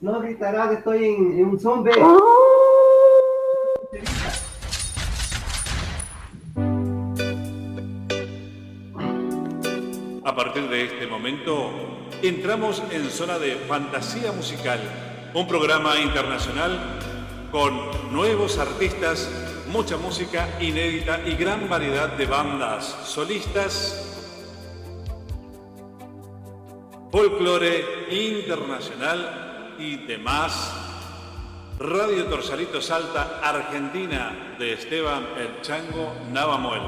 No gritarás, estoy en un zombie. A partir de este momento, entramos en zona de fantasía musical, un programa internacional con nuevos artistas, mucha música inédita y gran variedad de bandas solistas, folclore internacional y demás. Radio Torsalito Salta, Argentina, de Esteban El Chango Navamuel.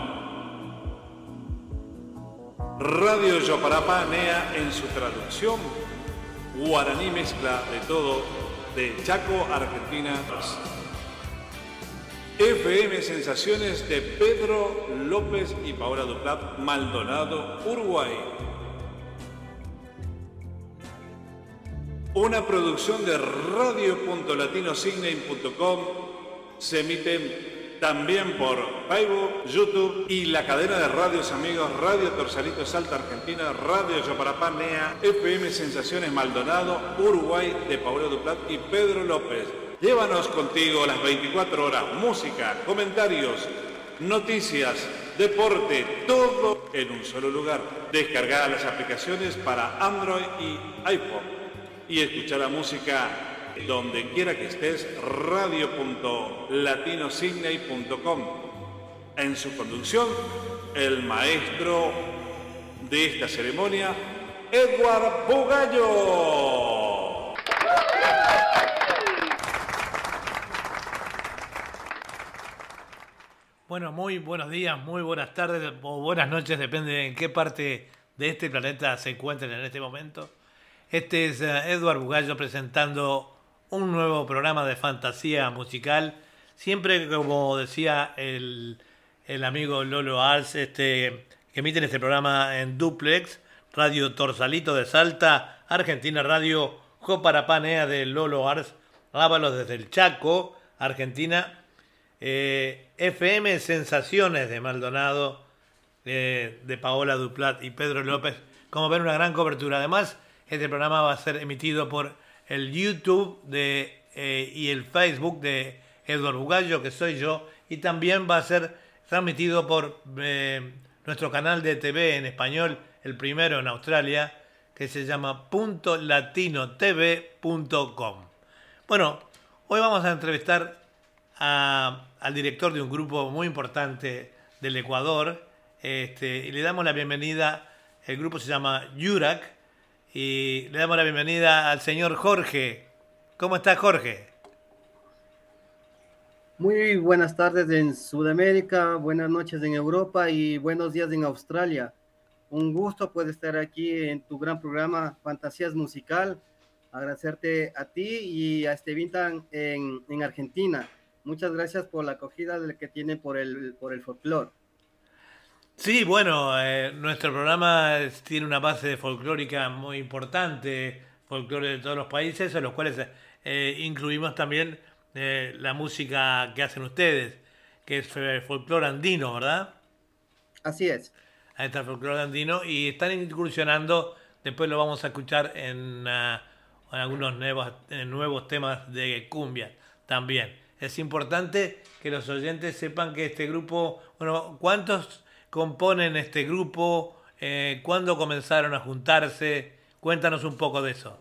Radio Yoparapá Nea en su traducción, guaraní mezcla de todo, de Chaco, Argentina. FM Sensaciones de Pedro López y Paola Duplat, Maldonado, Uruguay. Una producción de radio.latinosignate.com, se emite también por Facebook, YouTube y la cadena de radios amigos Radio Torsalito Salta Argentina, Radio Yoparapá Nea, FM Sensaciones Maldonado, Uruguay, de Paola Duplat y Pedro López. Llévanos contigo las 24 horas, música, comentarios, noticias, deporte, todo en un solo lugar. Descarga las aplicaciones para Android y iPhone y escuchar la música donde quiera que estés, radio.latinosignate.com. En su conducción, el maestro de esta ceremonia, Edward Bugallo. Bueno, muy buenos días, muy buenas tardes o buenas noches, depende de en qué parte de este planeta se encuentren en este momento. Este es Edward Bugallo presentando un nuevo programa de fantasía musical. Siempre, como decía el amigo Lolo Ars, que emiten este programa en duplex, Radio Torsalito de Salta, Argentina, Radio Yoparapá Nea de Lolo Ars, Ábalos desde el Chaco, Argentina, FM Sensaciones de Maldonado, de Paola Duplat y Pedro López. Como ven, una gran cobertura. Además, este programa va a ser emitido por el YouTube y el Facebook de Edward Bugallo, que soy yo, y también va a ser transmitido por nuestro canal de TV en español, el primero en Australia, que se llama .latinotv.com. Bueno, hoy vamos a entrevistar al director de un grupo muy importante del Ecuador, y le damos la bienvenida. El grupo se llama Yurak, y le damos la bienvenida al señor Jorge. ¿Cómo está, Jorge? Muy buenas tardes en Sudamérica, buenas noches en Europa y buenos días en Australia. Un gusto poder estar aquí en tu gran programa Fantasías Musical. Agradecerte a ti y a Estevintan en Argentina. Muchas gracias por la acogida que tiene por el folclore. Sí, bueno, nuestro programa tiene una base folclórica muy importante, folclore de todos los países, en los cuales incluimos también la música que hacen ustedes, que es folclore andino, ¿verdad? Así es. Ahí está el folclore andino y están incursionando, después lo vamos a escuchar en algunos nuevos temas de cumbia también. Es importante que los oyentes sepan que este grupo, bueno, ¿cuántos componen este grupo? ¿Cuándo comenzaron a juntarse? Cuéntanos un poco de eso.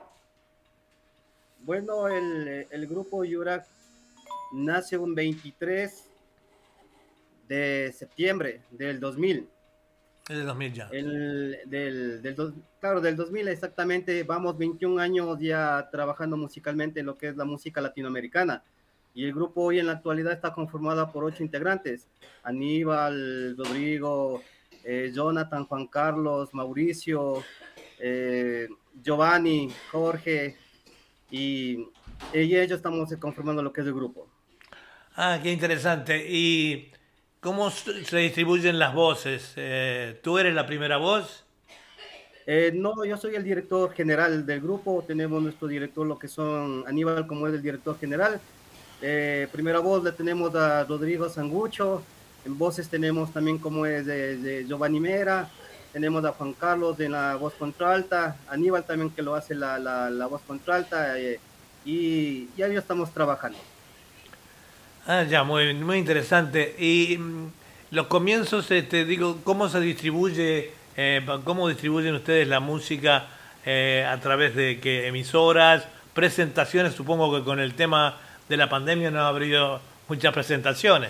Bueno, el grupo Yurak nace un 23 de septiembre del 2000. Es de 2000 ya. Claro, del 2000 exactamente. Vamos 21 años ya trabajando musicalmente en lo que es la música latinoamericana. Y el grupo hoy en la actualidad está conformado por 8 integrantes. Aníbal, Rodrigo, Jonathan, Juan Carlos, Mauricio, Giovanni, Jorge, y ellos estamos conformando lo que es el grupo. Ah, qué interesante. ¿Y cómo se distribuyen las voces? ¿Tú eres la primera voz? No, yo soy el director general del grupo. Tenemos nuestro director, lo que son Aníbal, como es el director general. Primera voz le tenemos a Rodrigo Sangucho. En voces tenemos también como es de Giovanni Mera. tenemos a Juan Carlos en la voz contralta, Aníbal también que lo hace la voz contralta, y ya estamos trabajando. Ah, ya, muy, muy interesante. Y los comienzos, digo, ¿cómo se distribuye, cómo distribuyen ustedes la música a través de qué emisoras, presentaciones? Supongo que con el tema de la pandemia no ha habido muchas presentaciones.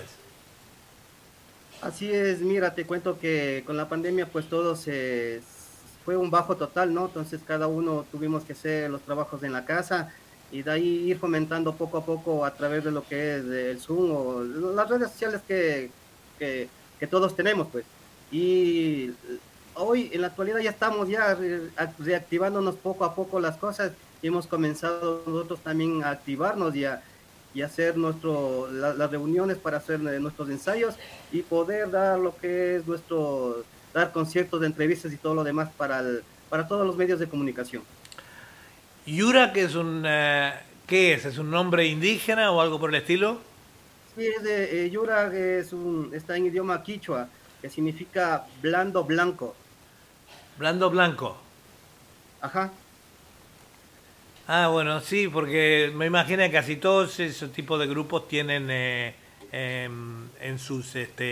Así es, mira, te cuento que con la pandemia pues fue un bajo total, ¿no? Entonces cada uno tuvimos que hacer los trabajos en la casa y de ahí ir fomentando poco a poco a través de lo que es el Zoom o las redes sociales que todos tenemos, pues. Y hoy en la actualidad ya estamos reactivándonos poco a poco las cosas y hemos comenzado nosotros también a activarnos y hacer las reuniones para hacer nuestros ensayos y poder dar lo que es dar conciertos, de entrevistas y todo lo demás para todos los medios de comunicación. Yura, que es ¿qué es? ¿Es un nombre indígena o algo por el estilo? Sí, Yura está en idioma quichua, que significa blando blanco. Blando blanco. Ajá. Ah, bueno, sí, porque me imagino que casi todos esos tipos de grupos tienen en sus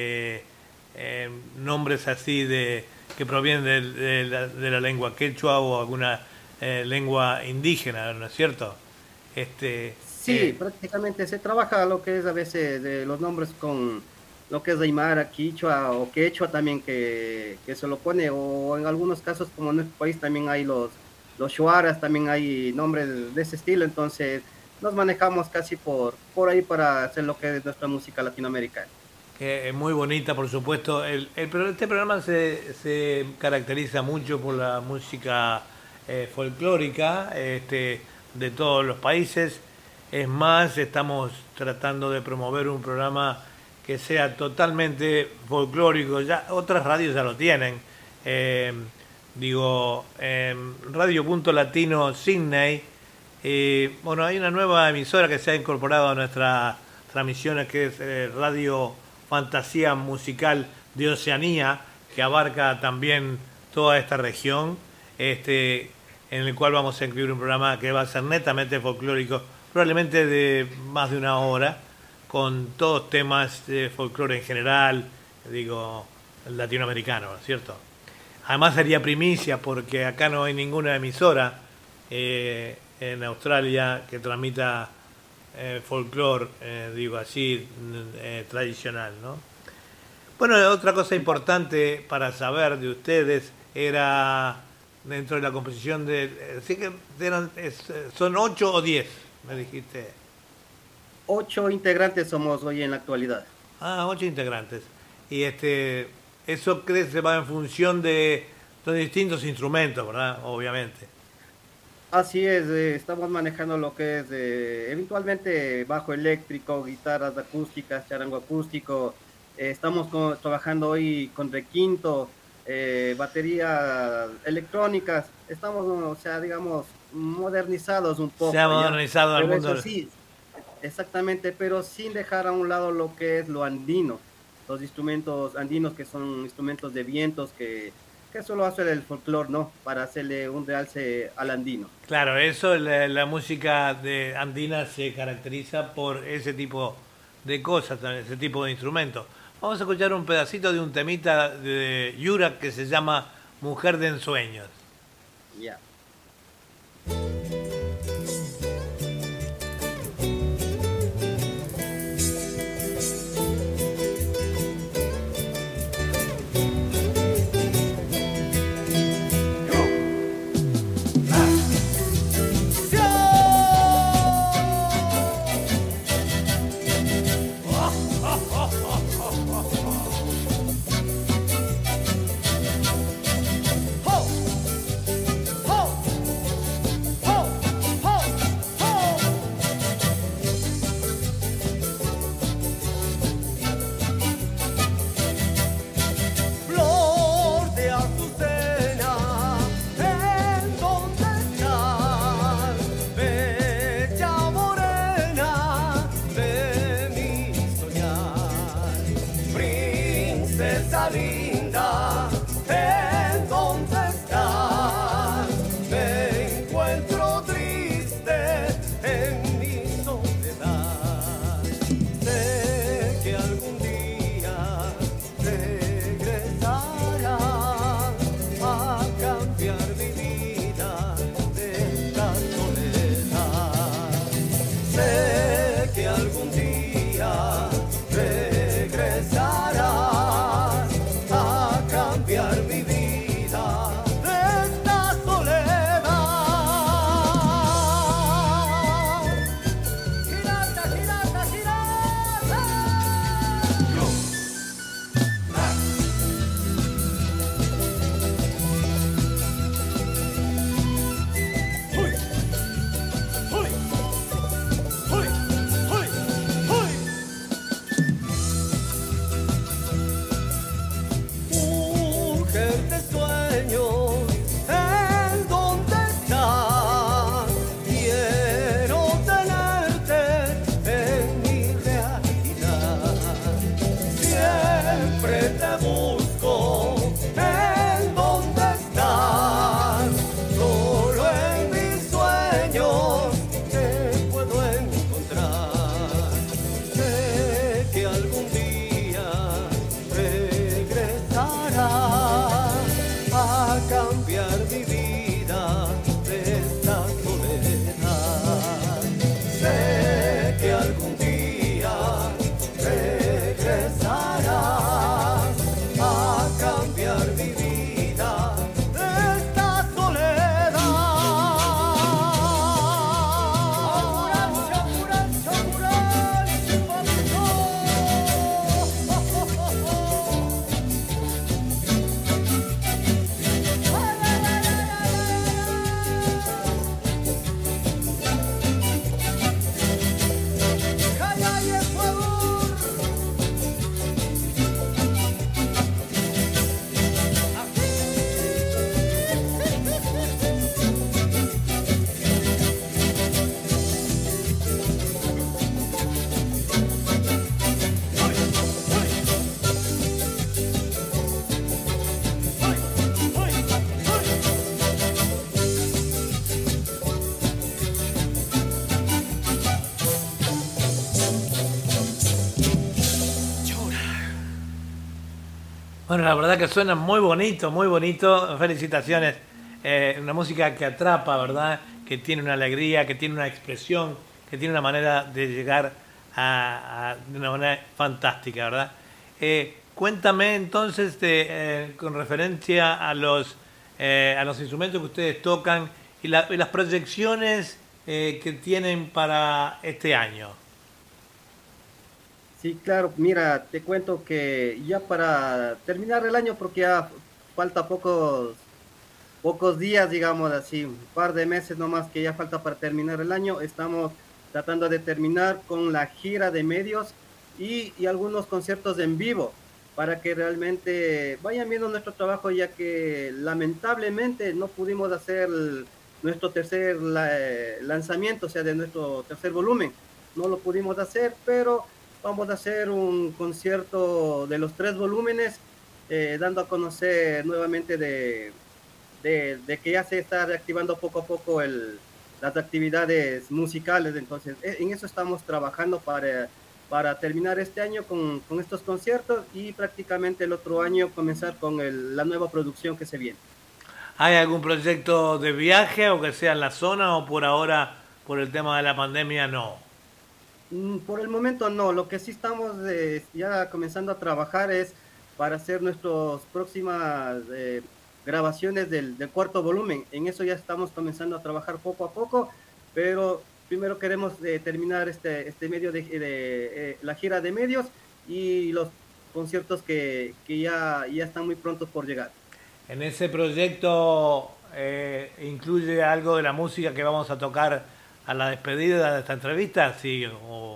nombres así que provienen de la lengua quechua o alguna lengua indígena, ¿no es cierto? Sí, prácticamente se trabaja lo que es a veces de los nombres con lo que es aymara, quichua o quechua también que se lo pone, o en algunos casos como en nuestro país también hay los shuaras, también hay nombres de ese estilo, entonces nos manejamos casi por ahí para hacer lo que es nuestra música latinoamericana. Muy bonita, por supuesto. Este programa se caracteriza mucho por la música folclórica de todos los países. Es más, estamos tratando de promover un programa que sea totalmente folclórico. Ya otras radios ya lo tienen. Radio Punto Latino Sydney. Bueno, hay una nueva emisora que se ha incorporado a nuestras transmisiones, que es Radio Fantasía Musical de Oceanía, que abarca también toda esta región, en el cual vamos a incluir un programa que va a ser netamente folclórico, probablemente de más de una hora, con todos temas de folclore en general, latinoamericano, ¿no es cierto? Además sería primicia porque acá no hay ninguna emisora en Australia que transmita folclore, tradicional, ¿no? Bueno, otra cosa importante para saber de ustedes era dentro de la composición sí que son 8 o 10, me dijiste. 8 integrantes somos hoy en la actualidad. Ah, 8 integrantes. Y eso se va en función de los distintos instrumentos, ¿verdad? Obviamente. Así es, estamos manejando lo que es eventualmente bajo eléctrico, guitarras acústicas, charango acústico. Estamos trabajando hoy con requinto, baterías electrónicas. Estamos, modernizados un poco. Se ha modernizado el mundo. Sí, exactamente, pero sin dejar a un lado lo que es lo andino. Los instrumentos andinos que son instrumentos de vientos que solo hace el folclore, ¿no? Para hacerle un realce al andino. Claro, eso, la música de andina se caracteriza por ese tipo de cosas, ese tipo de instrumentos. Vamos a escuchar un pedacito de un temita de Yura que se llama Mujer de Ensueños. Ya. Bueno, la verdad que suena muy bonito, muy bonito. Felicitaciones. Una música que atrapa, ¿verdad? Que tiene una alegría, que tiene una expresión, que tiene una manera de llegar de una manera fantástica, ¿verdad? Cuéntame entonces con referencia a los instrumentos que ustedes tocan y las proyecciones que tienen para este año. Sí, claro, mira, te cuento que ya para terminar el año, porque ya falta pocos días, digamos así, un par de meses nomás que ya falta para terminar el año, estamos tratando de terminar con la gira de medios y algunos conciertos en vivo para que realmente vayan viendo nuestro trabajo, ya que lamentablemente no pudimos hacer nuestro tercer lanzamiento, o sea, de nuestro tercer volumen. No lo pudimos hacer, pero vamos a hacer un concierto de los 3 volúmenes, dando a conocer nuevamente de que ya se está reactivando poco a poco las actividades musicales. Entonces, en eso estamos trabajando para terminar este año con estos conciertos y prácticamente el otro año comenzar con la nueva producción que se viene. ¿Hay algún proyecto de viaje o que sea en la zona o por ahora, por el tema de la pandemia, no? Por el momento no, lo que sí estamos ya comenzando a trabajar es para hacer nuestras próximas grabaciones del 4 volumen. En eso ya estamos comenzando a trabajar poco a poco, pero primero queremos terminar este medio de la gira de medios y los conciertos que ya están muy prontos por llegar. ¿En ese proyecto incluye algo de la música que vamos a tocar a la despedida de esta entrevista? Sí,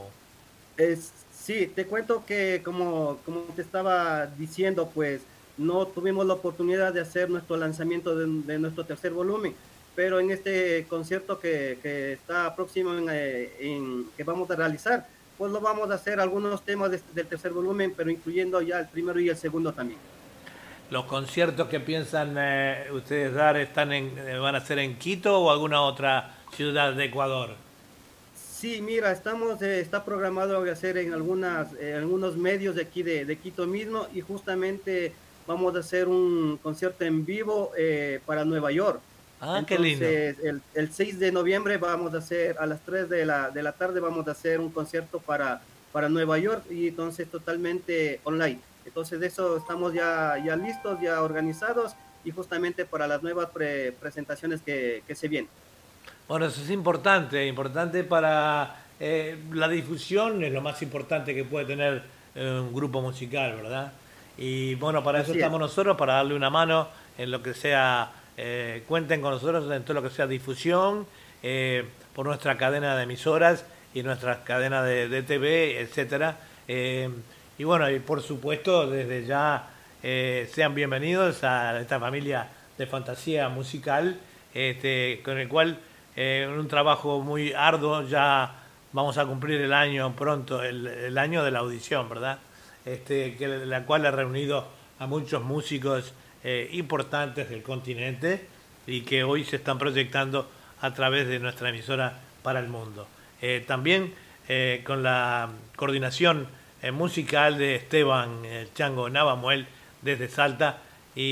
sí, te cuento que como te estaba diciendo, pues no tuvimos la oportunidad de hacer nuestro lanzamiento de nuestro tercer volumen, pero en este concierto que está próximo que vamos a realizar, pues lo vamos a hacer algunos temas del tercer volumen, pero incluyendo ya el primero y el segundo también. ¿Los conciertos que piensan ustedes dar van a ser en Quito o alguna otra ciudad de Ecuador? Sí, mira, está programado a hacer en algunos medios de aquí de Quito mismo, y justamente vamos a hacer un concierto en vivo para Nueva York. Ah, qué lindo. Entonces, el 6 de noviembre vamos a hacer, a las 3 de la tarde, vamos a hacer un concierto para Nueva York, y entonces totalmente online. Entonces, de eso estamos ya listos, ya organizados, y justamente para las nuevas presentaciones que se vienen. Bueno, eso es importante para la difusión, es lo más importante que puede tener un grupo musical, ¿verdad? Y bueno, para eso estamos nosotros, para darle una mano en lo que sea, cuenten con nosotros en todo lo que sea difusión, por nuestra cadena de emisoras y nuestra cadena de TV, etcétera. Y bueno, y por supuesto, desde ya sean bienvenidos a esta familia de fantasía musical, con el cual en un trabajo muy arduo ya vamos a cumplir el año pronto, el año de la audición, ¿verdad? La cual ha reunido a muchos músicos importantes del continente y que hoy se están proyectando a través de nuestra emisora para el mundo. También con la coordinación musical de Esteban Chango Navamuel desde Salta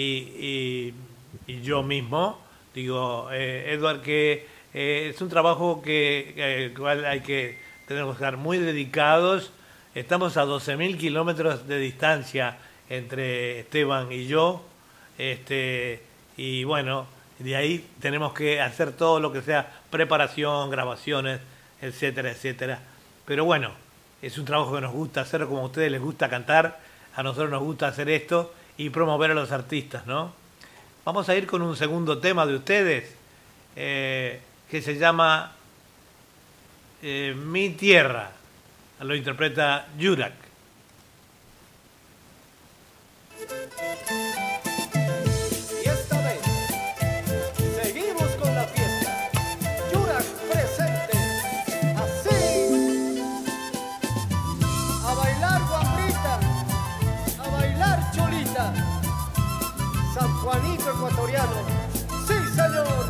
y yo mismo, digo, Edward, que es un trabajo que cual tenemos que estar muy dedicados. Estamos a 12.000 kilómetros de distancia entre Esteban y yo, y bueno, de ahí tenemos que hacer todo lo que sea preparación, grabaciones, etcétera, etcétera. Pero bueno, es un trabajo que nos gusta hacer, como a ustedes les gusta cantar, a nosotros nos gusta hacer esto y promover a los artistas, ¿no? Vamos a ir con un segundo tema de ustedes, que se llama Mi Tierra. Lo interpreta Yurak. Y esta vez seguimos con la fiesta. Yurak presente. Así. A bailar guambrita, a bailar cholita. San Juanito ecuatoriano. Sí, señor.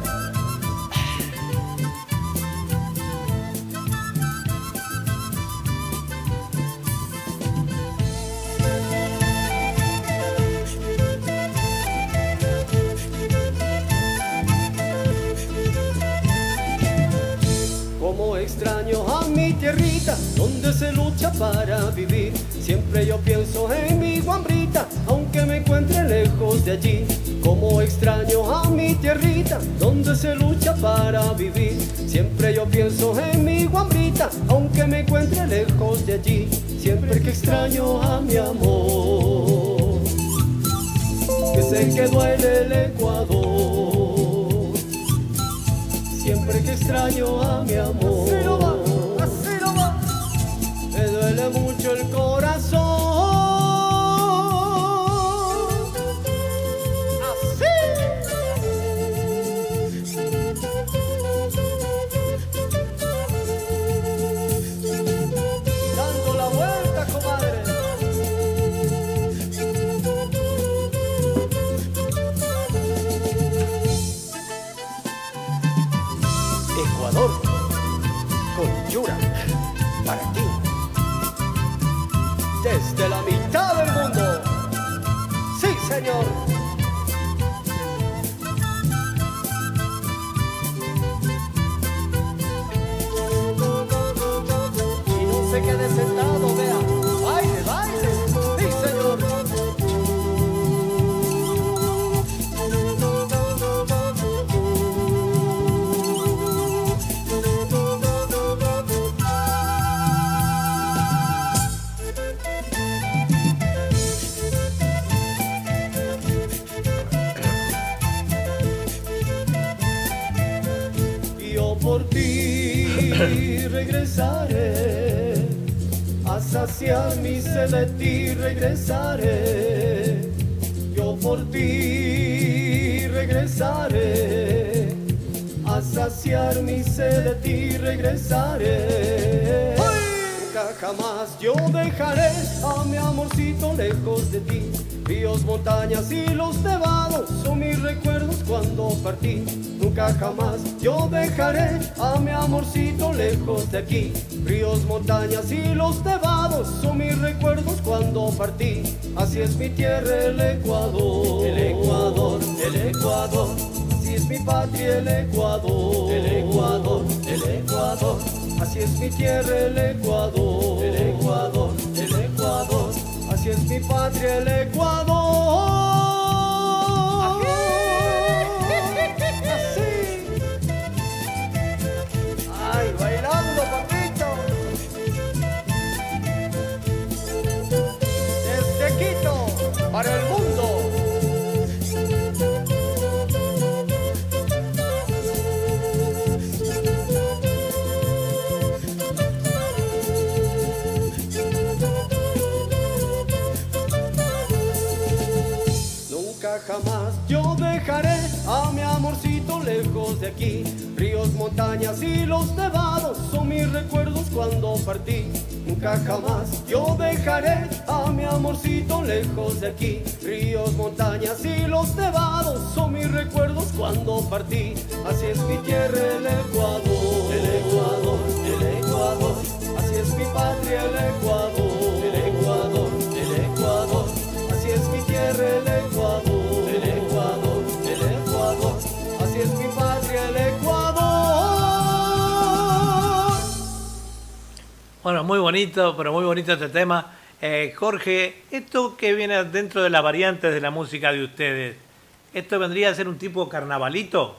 extraño a mi tierrita, donde se lucha para vivir. Siempre yo pienso en mi guambrita, aunque me encuentre lejos de allí. Como extraño a mi tierrita, donde se lucha para vivir. Siempre yo pienso en mi guambrita, aunque me encuentre lejos de allí. Siempre que extraño a mi amor, que sé que duele el Ecuador. Siempre que extraño a mi amor, así no va, me duele mucho el corazón. Con Yura, para ti, desde la mitad del mundo. Sí, señor. Y no se quede sentado, vea. Baile, baile. Sí, señor. Por ti regresaré, a saciar mi sed de ti regresaré. Yo por ti regresaré, a saciar mi sed de ti regresaré. Nunca jamás yo dejaré a mi amorcito lejos de ti. Ríos, montañas y los nevados son mis recuerdos cuando partí. Nunca jamás yo dejaré a mi amorcito lejos de aquí. Ríos, montañas y los nevados son mis recuerdos cuando partí. Así es mi tierra, el Ecuador. El Ecuador, el Ecuador. Así es mi patria, el Ecuador. El Ecuador, el Ecuador. Así es mi tierra, el Ecuador. El Ecuador, el Ecuador. Así es mi patria, el Ecuador. Así. Ay, bailando, papito. Desde Quito para el mundo. Jamás yo dejaré a mi amorcito lejos de aquí. Ríos, montañas y los nevados son mis recuerdos cuando partí. Nunca jamás yo dejaré a mi amorcito lejos de aquí. Ríos, montañas y los nevados son mis recuerdos cuando partí. Así es mi tierra, el Ecuador. El Ecuador, el Ecuador. Así es mi patria, el Ecuador. El Ecuador, el Ecuador. Así es mi tierra, el Ecuador. El Ecuador, el Ecuador. Así es mi patria, el Ecuador. Bueno, muy bonito, pero muy bonito este tema. Jorge, esto que viene dentro de las variantes de la música de ustedes, ¿esto vendría a ser un tipo carnavalito?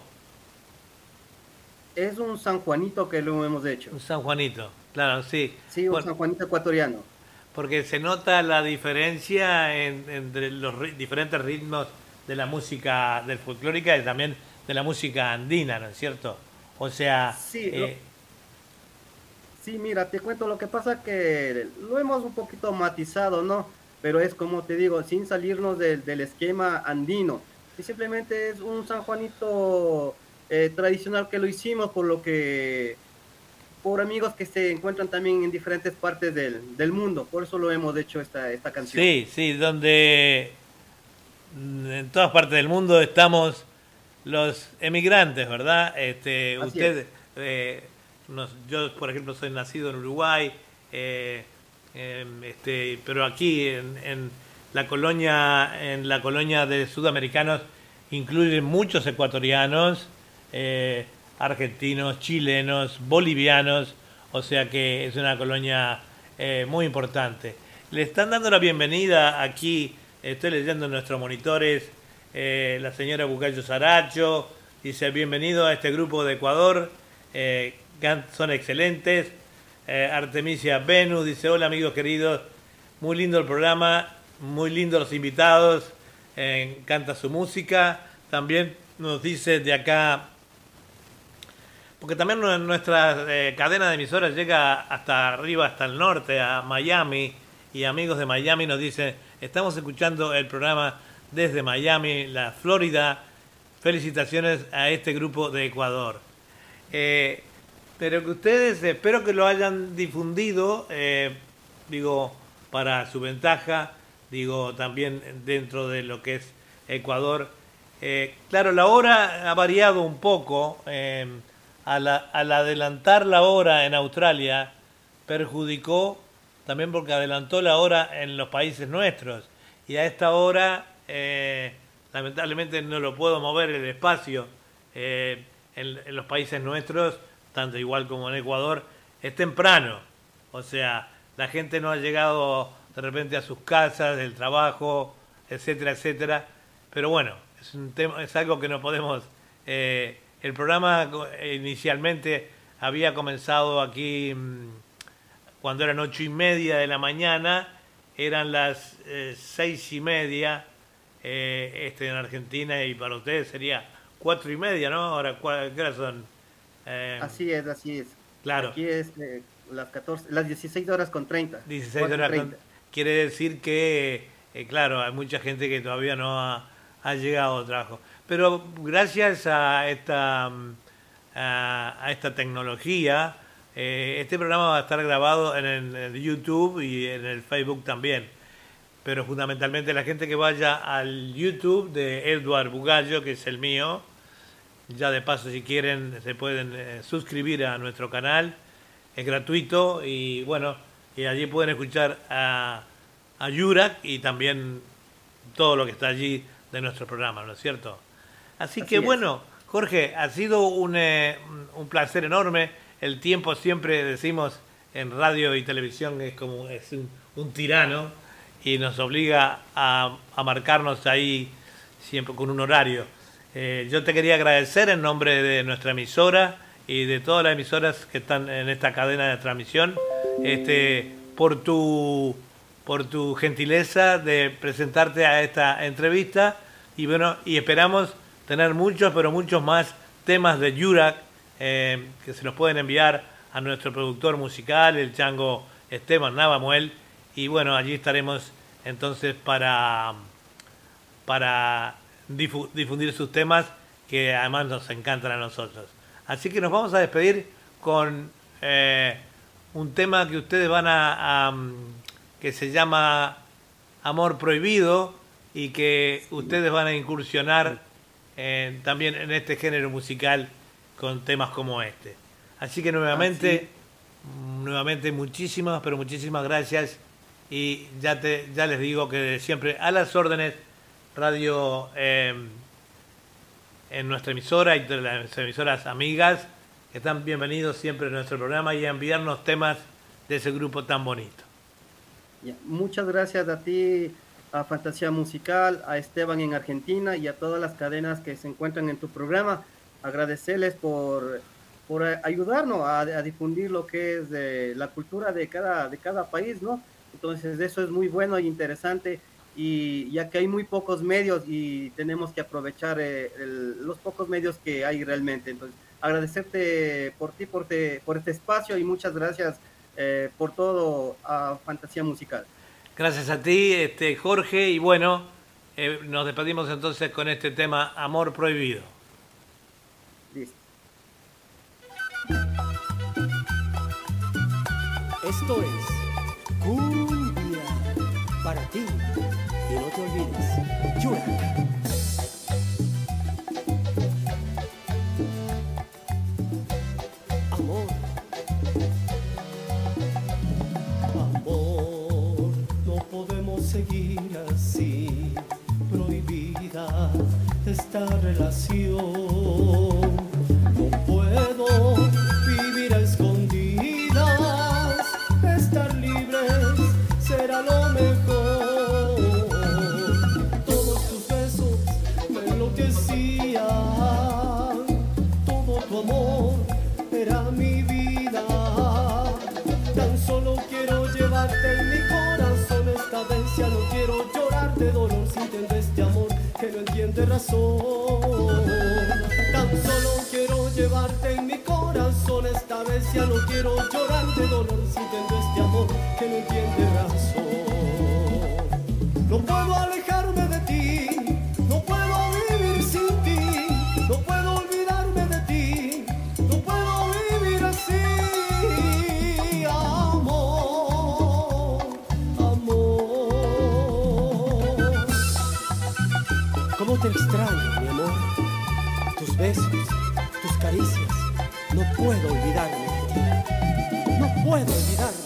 Es un San Juanito que lo hemos hecho. Un San Juanito, claro, sí. Sí, un San Juanito ecuatoriano. Porque se nota la diferencia entre los diferentes ritmos de la música del folclórica y también de la música andina, ¿no es cierto? O sea... Sí, sí, mira, te cuento, lo que pasa que lo hemos un poquito matizado, ¿no? Pero es como te digo, sin salirnos del esquema andino. Y simplemente es un San Juanito tradicional que lo hicimos por amigos que se encuentran también en diferentes partes del mundo. Por eso lo hemos hecho esta canción. Sí, sí, donde en todas partes del mundo estamos los emigrantes, ¿verdad? Usted, yo, por ejemplo, soy nacido en Uruguay, pero aquí en la colonia de sudamericanos incluyen muchos ecuatorianos. argentinos, chilenos, bolivianos, o sea que es una colonia muy importante. Le están dando la bienvenida aquí, estoy leyendo en nuestros monitores, la señora Bugallo Saracho, dice bienvenido a este grupo de Ecuador, son excelentes. Artemisia Venus dice hola amigos queridos, muy lindo el programa, muy lindo los invitados, encanta su música. También nos dice de acá, porque también nuestra cadena de emisoras llega hasta arriba, hasta el norte, a Miami, y amigos de Miami nos dicen, estamos escuchando el programa desde Miami, la Florida, felicitaciones a este grupo de Ecuador. Pero que ustedes, espero que lo hayan difundido, digo, para su ventaja, digo, también dentro de lo que es Ecuador. Claro, la hora ha variado un poco, al adelantar la hora en Australia, perjudicó también porque adelantó la hora en los países nuestros, y a esta hora, lamentablemente no lo puedo mover el espacio, en los países nuestros, tanto igual como en Ecuador, es temprano, o sea, la gente no ha llegado de repente a sus casas, del trabajo, etcétera, etcétera, pero bueno, es un tema, es algo que no podemos. El programa inicialmente había comenzado aquí cuando eran 8:30 de la mañana, eran las 6:30 en Argentina, y para ustedes sería 4:30, ¿no? Ahora, ¿qué hora son? Así es. Claro. Aquí es las 16:30. 16:30. Quiere decir que, claro, hay mucha gente que todavía no ha llegado al trabajo. Pero gracias a esta tecnología, este programa va a estar grabado en el YouTube y en el Facebook también. Pero fundamentalmente la gente que vaya al YouTube de Edward Bugallo, que es el mío, ya de paso si quieren se pueden suscribir a nuestro canal, es gratuito, y bueno, y allí pueden escuchar a Yurak y también todo lo que está allí de nuestro programa, ¿no es cierto? Así que bueno, Jorge, ha sido un placer enorme. El tiempo, siempre decimos en radio y televisión, es como un tirano y nos obliga a marcarnos ahí siempre con un horario. Yo te quería agradecer en nombre de nuestra emisora y de todas las emisoras que están en esta cadena de transmisión, por tu gentileza de presentarte a esta entrevista, y bueno, y esperamos tener muchos, pero muchos más temas de Yurak, que se los pueden enviar a nuestro productor musical, el chango Esteban Navamuel, y bueno, allí estaremos entonces para difundir sus temas, que además nos encantan a nosotros. Así que nos vamos a despedir con un tema que ustedes van que se llama Amor Prohibido, y que ustedes van a incursionar también en este género musical con temas como este. Así que nuevamente muchísimas, pero muchísimas gracias, y ya les digo que siempre a las órdenes, radio en nuestra emisora y de las emisoras amigas, que están bienvenidos siempre a nuestro programa y a enviarnos temas de ese grupo tan bonito. Muchas gracias a ti, a Fantasía Musical, a Esteban en Argentina y a todas las cadenas que se encuentran en tu programa. Agradecerles por ayudarnos a difundir lo que es la cultura de cada país, ¿no? Entonces eso es muy bueno y interesante, y ya que hay muy pocos medios y tenemos que aprovechar los pocos medios que hay realmente. Entonces agradecerte por este espacio, y muchas gracias por todo a Fantasía Musical. Gracias a ti, Jorge, y bueno, nos despedimos entonces con este tema, Amor Prohibido. Listo. Esto es Cumbia para ti, y no te olvides, Yurak. Seguir así, prohibida esta relación. No puedo tu amor era mi vida. Tan solo quiero llevarte en mi corazón. Esta vez ya no quiero llorar de dolor sintiendo este amor que no entiende razón. Tan solo quiero llevarte en mi corazón. Esta vez ya no quiero llorar de dolor sintiendo este amor que no entiende razón. No puedo alejarme de ti, no puedo vivir sin ti, no puedo olvidarme de ti, no puedo vivir así. Amor, amor. ¿Cómo te extraño, mi amor? Tus besos, tus caricias, no puedo olvidarme de ti, no puedo olvidarme.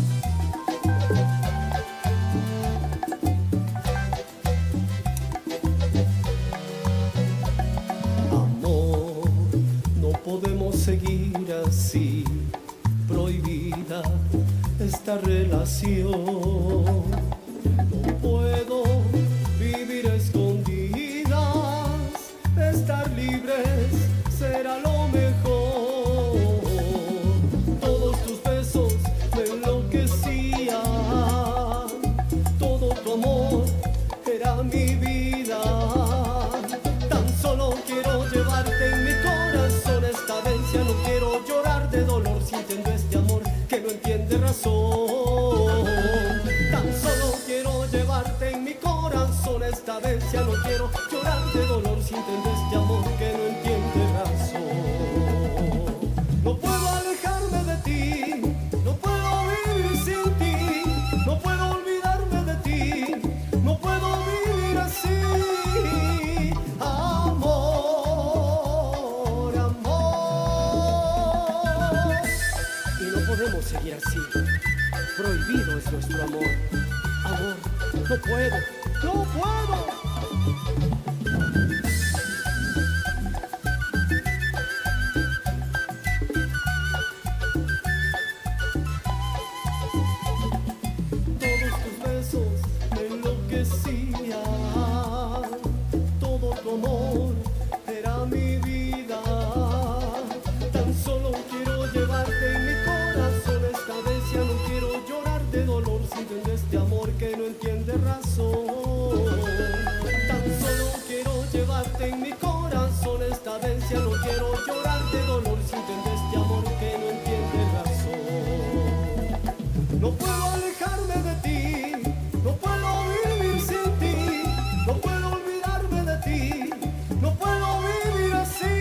Seguir así, prohibida esta relación. No puedo vivir escondidas, estar libres será lo mejor. Todos tus besos me enloquecían, todo tu amor era mi vida. Tan solo quiero llevarte en mi corazón. Esta vez ya no quiero llorar de dolor sintiendo este amor que no entiende razón. Tan solo quiero llevarte en mi corazón. Esta vez ya no quiero llorar de dolor sintiendo este amor que no entiende razón. No puedo alejarme de ti, no puedo vivir sin ti, no puedo olvidarme de ti, no puedo vivir así. Podemos seguir así, prohibido es nuestro amor. Amor, no puedo, no puedo. Todos tus besos me enloquecían, todo tu amor era mi vida. Tan solo quiero llevarte en mi corazón. Esta vez ya no quiero llorar de dolor sintiendo este amor que no entiende razón. Tan solo quiero llevarte en mi corazón. Esta vez ya no quiero llorar de dolor sintiendo este amor que no entiende razón. No puedo alejarme de ti, no puedo vivir sin ti, no puedo olvidarme de ti, no puedo vivir así.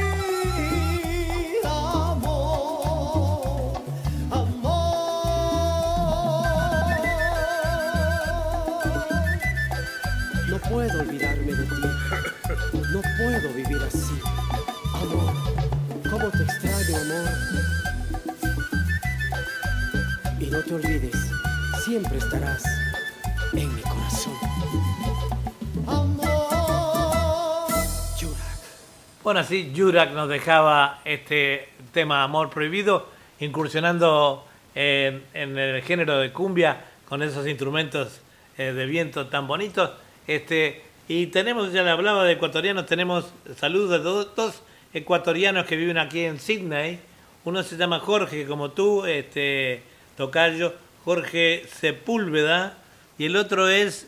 No puedo olvidarme de ti, no puedo vivir así. Amor, cómo te extraño, amor. Y no te olvides, siempre estarás en mi corazón. Amor. Yurak. Bueno, así Yurak nos dejaba este tema Amor Prohibido, incursionando en el género de cumbia con esos instrumentos de viento tan bonitos. Y tenemos, ya le hablaba de ecuatorianos, tenemos saludos de dos ecuatorianos que viven aquí en Sydney. Uno se llama Jorge, como tú, tocayo, Jorge Sepúlveda, y el otro es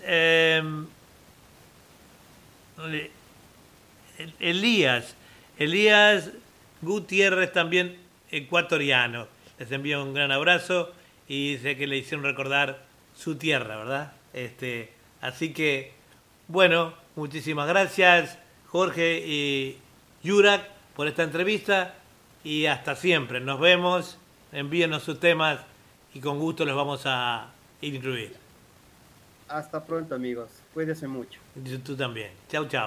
Elías Gutiérrez, también ecuatoriano. Les envío un gran abrazo y sé que le hicieron recordar su tierra, ¿verdad? Así que, bueno, muchísimas gracias, Jorge y Yurak, por esta entrevista y hasta siempre. Nos vemos, envíenos sus temas y con gusto los vamos a incluir. Hasta pronto, amigos. Cuídense mucho. Tú también. Chau, chau.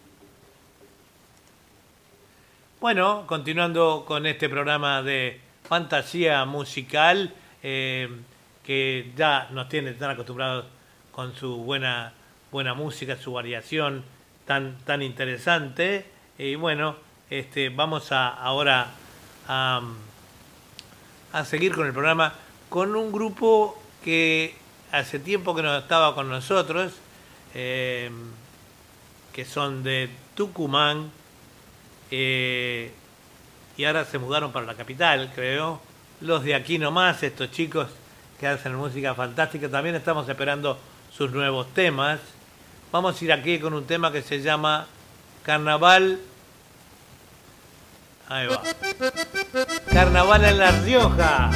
Bueno, continuando con este programa de fantasía musical, que ya nos tiene tan acostumbrados con su buena música, su variación tan interesante. Y bueno, vamos ahora a seguir con el programa con un grupo que hace tiempo que no estaba con nosotros, que son de Tucumán, y y ahora se mudaron para la capital, creo. Los de Aquí Nomás, estos chicos que hacen música fantástica. También estamos esperando sus nuevos temas. Vamos a ir aquí con un tema que se llama Carnaval. Ahí va. Carnaval en La Rioja.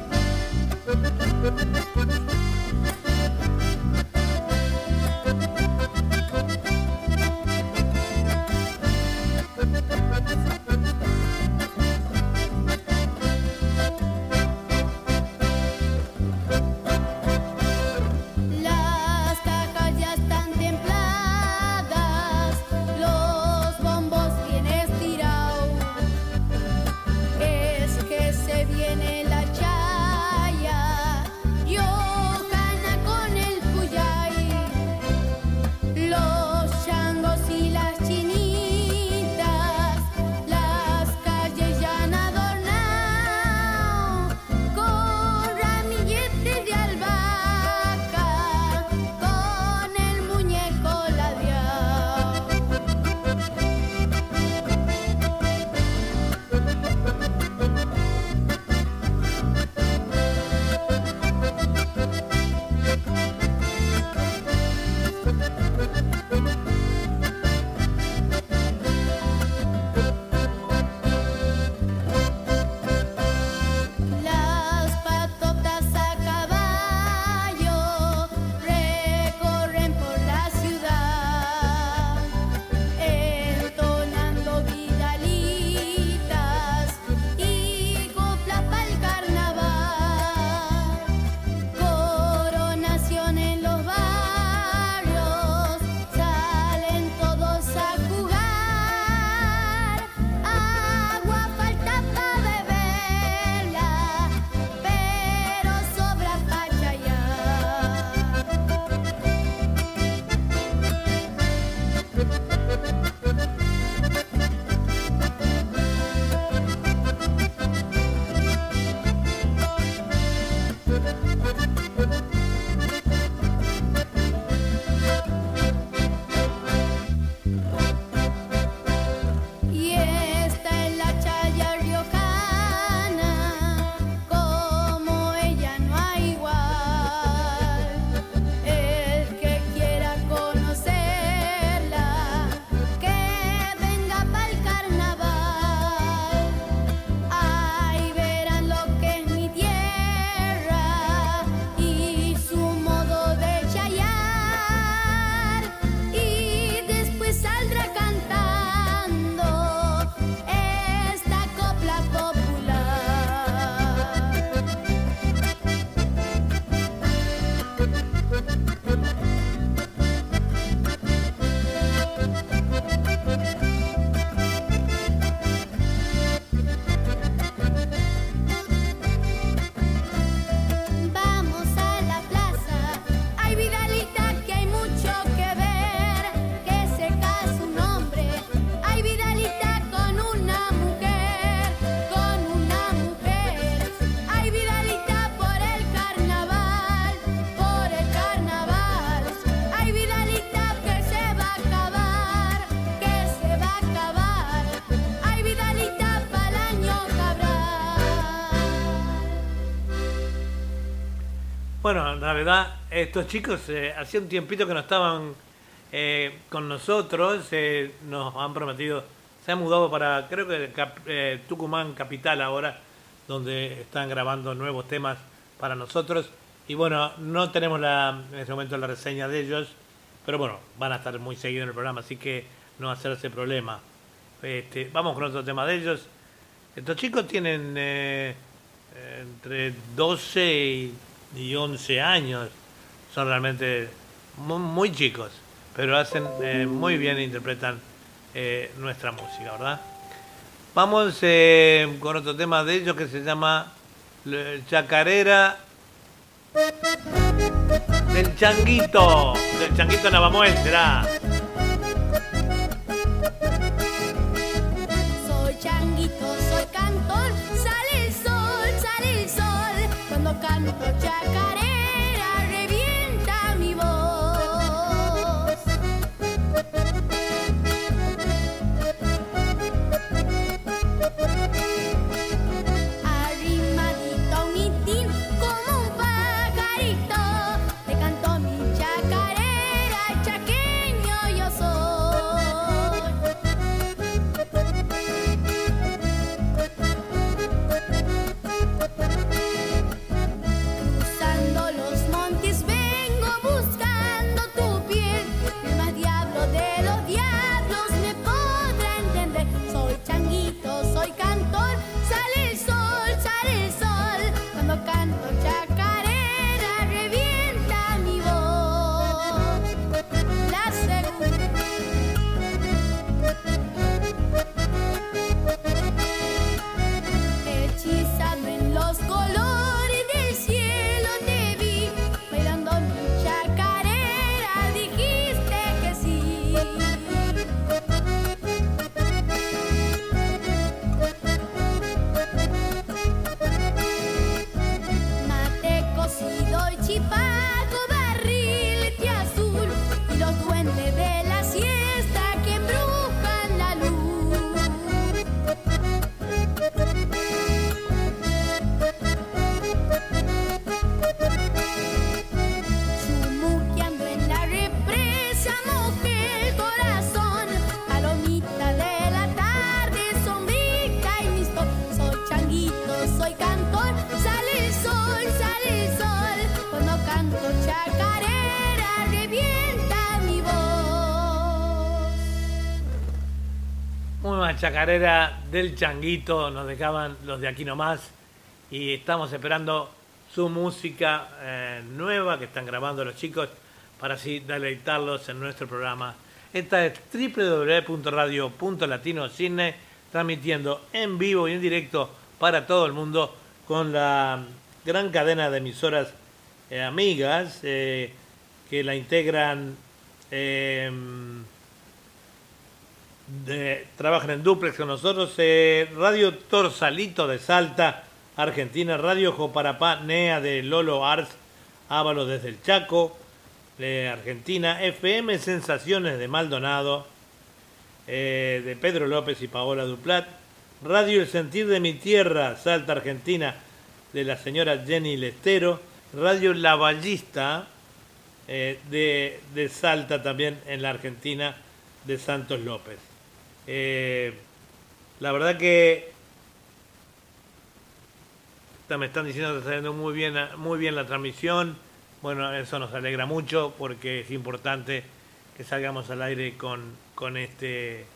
Bueno, en realidad estos chicos hacía un tiempito que no estaban con nosotros, nos han prometido, se han mudado para, creo que Tucumán Capital ahora, donde están grabando nuevos temas para nosotros. Y bueno, no tenemos en este momento la reseña de ellos, pero bueno, van a estar muy seguidos en el programa, así que no va a ser ese problema. Vamos con otro tema de ellos. Estos chicos tienen entre 12 y 11 años, son realmente muy chicos, pero hacen muy bien, interpretan nuestra música, ¿verdad? Vamos con otro tema de ellos que se llama Chacarera del Changuito Navamuel, será. Soy changuito, soy cantor, sale el sol, cuando canto chacarera revienta mi voz. última chacarera del Changuito nos dejaban los de Aquí Nomás y estamos esperando su música nueva que están grabando los chicos para así deleitarlos en nuestro programa. Esta es www.radio.latino.cine, transmitiendo en vivo y en directo para todo el mundo con la gran cadena de emisoras amigas que la integran, trabajan en duplex con nosotros, Radio Torsalito de Salta, Argentina, Radio Joparapá Nea de Lolo Ars Ábalos desde el Chaco, de Argentina, FM Sensaciones de Maldonado, de Pedro López y Paola Duplat, Radio El Sentir de mi Tierra, Salta, Argentina, de la señora Jenny Lestero, Radio La Ballista, de Salta también en la Argentina, de Santos López. La verdad que me están diciendo que está saliendo muy bien la transmisión. Bueno, eso nos alegra mucho porque es importante que salgamos al aire con este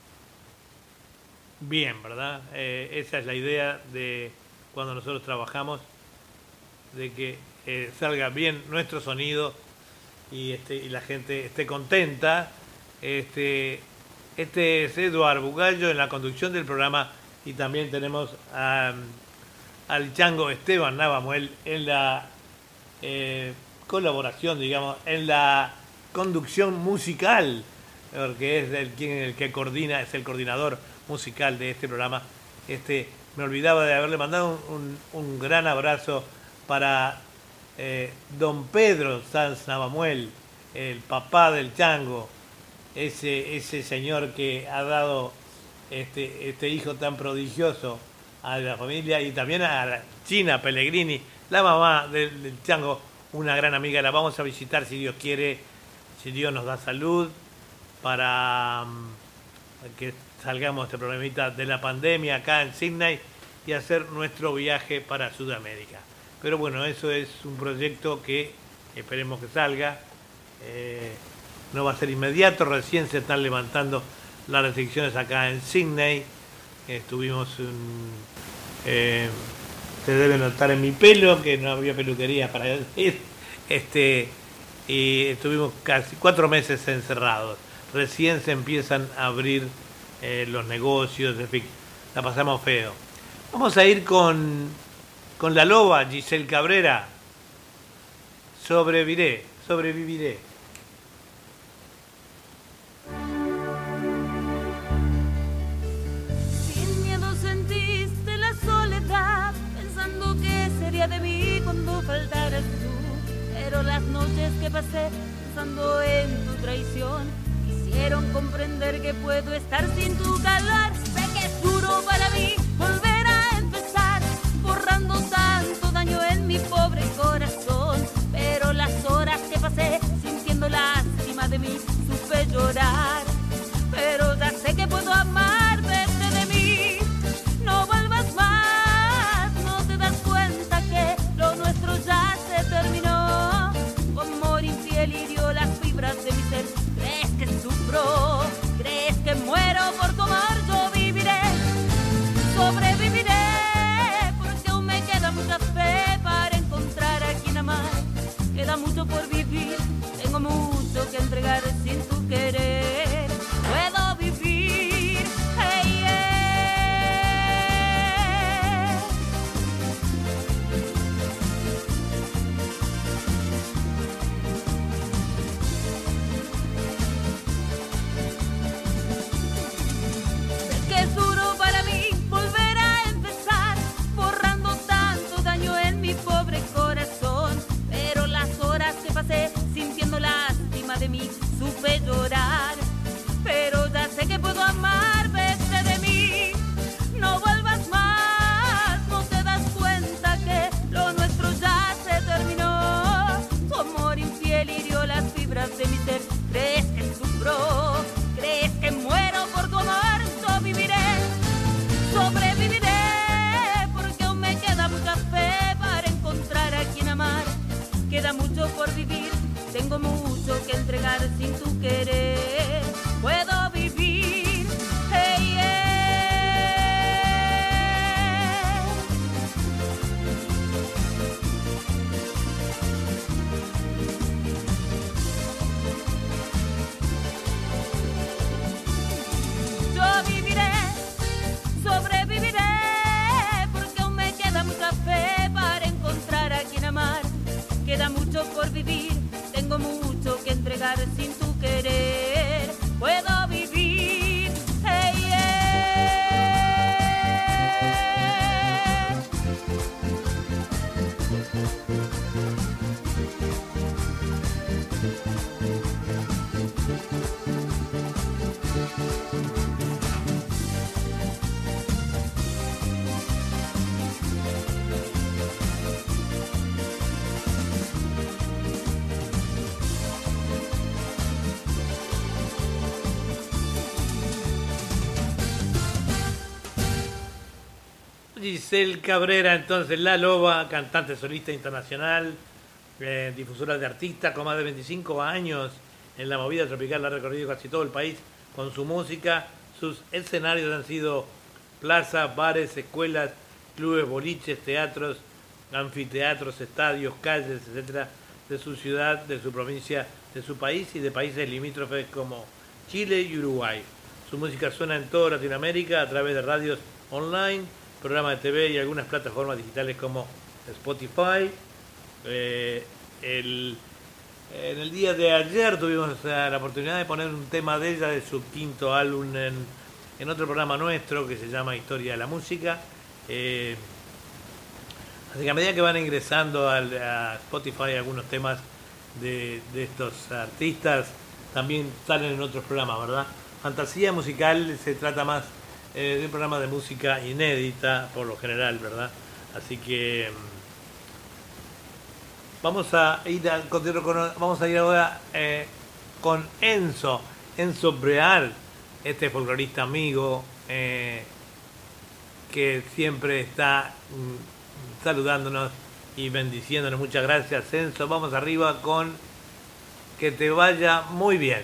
bien, ¿verdad? Esa es la idea de cuando nosotros trabajamos, de que salga bien nuestro sonido y la gente esté contenta. Este es Eduard Bugallo en la conducción del programa y también tenemos al chango Esteban Navamuel en la colaboración, digamos, en la conducción musical, porque es el que coordina, es el coordinador musical de este programa. Me olvidaba de haberle mandado un gran abrazo para don Pedro Sanz Navamuel, el papá del chango, ese señor que ha dado este hijo tan prodigioso a la familia, y también a la China Pellegrini, la mamá del chango, una gran amiga. La vamos a visitar si Dios quiere, si Dios nos da salud, para que salgamos de este problemita de la pandemia acá en Sydney y hacer nuestro viaje para Sudamérica. Pero bueno, eso es un proyecto que esperemos que salga. No va a ser inmediato, recién se están levantando las restricciones acá en Sydney. Estuvimos se debe notar en mi pelo que no había peluquería para ir, y estuvimos casi 4 meses encerrados. Recién se empiezan a abrir los negocios, en fin, la pasamos feo. Vamos a ir con la loba Giselle Cabrera. Sobreviviré. De mí cuando faltaras tú, pero las noches que pasé pensando en tu traición hicieron comprender que puedo estar sin tu calor. Sé que es duro para mí volver a empezar, borrando tanto daño en mi pobre corazón, pero las horas que pasé sintiendo lástima de mí supe llorar. Pero ya sé que puedo amar desde de mí, no vuelvas más. Lo nuestro ya se terminó. Tu amor infiel hirió las fibras de mi ser. ¿Crees que sufro? ¿Crees que muero por tu amor? Yo viviré Giselle Cabrera, entonces, La Loba, cantante solista internacional, difusora de artistas con más de 25 años en la movida tropical, ha recorrido casi todo el país con su música. Sus escenarios han sido plazas, bares, escuelas, clubes, boliches, teatros, anfiteatros, estadios, calles, etcétera, de su ciudad, de su provincia, de su país y de países limítrofes como Chile y Uruguay. Su música suena en toda Latinoamérica a través de radios online, programas de TV y algunas plataformas digitales como Spotify. En el día de ayer tuvimos la oportunidad de poner un tema de ella, de su quinto álbum, en otro programa nuestro que se llama Historia de la Música. Así que a medida que van ingresando a Spotify algunos temas de estos artistas, también salen en otros programas, ¿verdad? Fantasía Musical se trata más de un programa de música inédita, por lo general, ¿verdad? Así que vamos a ir ahora con Enzo Breal, este folclorista amigo que siempre está saludándonos y bendiciéndonos. Muchas gracias, Enzo. Vamos arriba con Que te vaya muy bien.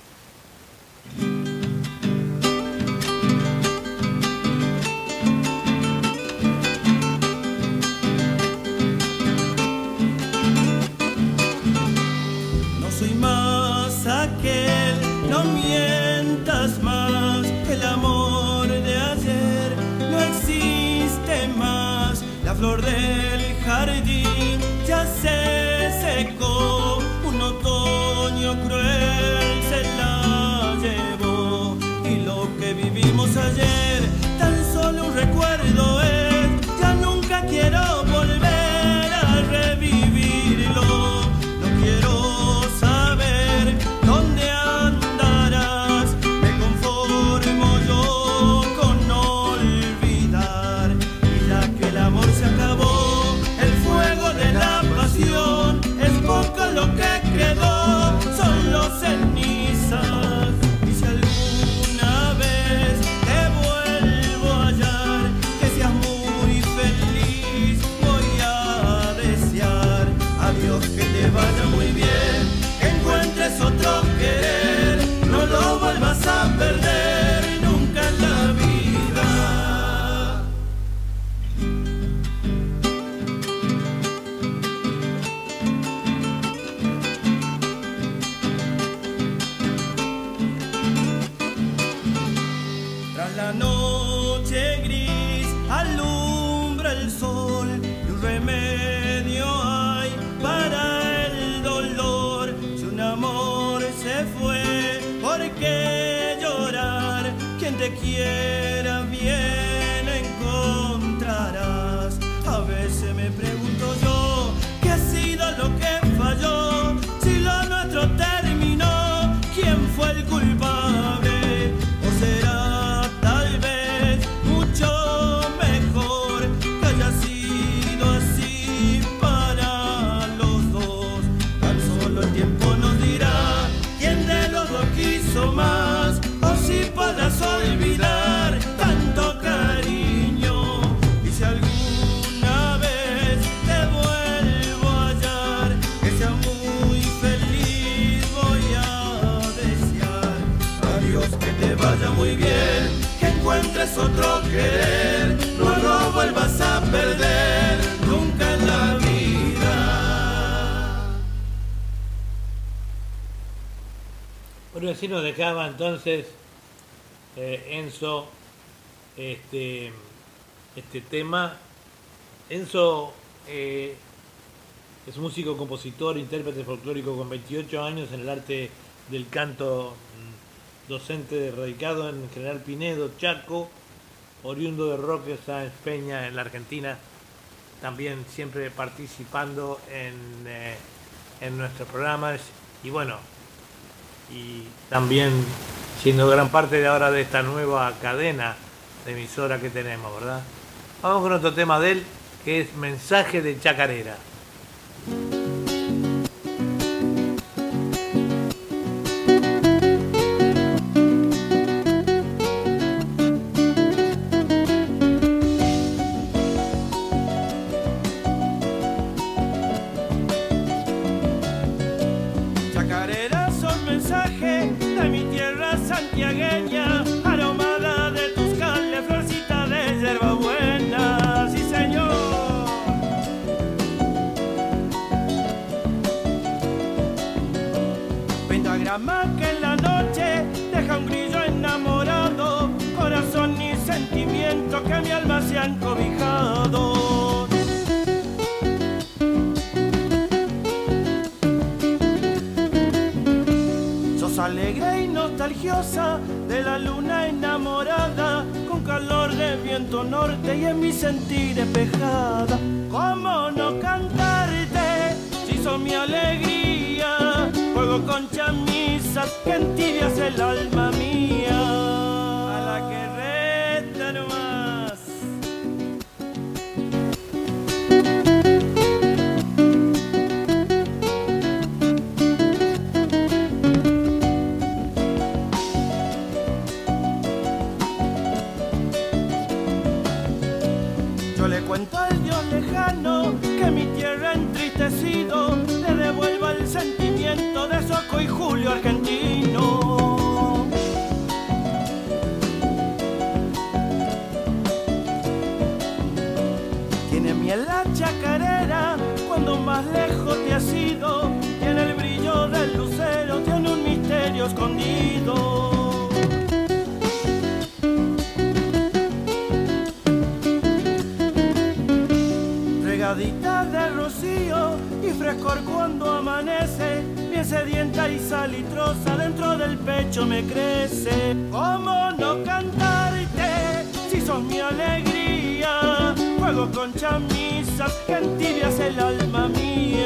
No soy más aquel, no mientas más, el amor de ayer no existe más. La flor del jardín ya se secó, un otoño cruel se la llevó. Y lo que vivimos ayer, tan solo un recuerdo es, ya nunca quiero volver a revivirlo. No quiero saber dónde andarás, me conformo yo con olvidar. Y ya que el amor se acabó, el fuego de la pasión, es poco lo que quedó, solo cenizas. Y si alguna vez te vuelvo a hallar, que seas muy feliz, voy a desear a Dios que te vaya muy bien, que encuentres otro querer, no lo vuelvas a perder nunca en la vida. Tras la noche gris alumbra el sol y un remedio hay para el dolor. Si un amor se fue, ¿por qué llorar? Quien te quiera bien encontrarás. A veces me pregunto yo, ¿qué ha sido lo que falló? Si lo nuestro terminó, ¿quién fue el culpable? ¿O será tal vez mucho mejor que haya sido así para los dos? Tan solo el tiempo nos dirá quién de los dos quiso más, o si podrás olvidar tanto cariño. Y si alguna vez te vuelvo a hallar, que sea muy feliz, voy a desear a Dios que te vaya muy bien, que encuentres otro querer, no lo vuelvas a perder nunca en la vida. Bueno, así nos dejaba entonces Enzo este tema. Enzo es músico, compositor, intérprete folclórico con 28 años en el arte del canto, docente radicado en General Pinedo, Chaco, oriundo de Roque Sáenz Peña en la Argentina, también siempre participando en nuestros programas y bueno, y también siendo gran parte de ahora de esta nueva cadena de emisora que tenemos, ¿verdad? Vamos con otro tema de él, que es Mensaje de Chacarera. llama que en la noche deja un grillo enamorado, corazón y sentimiento que mi alma se han cobijado. Sos alegre y nostalgiosa de la luna enamorada, con calor de viento norte y en mi sentir despejada. ¿Cómo no cantarte si sos mi alegría? Juego con chamisas que entibias el alma mía. A la que resta nomás. Yo le cuento al Dios lejano que mi tierra entristecido le devuelva el sentimiento de Soco y Julio argentino. Tiene miel la chacarera cuando más lejos te has ido, tiene el brillo del lucero, tiene un misterio escondido. Regadita de rocío y frescor cuando amanece, bien sedienta y salitrosa dentro del pecho me crece. ¿Cómo no cantarte si sos mi alegría? Juego con chamisas que entibias el alma mía.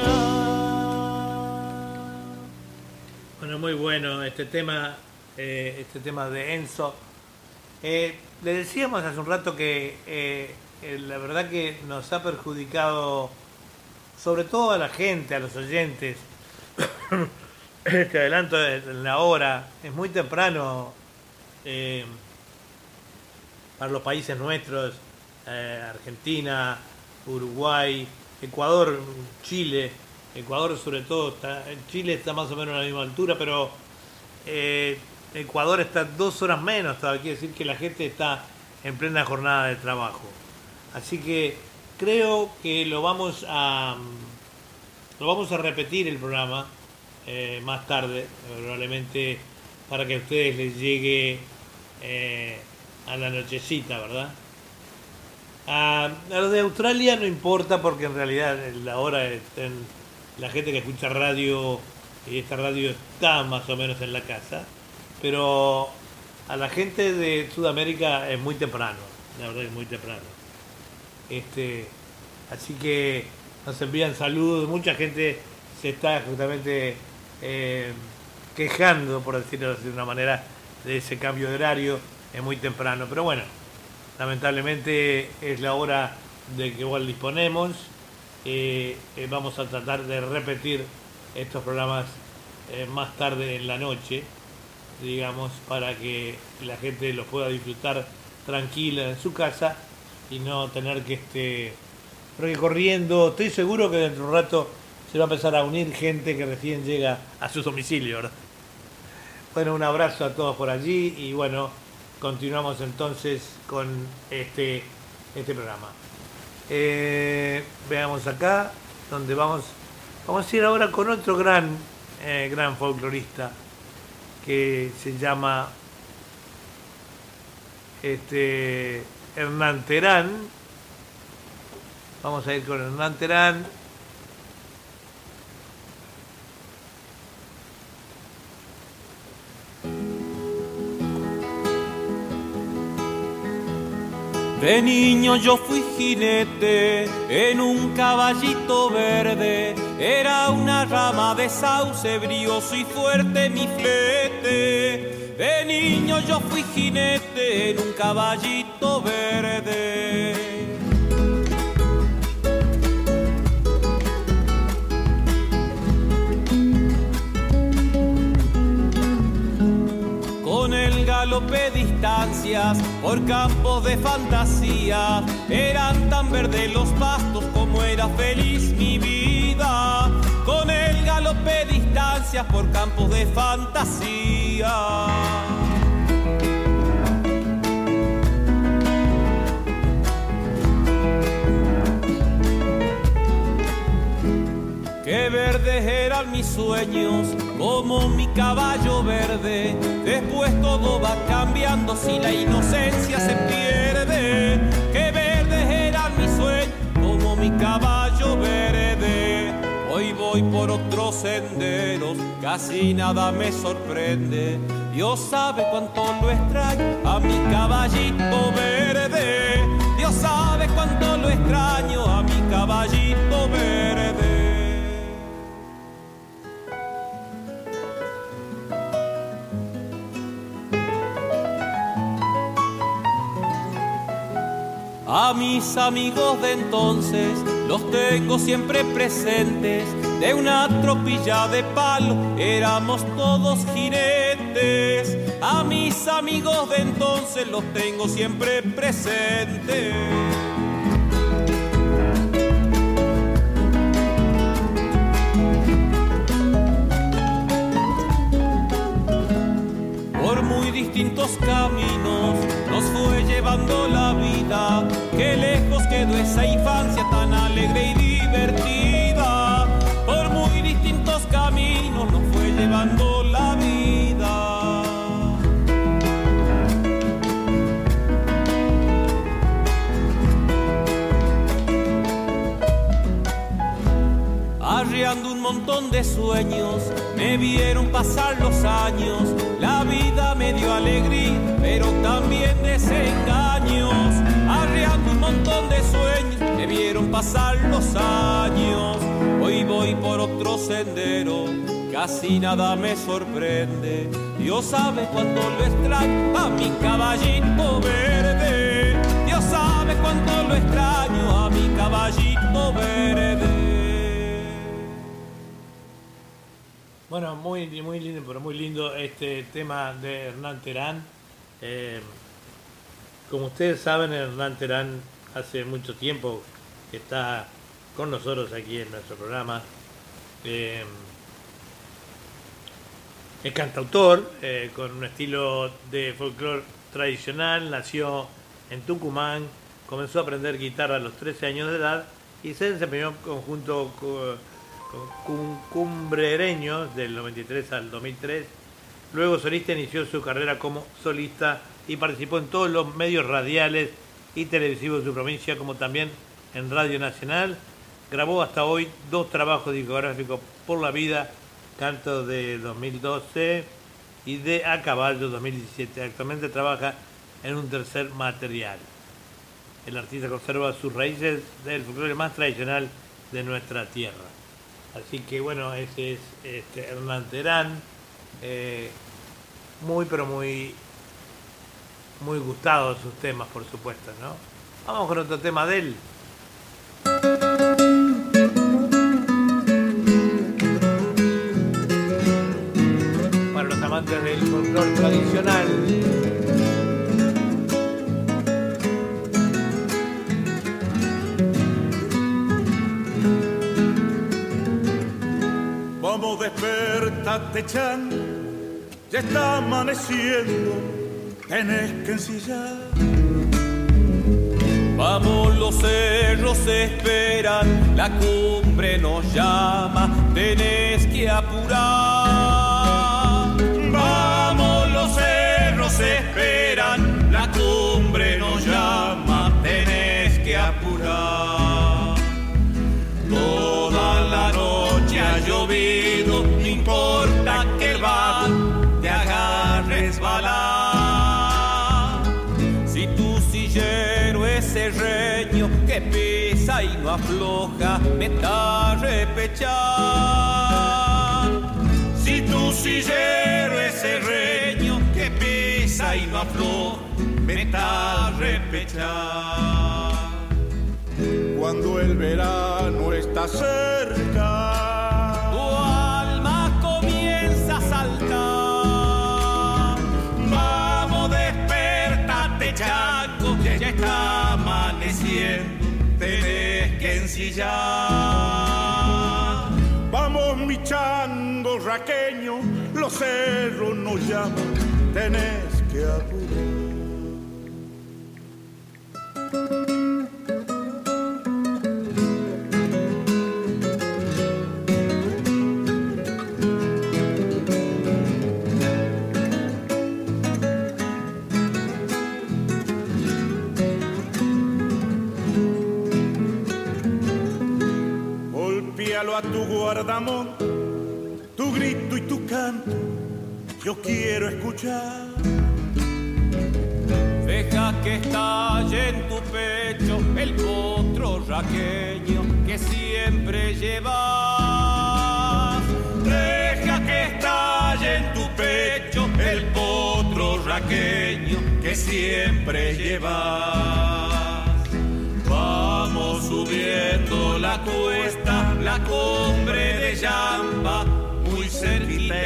Bueno, muy bueno este tema de Enzo. Le decíamos hace un rato que la verdad que nos ha perjudicado, sobre todo a la gente, a los oyentes, este adelanto de la hora. Es muy temprano para los países nuestros, Argentina, Uruguay, Ecuador, Chile. Ecuador sobre todo, Chile está más o menos a la misma altura, pero Ecuador está 2 horas menos todavía, quiere decir que la gente está en plena jornada de trabajo. Así que creo que lo vamos a repetir el programa más tarde, probablemente para que a ustedes les llegue a la nochecita, ¿verdad? A los de Australia no importa porque en realidad la hora la gente que escucha radio y esta radio está más o menos en la casa, pero a la gente de Sudamérica es muy temprano, la verdad es muy temprano. Así que nos envían saludos, mucha gente se está justamente quejando, por decirlo de una manera, de ese cambio de horario. Es muy temprano, pero bueno, lamentablemente es la hora de que igual disponemos. Vamos a tratar de repetir estos programas más tarde en la noche, digamos, para que la gente los pueda disfrutar tranquila en su casa y no tener que porque corriendo. Estoy seguro que dentro de un rato se va a empezar a unir gente que recién llega a su domicilio, ¿verdad? Bueno, un abrazo a todos por allí y bueno, continuamos entonces con este programa. Veamos acá donde vamos a ir ahora con otro gran folclorista que se llama Hernán Terán. Vamos a ir con Hernán Terán. De niño yo fui jinete en un caballito verde, era una rama de sauce, brioso y fuerte mi flete. De niño yo fui jinete en un caballito verde. Con el galope distancias por campos de fantasía, eran tan verdes los pastos como era feliz mi vida. Con el galope distancias por campos de fantasía. Qué verdes eran mis mis sueños como mi caballo verde. Después todo va cambiando si la inocencia se pierde. Que verdes eran mis sueños como mi caballo verde. Hoy voy por otros senderos, casi nada me sorprende. Dios sabe cuánto lo extraño a mi caballito verde. Dios sabe cuánto lo extraño a mi caballito verde. A mis amigos de entonces los tengo siempre presentes. De una tropilla de palo éramos todos jinetes. A mis amigos de entonces los tengo siempre presentes. Por muy distintos caminos nos fue llevando la vida. Qué lejos quedó esa infancia tan alegre y divertida. Por muy distintos caminos nos fue llevando la vida. Arriando un montón de sueños, me vieron pasar los años. La vida me dio alegría, pero también desengaños. Arriando un montón de sueños, me vieron pasar los años. Hoy voy por otro sendero, casi nada me sorprende. Dios sabe cuánto lo extraño a mi caballito verde. Dios sabe cuánto lo extraño a mi caballito verde. Bueno, muy lindo, pero muy lindo este tema de Hernán Terán. Como ustedes saben, Hernán Terán hace mucho tiempo que está con nosotros aquí en nuestro programa. Es cantautor, con un estilo de folclore tradicional. Nació en Tucumán, comenzó a aprender guitarra a los 13 años de edad y se desempeñó en conjunto con Cumbrereños del 93 al 2003. Luego solista, inició su carrera como solista y participó en todos los medios radiales y televisivos de su provincia, como también en Radio Nacional. Grabó hasta hoy 2 trabajos discográficos: Por la Vida, canto de 2012, y De a Caballo 2017. Actualmente trabaja en un tercer material. El artista conserva sus raíces del folclore más tradicional de nuestra tierra. Así que bueno, ese es Hernán Terán, muy gustado sus temas, por supuesto, ¿no? Vamos con otro tema de él. Para los amantes del folclore tradicional. Vamos, despertate, Chan, ya está amaneciendo, tenés que ensillar. Vamos, los cerros esperan, la cumbre nos llama, tenés que apurar. Vamos, los cerros esperan, la cumbre nos llama, tenés que apurar. Toda la noche ha llovido, no importa que el bar te haga resbalar. Si tu sillero es serreño que pesa y no afloja, vete a repechar. Si tu sillero es serreño que pesa y no afloja, vete a repechar. Cuando el verano está cerca, tu alma comienza a saltar. Vamos, despertate, Chaco, ya está amaneciendo, tenés que ensillar. vamos, mi chango raqueño, los cerros nos llaman, tenés que apurar. entrégalo a tu guardamonte, tu grito y tu canto, yo quiero escuchar. Deja que estalle en tu pecho el potro raqueño que siempre llevas. Deja que estalle en tu pecho el potro raqueño que siempre llevas. Vamos subiendo la cuesta, la cumbre de Yampa, muy cerquita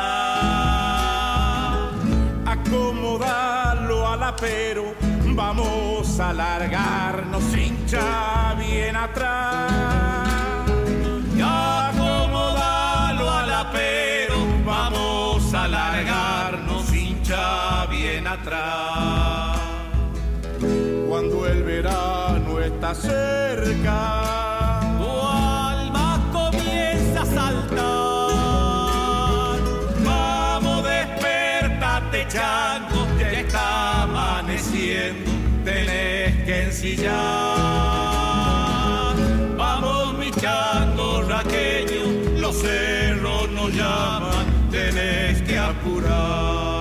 está. Acomodarlo al apero, vamos a largarnos hincha bien atrás. Y acomodarlo al apero, vamos a largarnos hincha bien atrás. Cuando el verano está cerca, tu alma comienza a saltar. Vamos, despertate, chango, ya está amaneciendo, tenés que ensillar. Vamos, mi chango raqueño, los cerros nos llaman, tenés que apurar.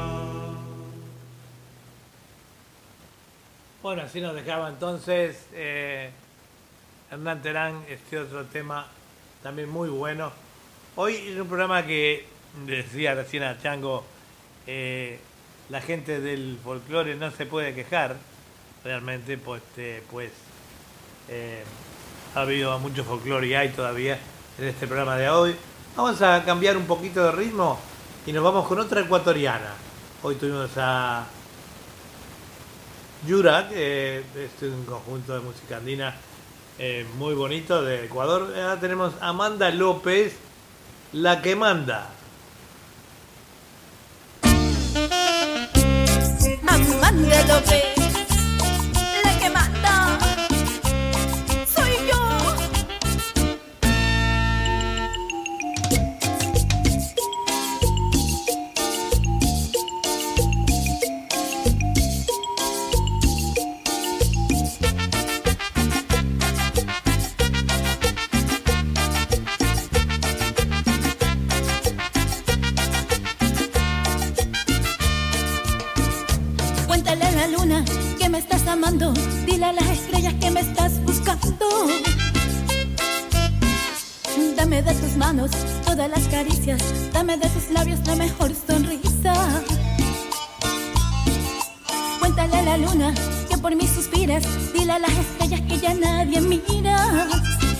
Bueno, así nos dejaba entonces Hernán Terán, este otro tema también muy bueno. Hoy es un programa que, decía recién a Chango, la gente del folclore no se puede quejar, realmente, pues ha habido mucho folclore y hay todavía en este programa de hoy. Vamos a cambiar un poquito de ritmo y nos vamos con otra ecuatoriana. Hoy tuvimos a Yurak, es un conjunto de música andina muy bonito de Ecuador. Ahora tenemos a Amanda López, La que manda. Amanda López, la que manda, soy yo. Cuéntale a la luna que me estás amando, dile a las estrellas que me estás buscando. Dame de tus manos todas las caricias, dame de tus labios la mejor sonrisa. Cuéntale a la luna que por mí suspiras, dile a las estrellas que ya nadie mira.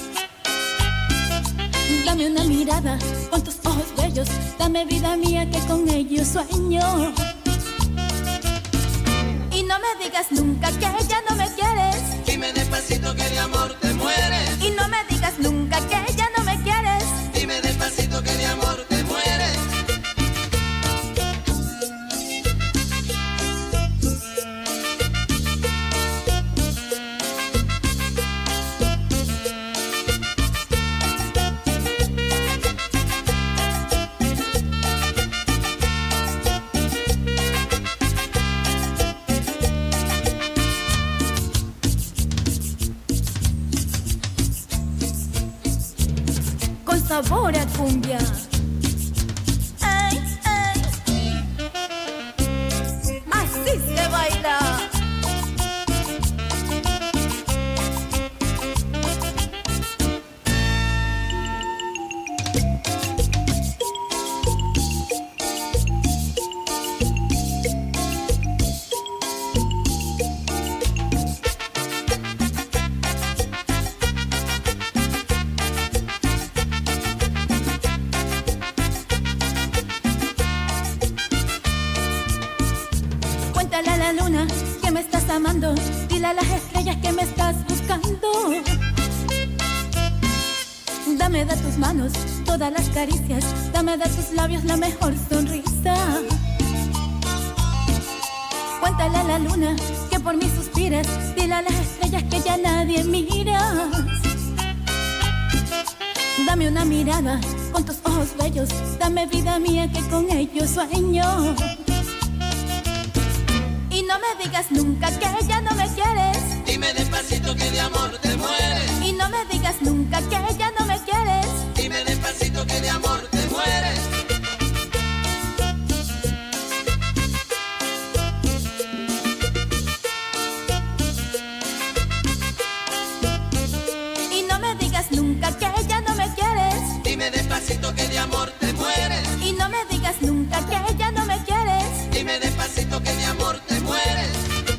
Dame una mirada con tus ojos bellos, dame vida mía que con ellos sueño. Y no me digas nunca que ya no me quieres, Dime despacito que de amor te mueres. y no me digas nunca que ya no me quieres. Dime despacito que de amor te mueres. Con sabor a cumbia. Ay, ay. Así se baila. Cuéntale a la luna que me estás amando, dile a las estrellas que me estás buscando. Dame de tus manos todas las caricias, dame de tus labios la mejor sonrisa. Cuéntale a la luna que por mí suspiras, dile a las estrellas que ya nadie mira. Dame una mirada con tus ojos bellos, dame vida mía que con ellos sueño. Y no me digas nunca que ya no me quieres, Dime despacito que de amor te mueres. y no me digas nunca que ya no me quieres. nunca que ya no me quieres. Dime despacito que de amor te mueres.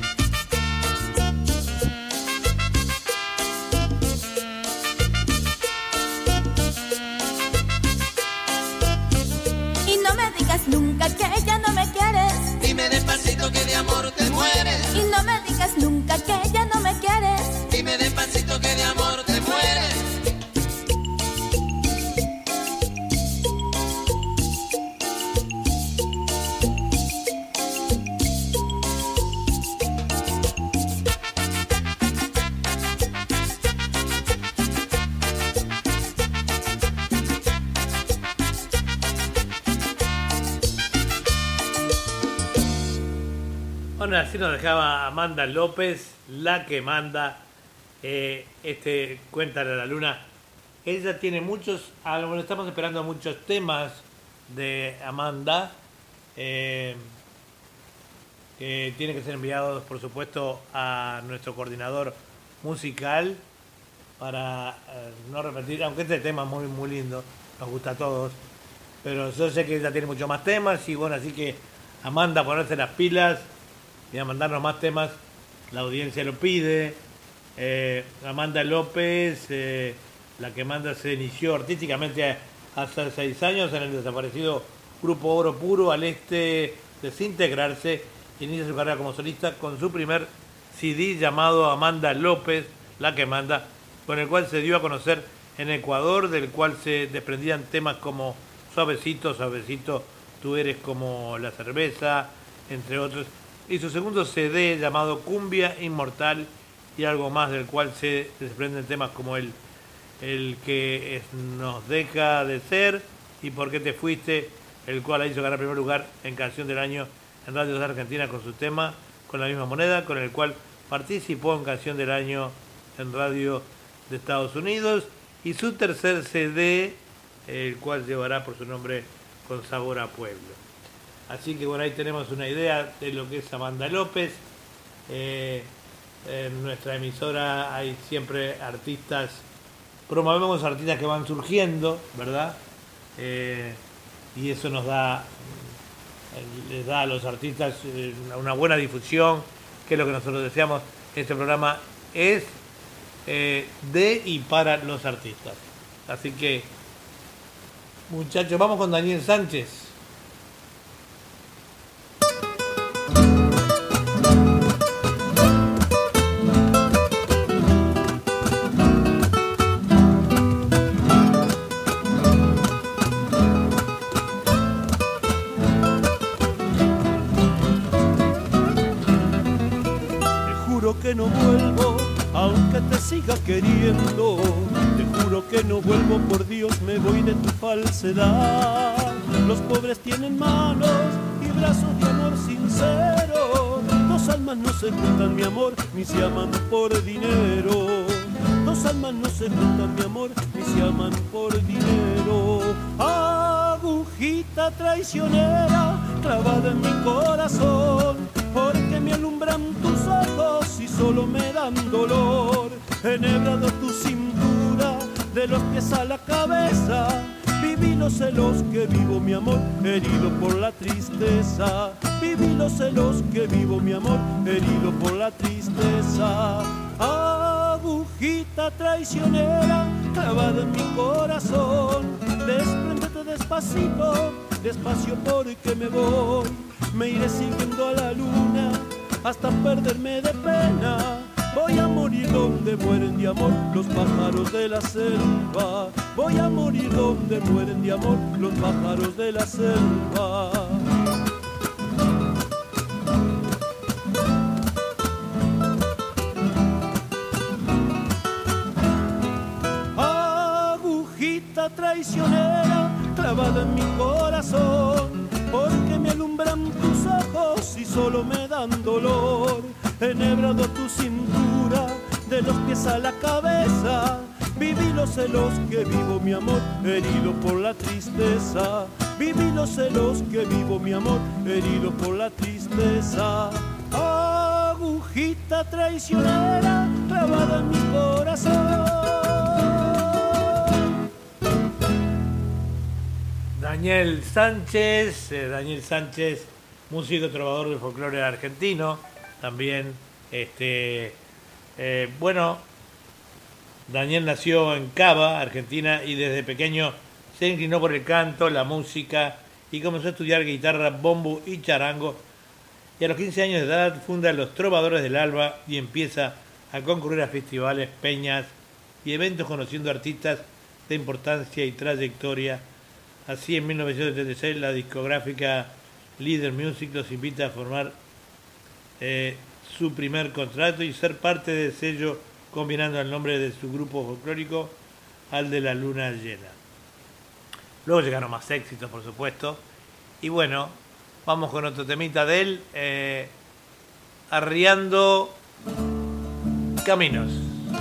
Y no me digas nunca que ya no me quieres. Dime despacito que de amor te mueres. Y no me digas nunca que ya no me quieres. Dime despacito que de amor te mueres. Bueno, así nos dejaba Amanda López, la que manda Cuéntale a la Luna. Ella tiene muchos, bueno, estamos esperando muchos temas de Amanda, que tienen que ser enviados, por supuesto, a nuestro coordinador musical para no repetir, aunque este tema es muy, muy lindo, nos gusta a todos, pero yo sé que ella tiene muchos más temas y bueno, así que Amanda, ponerse las pilas y a mandarnos más temas, la audiencia lo pide. Amanda López, la que manda, se inició artísticamente hace 6 años en el desaparecido Grupo Oro Puro, al desintegrarse, inicia su carrera como solista con su primer CD llamado Amanda López, la que manda, con el cual se dio a conocer en Ecuador, del cual se desprendían temas como Suavecito, Suavecito, Tú eres como la cerveza, entre otros. Y su segundo CD llamado Cumbia Inmortal y algo más, del cual se desprenden temas como el que nos deja de ser y Por qué te fuiste, el cual la hizo ganar primer lugar en Canción del Año en Radio de Argentina con su tema Con la misma moneda, con el cual participó en Canción del Año en Radio de Estados Unidos. Y su tercer CD, el cual llevará por su nombre Con sabor a pueblo. Así que bueno, ahí tenemos una idea de lo que es Amanda López. En nuestra emisora hay siempre artistas, promovemos artistas que van surgiendo, ¿verdad? Y eso nos da, les da a los artistas una buena difusión, que es lo que nosotros deseamos. Este programa es de y para los artistas. Así que, muchachos, vamos con Daniel Sánchez. Que no vuelvo, aunque te siga queriendo. Te juro que no vuelvo, por Dios, me voy de tu falsedad. Los pobres tienen manos y brazos de amor sincero. Dos almas no se juntan, mi amor, ni se aman por dinero. Dos almas no se juntan, mi amor, ni se aman por dinero. Agujita traicionera clavada en mi corazón, porque me alumbran tus ojos y solo me dan dolor. Enhebrado tu cintura, de los pies a la cabeza, viví los celos que vivo, mi amor, herido por la tristeza. Viví los celos que vivo, mi amor, herido por la tristeza. Agujita traicionera clavada en mi corazón, despréndete despacito, despacio porque me voy. Me iré siguiendo a la luna hasta perderme de pena. Voy a morir donde mueren de amor los pájaros de la selva. Voy a morir donde mueren de amor los pájaros de la selva. Agujita traicionera clavada en mi corazón, porque me alumbran tus ojos y solo me dan dolor. Enhebrado tu cintura, de los pies a la cabeza, viví los celos que vivo, mi amor, herido por la tristeza. Viví los celos que vivo, mi amor, herido por la tristeza. Agujita traicionera clavada en mi corazón. Daniel Sánchez, músico trovador del folclore argentino, también, bueno, Daniel nació en Cava, Argentina, y desde pequeño se inclinó por el canto, la música, y comenzó a estudiar guitarra, bombo y charango, y a los 15 años de edad funda Los Trovadores del Alba y empieza a concurrir a festivales, peñas y eventos conociendo artistas de importancia y trayectoria. Así, en 1976, la discográfica Leader Music los invita a formar su primer contrato y ser parte del sello, combinando el nombre de su grupo folclórico al de La Luna Llena. Luego llegaron más éxitos, por supuesto. Y bueno, vamos con otro temita de él, Arriando Caminos.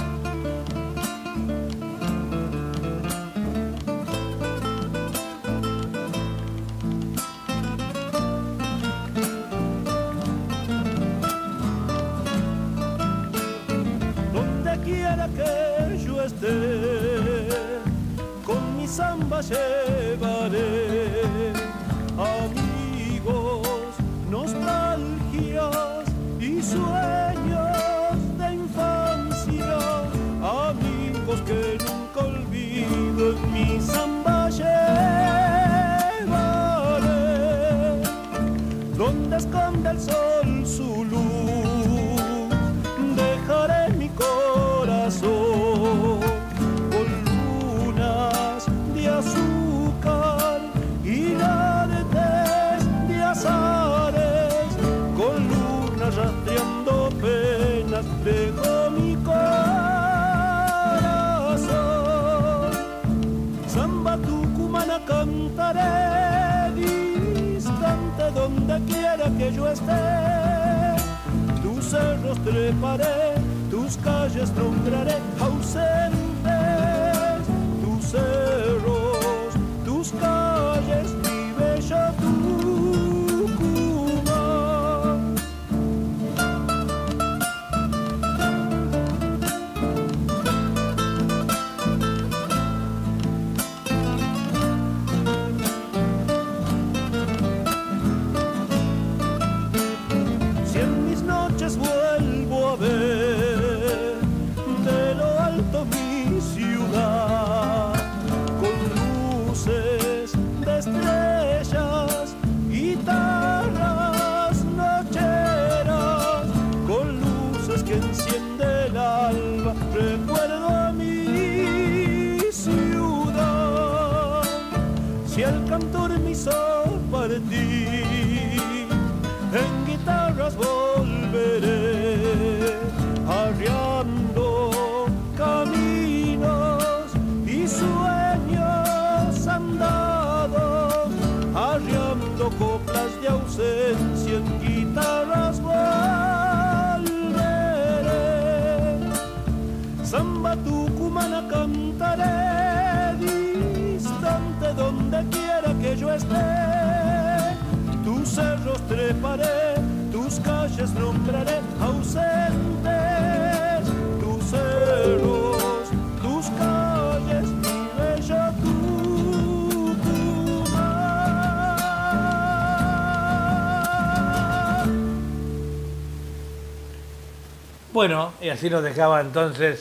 Que yo esté, con mi samba llevaré amigos, nostalgias y sueños de infancia, amigos que nunca olvido, en mi samba llevaré, donde esconde el sol su luz, dejaré mi corazón con lunas de azúcar y ladetes de azares, con lunas rastreando penas, dejo mi corazón. Samba tucumana cantaré, distante donde quiera que yo esté, tus cerros treparé, tus calles nombraré ausentes, tus cerros, tus calles, mi bella Tucumán. Si en mis noches vuelvo a ver de lo alto mi ciudad, con luces de estrellas, guitarras nocheras, con luces que enciende el alba, recuerdo a mi ciudad. Si el cantor me hizo partir, en guitarras volveré, arriando caminos y sueños andados, arriando coplas de ausencia, en guitarras volveré. Samba tucumana cantaré, distante donde quiera que yo esté, tus cerros treparé, tus calles nombraré ausentes, tus cerros, tus calles, mi bella Tucumán. Bueno, y así nos dejaba entonces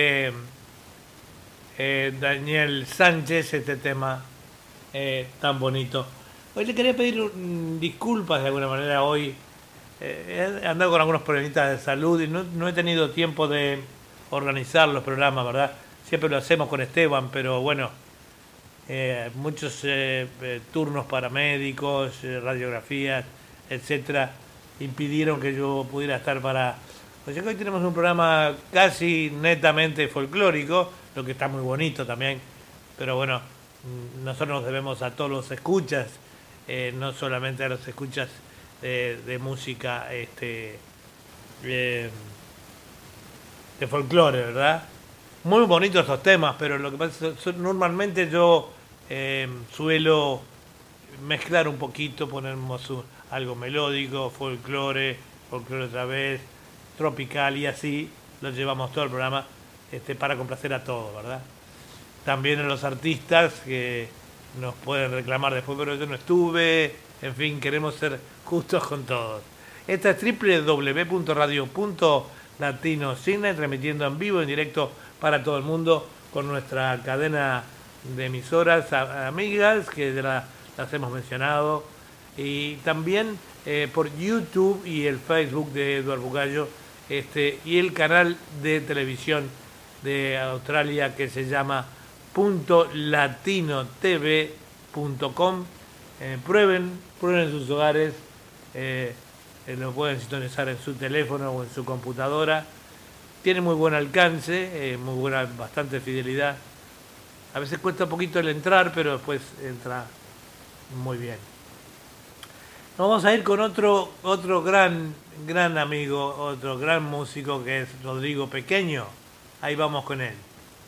Daniel Sánchez este tema tan bonito. Hoy le quería pedir disculpas de alguna manera hoy. He andado con algunos problemitas de salud y no he tenido tiempo de organizar los programas, ¿verdad? Siempre lo hacemos con Esteban, pero bueno, muchos turnos para médicos, radiografías, etcétera, impidieron que yo pudiera estar para... O sea que hoy tenemos un programa casi netamente folclórico, lo que está muy bonito también, pero bueno, nosotros nos debemos a todos los escuchas, no solamente a los escuchas de música de folclore, ¿verdad? Muy bonitos estos temas, pero lo que pasa es que normalmente yo suelo mezclar un poquito, ponemos algo melódico, folclore otra vez, tropical, y así lo llevamos todo el programa para complacer a todos, ¿verdad? También a los artistas que nos pueden reclamar después, pero yo no estuve. En fin, queremos ser justos con todos. Esta es www.radio.latinosignet, transmitiendo en vivo, en directo para todo el mundo, con nuestra cadena de emisoras amigas, que ya las hemos mencionado, y también por YouTube y el Facebook de Eduardo Bugallo, y el canal de televisión de Australia que se llama .latinotv.com. Prueben en sus hogares, lo pueden sintonizar en su teléfono o en su computadora. Tiene muy buen alcance, bastante fidelidad. A veces cuesta un poquito el entrar, pero después entra muy bien. Nos vamos a ir con otro gran amigo, otro gran músico, que es Rodrigo Pequeño. Ahí vamos con él.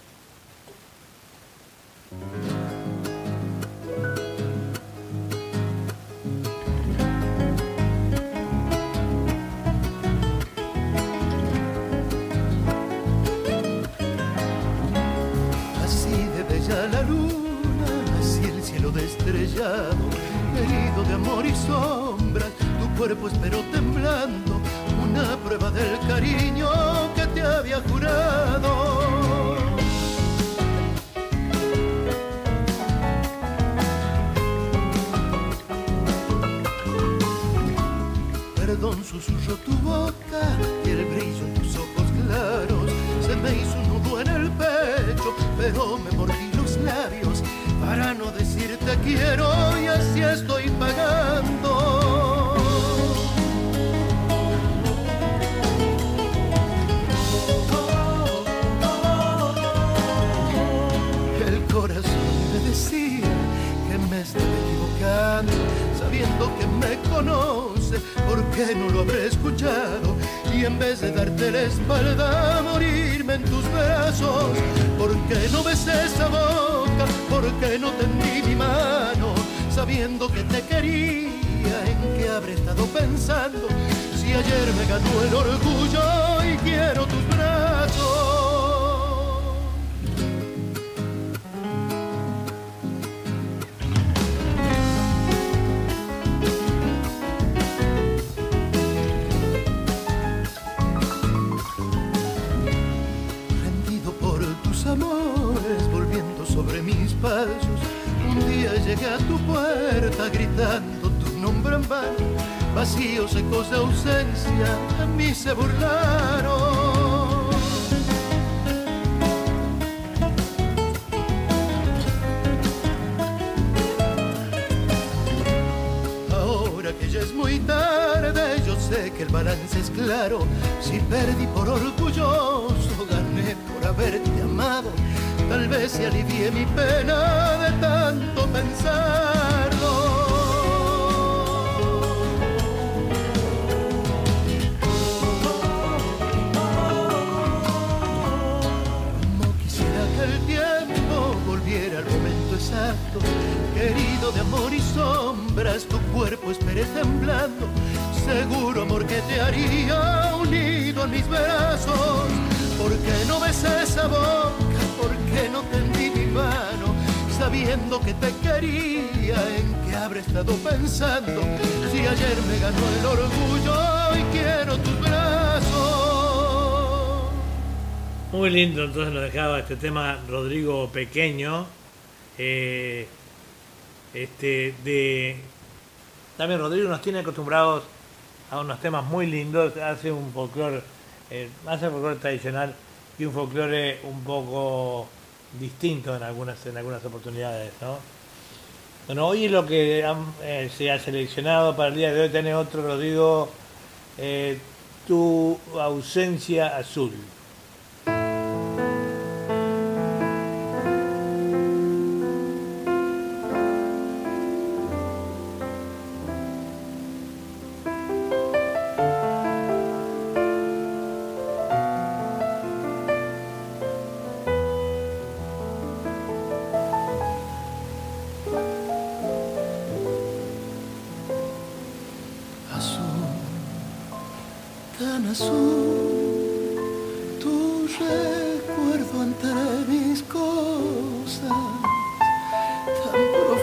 La luna, así el cielo destrellado, herido de amor y sombras, tu cuerpo esperó temblando, una prueba del cariño que te había jurado. Perdón, susurró tu boca y el brillo en tus ojos claros, se me hizo un nudo en el pecho, pero me mordí los labios para no decirte quiero, y así estoy pagando. El corazón me decía que me estaba equivocando, sabiendo que me conoce, ¿por qué no lo habré escuchado? Y en vez de darte la espalda, morirme en tus brazos. ¿Por qué no besé esa boca? ¿Por qué no tendí mi mano? Sabiendo que te quería, ¿en qué habré estado pensando? Si ayer me ganó el orgullo y quiero tus brazos. Amores volviendo sobre mis pasos, un día llegué a tu puerta gritando tu nombre en vano, vacíos ecos de ausencia de mí se burlaron. Ahora que ya es muy tarde, yo sé que el balance es claro, si perdí por orgulloso, gané por haberte amado, tal vez se alivie mi pena de tanto pensarlo. Como quisiera que el tiempo volviera al momento exacto, querido de amor y sombras, tu cuerpo esperé temblando, seguro amor que te haría unido en mis brazos. ¿Por qué no besé esa boca? ¿Por qué no tendí mi mano? Sabiendo que te quería, ¿en qué habré estado pensando? Si ayer me ganó el orgullo y quiero tus brazos. Muy lindo, entonces nos dejaba este tema Rodrigo Pequeño. También Rodrigo nos tiene acostumbrados a unos temas muy lindos, hace un folclore tradicional y un folclore un poco distinto en algunas oportunidades, ¿no? Bueno, hoy lo que se ha seleccionado para el día de hoy tiene otro, Rodrigo, Tu ausencia azul. Tan azul, tu recuerdo entre mis cosas, tan profundo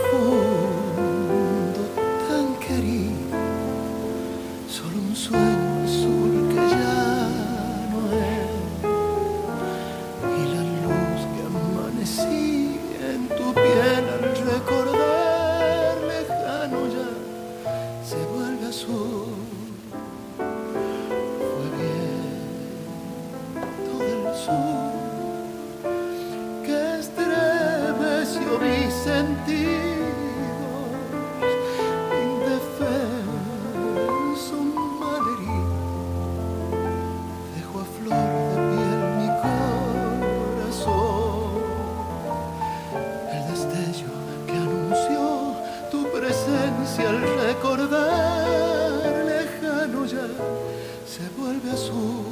sentidos, indefenso, malherido, dejo a flor de piel mi corazón. El destello que anunció tu presencia al recordar lejano ya se vuelve azul.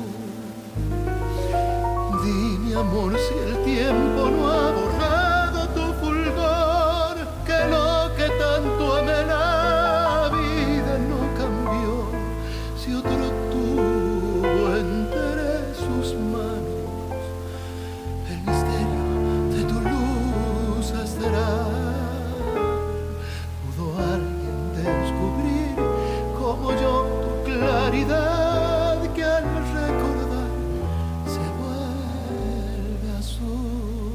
Di, mi amor, si el tiempo no ha borrado tu fulgor, que lo que tanto amé la vida no cambió. Si otro tuvo entre sus manos el misterio de tu luz astral, ¿pudo alguien descubrir como yo tu claridad que al recordar se vuelve azul?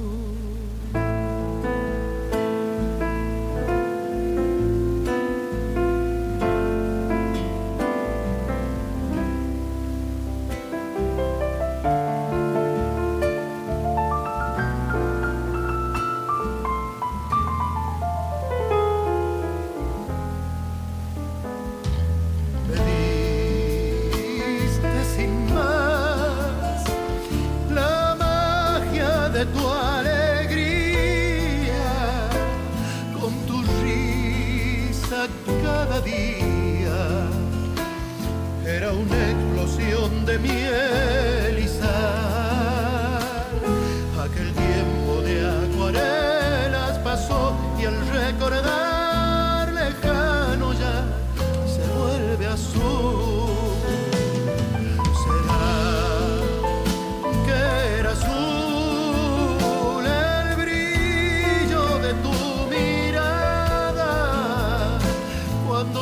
Me diste sin más la magia de tu alegría, con tu risa cada día era una explosión de miel y sal. Aquel tiempo de acuarelas pasó y al recordar lejano ya se vuelve azul. ¿Será que era azul el brillo de tu mirada cuando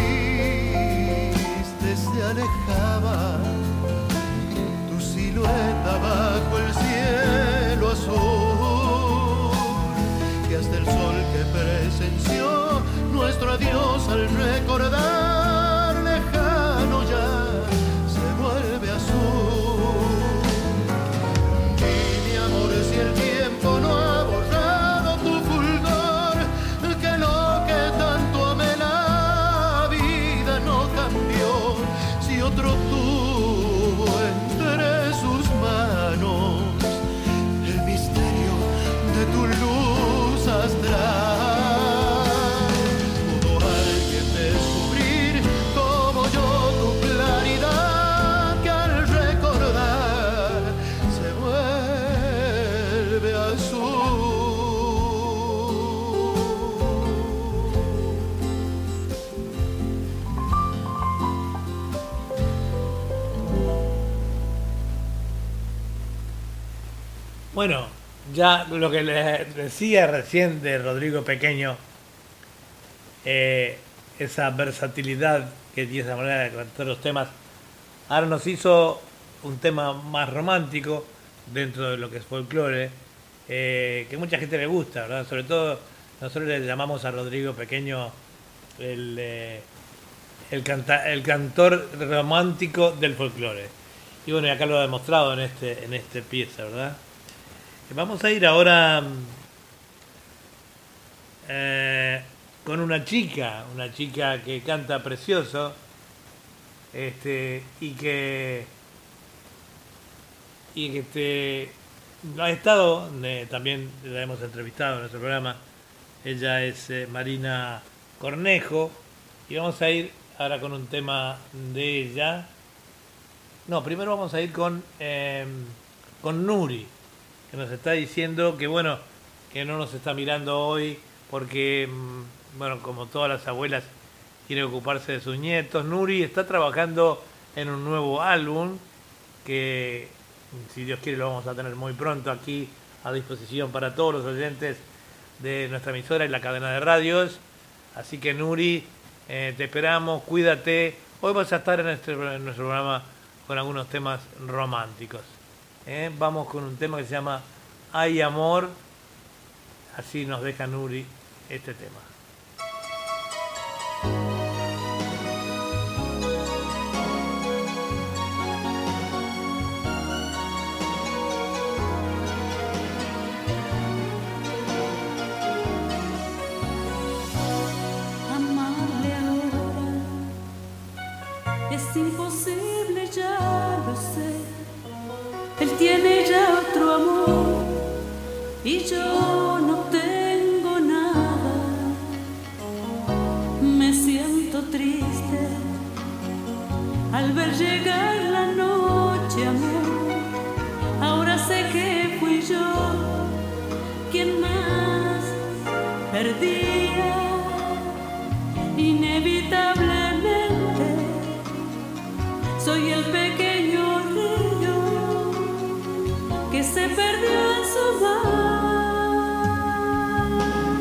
triste se alejaba tu silueta bajo el cielo azul? Y hasta el sol que presenció nuestro adiós al recordar lejano ya se vuelve azul. Y mi amor, si el tiempo no ha borrado tu fulgor, que lo que tanto amé la vida no cambió. Si otro tuvo entre sus manos el misterio de tu luz astral, ¿pudo alguien descubrir como yo tu claridad que al recordar se vuelve azul? Bueno, ya lo que les decía recién de Rodrigo Pequeño, esa versatilidad que tiene esa manera de cantar los temas, ahora nos hizo un tema más romántico dentro de lo que es folclore, que mucha gente le gusta, ¿verdad? Sobre todo nosotros le llamamos a Rodrigo Pequeño el cantor romántico del folclore. Y bueno, y acá lo ha demostrado en este pieza, ¿verdad? Vamos a ir ahora con una chica que canta precioso, y que ha estado, también la hemos entrevistado en nuestro programa. Ella es Marina Cornejo, y vamos a ir ahora con un tema de ella. No, primero vamos a ir con Nuri, que nos está diciendo que bueno, que no nos está mirando hoy porque, bueno, como todas las abuelas, quiere ocuparse de sus nietos. Nuri está trabajando en un nuevo álbum que, si Dios quiere, lo vamos a tener muy pronto aquí a disposición para todos los oyentes de nuestra emisora y la cadena de radios. Así que Nuri, te esperamos, cuídate. Hoy vas a estar en nuestro programa con algunos temas románticos. Vamos con un tema que se llama Hay Amor. Así nos deja Nuri este tema. tiene ya otro amor y yo no tengo nada. Me siento triste al ver llegar la noche, amor. Ahora sé que fui yo quien más perdía. Inevitablemente soy el pequeño río que se perdió en su mar.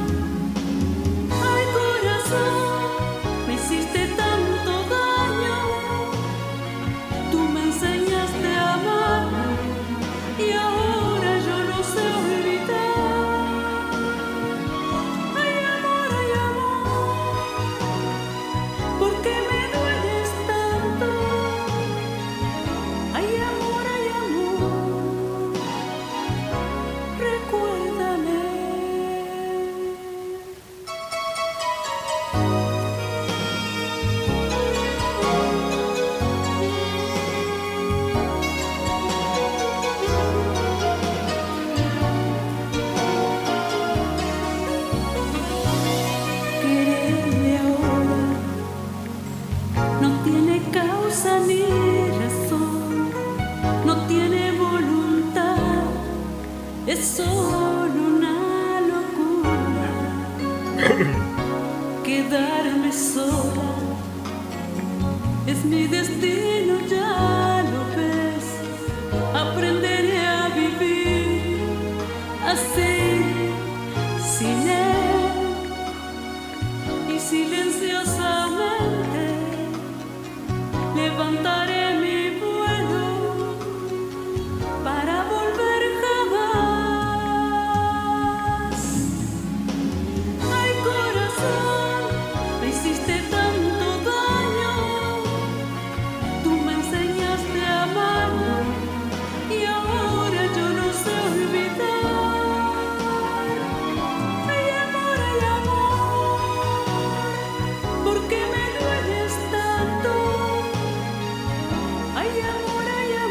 Ay, corazón, me hiciste tanto daño. Tú me enseñaste a amar y ahora yo no sé olvidar. Ay, amor, ¿por qué me dueles tanto? Ay, amor, recuérdame. Quererle ahora no tiene causa ni razón, no tiene voluntad, es solo una locura. Quedarme sola es mi destino, ya lo ves. Aprenderé a vivir así, sin él, y silenciosamente levantaré mi vuelo para volver jamás. Ay, corazón, me hiciste tanto daño. Tú me enseñaste a amar y ahora yo no sé olvidar. Ay, amor, ¿por qué me dueles tanto? Ay, amor,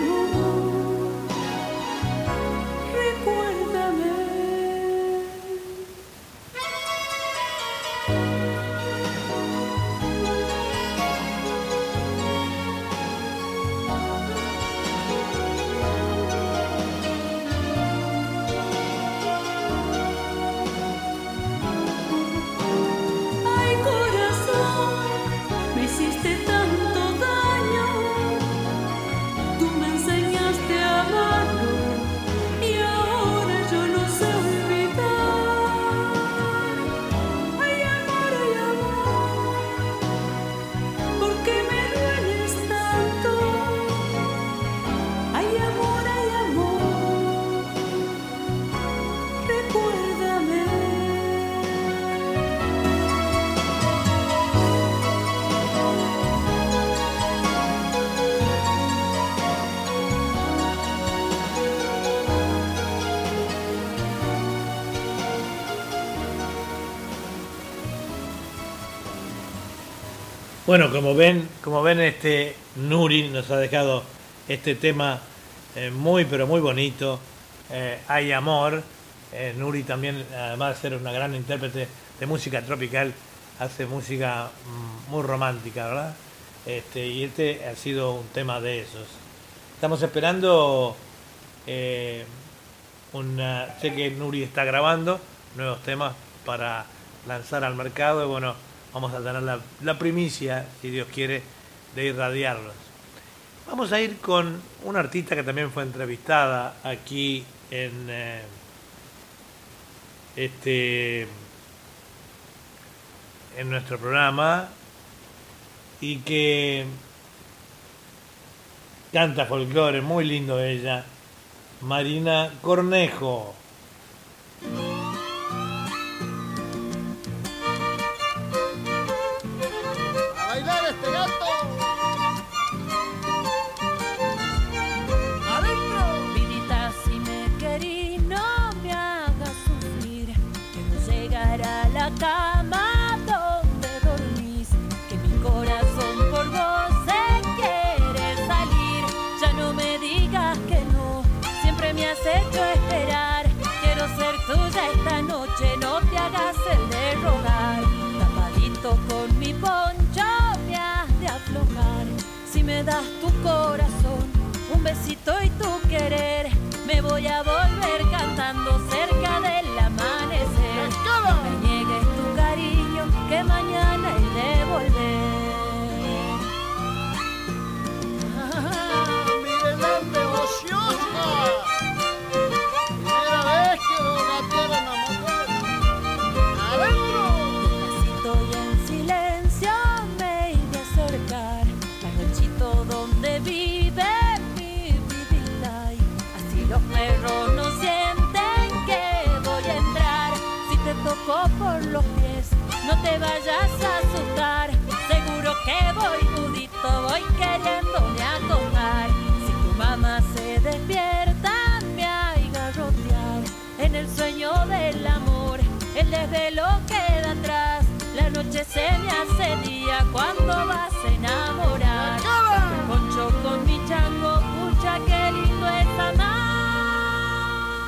recuérdame. Ay, corazón, me hiciste tanto daño. Tú me enseñaste a amarlo y ahora yo no sé olvidar. Ay, amor, ¿por qué me dueles tanto? Ay, amor, recuérdame. Bueno, como ven, Nuri nos ha dejado este tema muy, pero muy bonito. Hay amor. Nuri también, además de ser una gran intérprete de música tropical, hace música muy romántica, ¿verdad? Y este ha sido un tema de esos. Estamos esperando sé que Nuri está grabando nuevos temas para lanzar al mercado y bueno, vamos a tener la primicia, si Dios quiere, de irradiarlos. Vamos a ir con una artista que también fue entrevistada aquí en nuestro programa y que canta folclore, muy lindo ella, Marina Cornejo. Cama donde dormís, que mi corazón por vos se quiere salir. Ya no me digas que no, si corazón, un besito y tu querer. Me voy a volver cantando cerca del amanecer. No me niegues tu cariño, que mañana he de volver. Miren la deliciosa. Primera vez que veo una tierra enamorada. Adentro. Despacito y en silencio me iré a acercar al ranchito donde vive mi vidita. Así los perros no sienten que voy a entrar. Si te toco por los pies, no te vayas a asustar. Seguro que voy nudito, voy queriéndome acostar. Si tu mamá se despierta, me haga rodear en el sueño del amor. El desvelo queda atrás, la noche se me hace día cuando vas a enamorar. El poncho con mi chango, pucha qué lindo es amar.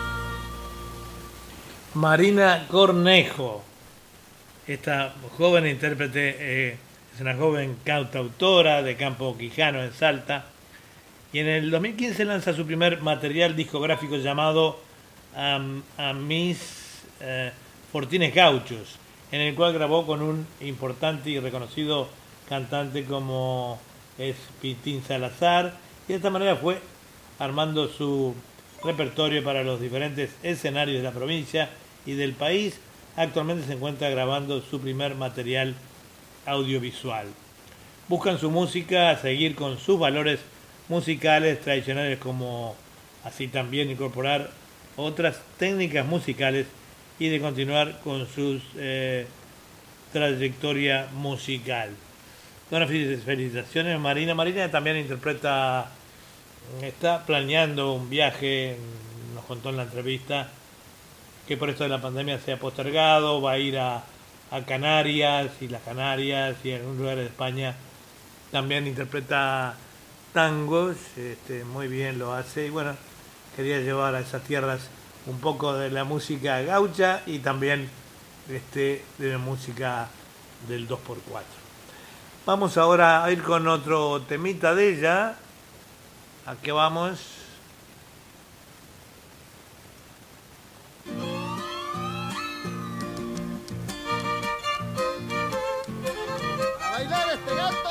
Marina Cornejo, esta joven intérprete, es una joven cantautora de Campo Quijano en Salta, y en el 2015 lanza su primer material discográfico llamado A Mis Fortines Gauchos, en el cual grabó con un importante y reconocido cantante como es Pitín Salazar, y de esta manera fue armando su repertorio para los diferentes escenarios de la provincia y del país. Actualmente se encuentra grabando su primer material audiovisual. Buscan su música seguir con sus valores musicales tradicionales, como así también incorporar otras técnicas musicales y de continuar con su trayectoria musical. Bueno, felicitaciones Marina. Marina también interpreta, está planeando un viaje, nos contó en la entrevista, que por esto de la pandemia se ha postergado, va a ir a Canarias y las Canarias y en algunos lugares de España. También interpreta tangos, muy bien lo hace, y bueno, quería llevar a esas tierras un poco de la música gaucha y también de la música del 2x4. Vamos ahora a ir con otro temita de ella. ¿A qué vamos? A bailar este gato.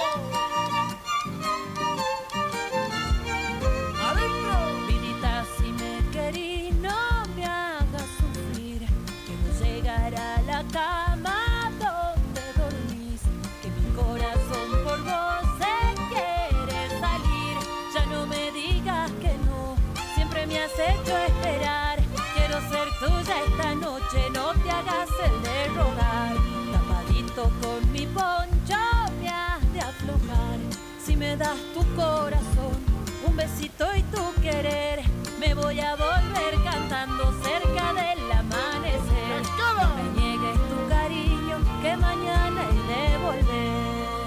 Adentro. Vidita, si me querís, no me hagas sufrir. Quiero llegar a la cama donde dormís. Que mi corazón por vos se quiere salir. Ya no me digas que no, siempre me has hecho esperar. Quiero ser tuya esta noche, no te hagas el de rogar. Tapadito con mi poncho me has de aflojar. Si me das tu corazón, un besito y tu querer, me voy a volver cantando cerca del amanecer. No me niegues tu cariño, que mañana he de volver.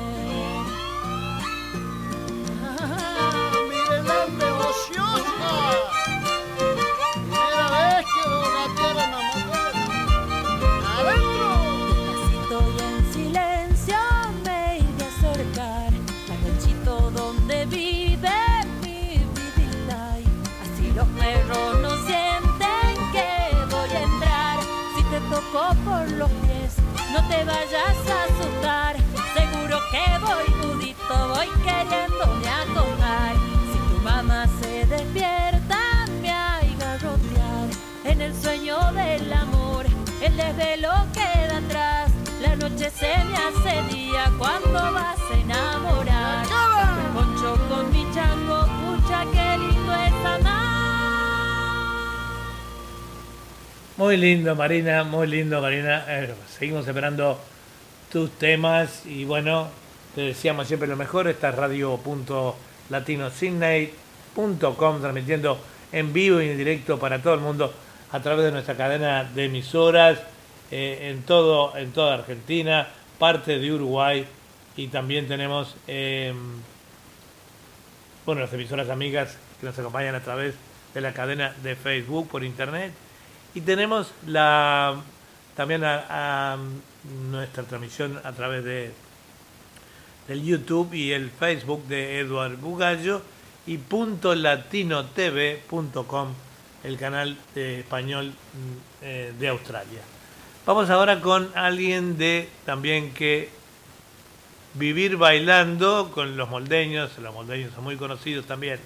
Miren la deliciosa. Primera vez que veo una tierra enamorada. Adentro. Despacito y en silencio me iré a acercar al ranchito donde vive mi vidita. Así los perros no sienten que voy a entrar. Si te toco por los pies, no te vayas a asustar. Seguro que voy nudito, voy queriéndome acostar. Si tu mamá se despierta, me haga rodear en el sueño del amor. El desvelo queda atrás, la noche se me hace día cuando vas a enamorar. El poncho con mi chango, pucha qué lindo es amar. Muy lindo Marina, muy lindo Marina. Seguimos esperando tus temas y bueno, te deseamos siempre lo mejor. Esta es radio.latinosidney.com, transmitiendo en vivo y en directo para todo el mundo a través de nuestra cadena de emisoras en toda Argentina, parte de Uruguay, y también tenemos las emisoras amigas que nos acompañan a través de la cadena de Facebook por internet, y tenemos también a nuestra transmisión a través de del YouTube y el Facebook de Edward Bugallo y .latinotv.com, el canal de español de Australia. Vamos ahora con alguien de también que vivir bailando con los moldeños son muy conocidos también.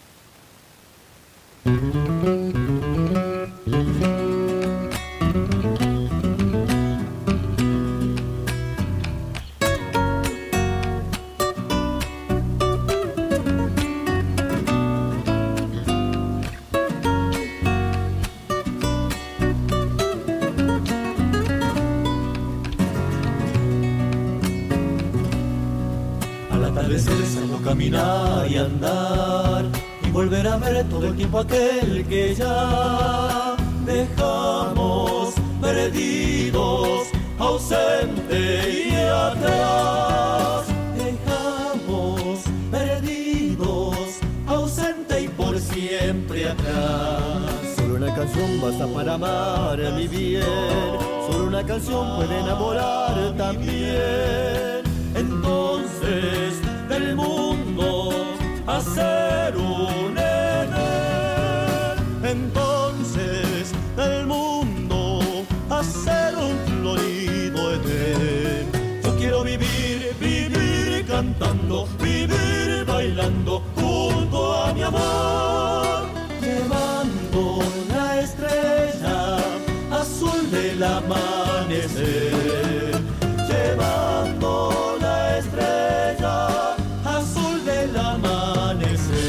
Caminar y andar y volver a ver todo el tiempo aquel que ya dejamos perdidos, ausente y atrás. Dejamos perdidos, ausente y por siempre atrás. Solo una canción basta para amar mi bien, solo una canción puede enamorar también. Entonces del mundo hacer un Edén. Entonces del mundo hacer un florido Edén. Yo quiero vivir, vivir cantando, vivir bailando junto a mi amor, llevando la estrella azul del amanecer, llevando la estrella azul del amanecer.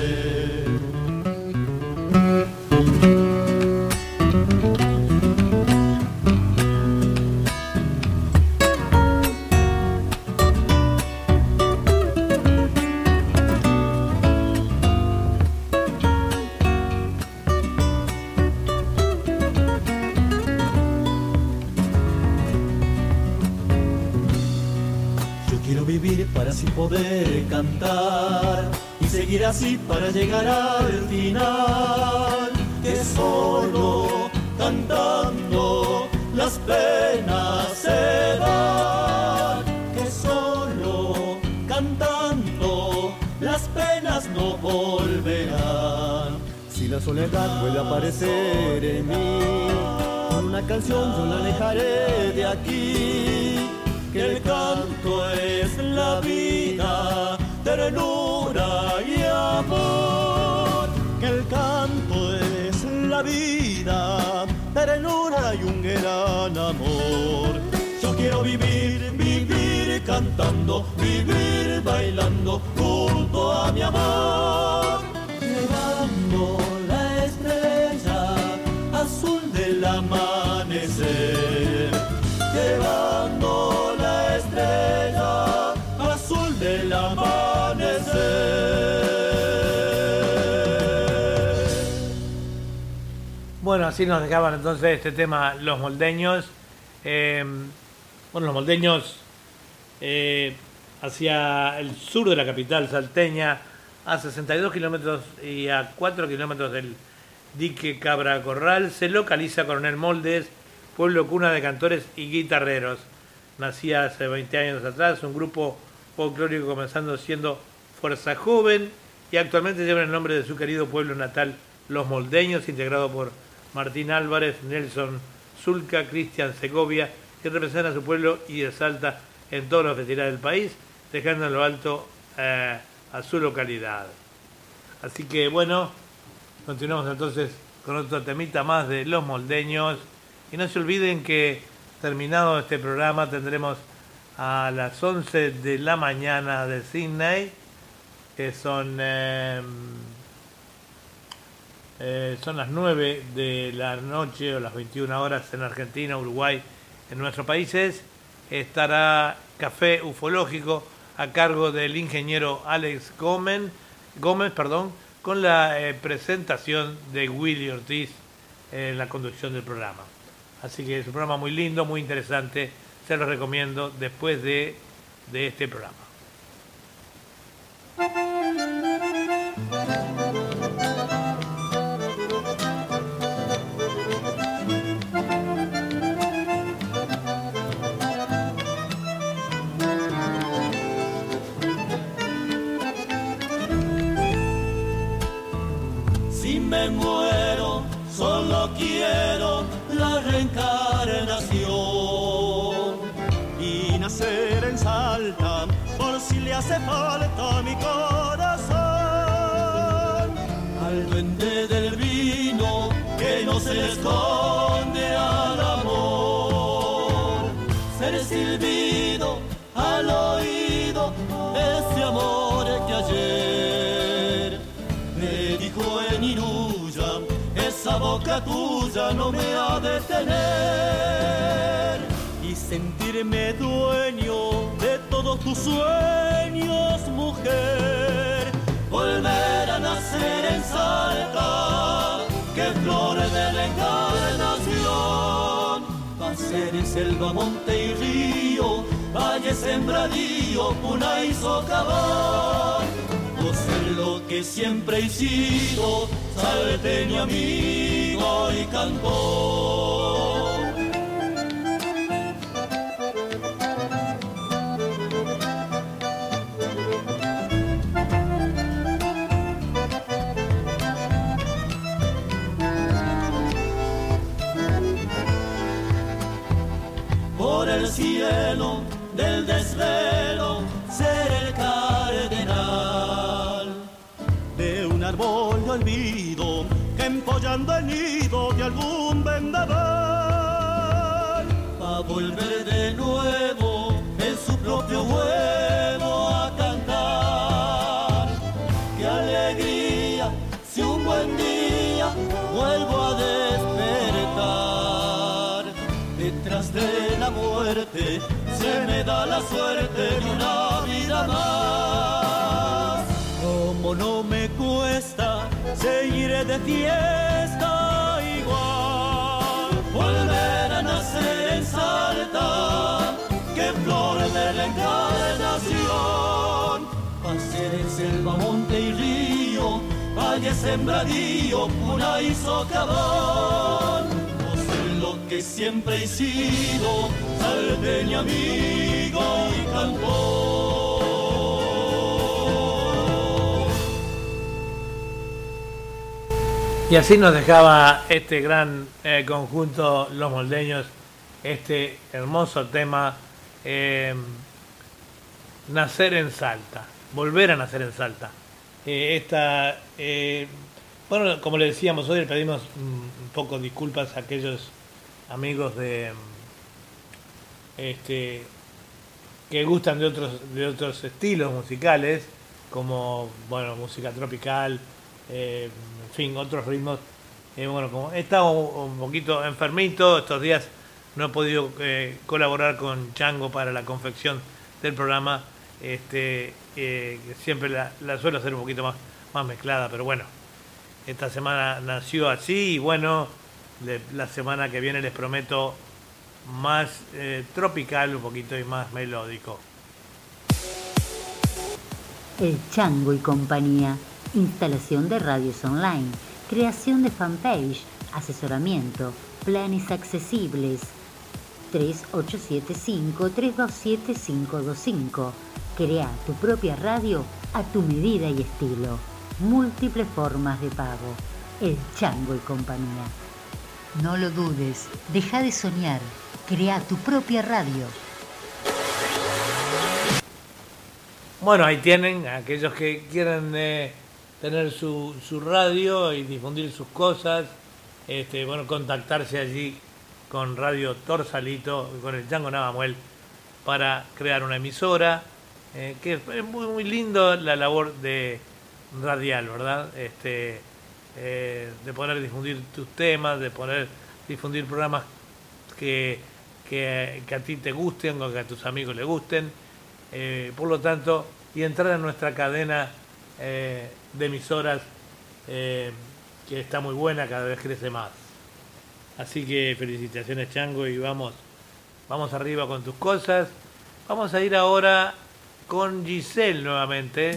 Yo quiero vivir para así poder cantar y seguir así para llegar al final, que solo cantando las penas se van, que solo cantando las penas no volverán. Si la soledad vuelve a aparecer en mí, con una canción yo la alejaré de aquí. Que el canto es la vida, ternura y amor. Que el canto es la vida, ternura y un gran amor. Yo quiero vivir, vivir cantando, vivir bailando junto a mi amor, llevando la estrella azul del amanecer, llevando la estrella azul del amanecer. Bueno, así nos dejaban entonces este tema los moldeños. Los moldeños hacia el sur de la capital salteña, a 62 kilómetros y a 4 kilómetros del dique Cabra Corral, se localiza Coronel Moldes, pueblo cuna de cantores y guitarreros. Nacía hace 20 años atrás, un grupo folclórico comenzando siendo Fuerza Joven y actualmente lleva el nombre de su querido pueblo natal, Los Moldeños, integrado por Martín Álvarez, Nelson Zulca, Cristian Segovia, que representan a su pueblo y resalta en todos los festivales del país, dejando en lo alto a su localidad. Así que bueno, continuamos entonces con otro temita más de Los Moldeños. Y no se olviden que terminado este programa tendremos a las 11 de la mañana de Sydney, que son las 9 de la noche o las 21 horas en Argentina, Uruguay, en nuestros países. Estará Café Ufológico a cargo del ingeniero Alex Gómez, con la presentación de Willy Ortiz en la conducción del programa. Así que es un programa muy lindo, muy interesante, se los recomiendo después de este programa. hace falta mi corazón. Al duende del vino que no se le esconde al amor, ser silbido al oído ese amor que ayer me dijo en Iruya, esa boca tuya no me ha de tener, y sentirme dueño de todos tus sueños, mujer, volver a nacer en Salta, que flores de la encarnación, pasar en selva, monte y río, valle, sembradío, puna y socavón, vos ser lo que siempre he sido, salteño amigo y cantor. Por el cielo del desvelo ser el cardenal de un árbol de olvido que empollando el nido de algún vendaval va a volver de nuevo en su propio vuelo a cantar. ¡Qué alegría si un buen día vuelvo a despertar! Detrás de la muerte se me da la suerte de una vida más. Como no me cuesta seguir de fiesta igual, volver a nacer en Salta, que flores de la encarnación, pasar en selva, monte y río, valle, sembradío, puna y socavón, lo que siempre he sido, salteño amigo y cantor. Y así nos dejaba este gran conjunto Los Moldeños, este hermoso tema, Nacer en Salta, volver a nacer en Salta. Bueno, como le decíamos hoy, le pedimos un poco disculpas a aquellos amigos de que gustan de otros estilos musicales, como bueno, música tropical, en fin, otros ritmos. Bueno, como he estado un poquito enfermito estos días, no he podido colaborar con Chango para la confección del programa. Siempre la suelo hacer un poquito más mezclada, pero bueno, esta semana nació así y bueno, la semana que viene les prometo más tropical un poquito y más melódico. El Chango y compañía, instalación de radios online, creación de fanpage, asesoramiento, planes accesibles, 3875-327-525. Crea tu propia radio a tu medida y estilo. Múltiples formas de pago. El Chango y compañía. No lo dudes, deja de soñar, crea tu propia radio. Bueno, ahí tienen aquellos que quieran tener su radio y difundir sus cosas, bueno, contactarse allí con Radio Torsalito, con el Chango Navamuel, para crear una emisora, que es muy, muy lindo la labor de radial, ¿verdad? De poder difundir tus temas, de poder difundir programas que a ti te gusten o que a tus amigos les gusten, por lo tanto, y entrar en nuestra cadena de emisoras que está muy buena, cada vez crece más. Así que felicitaciones, Chango, y vamos arriba con tus cosas. Vamos a ir ahora con Giselle nuevamente.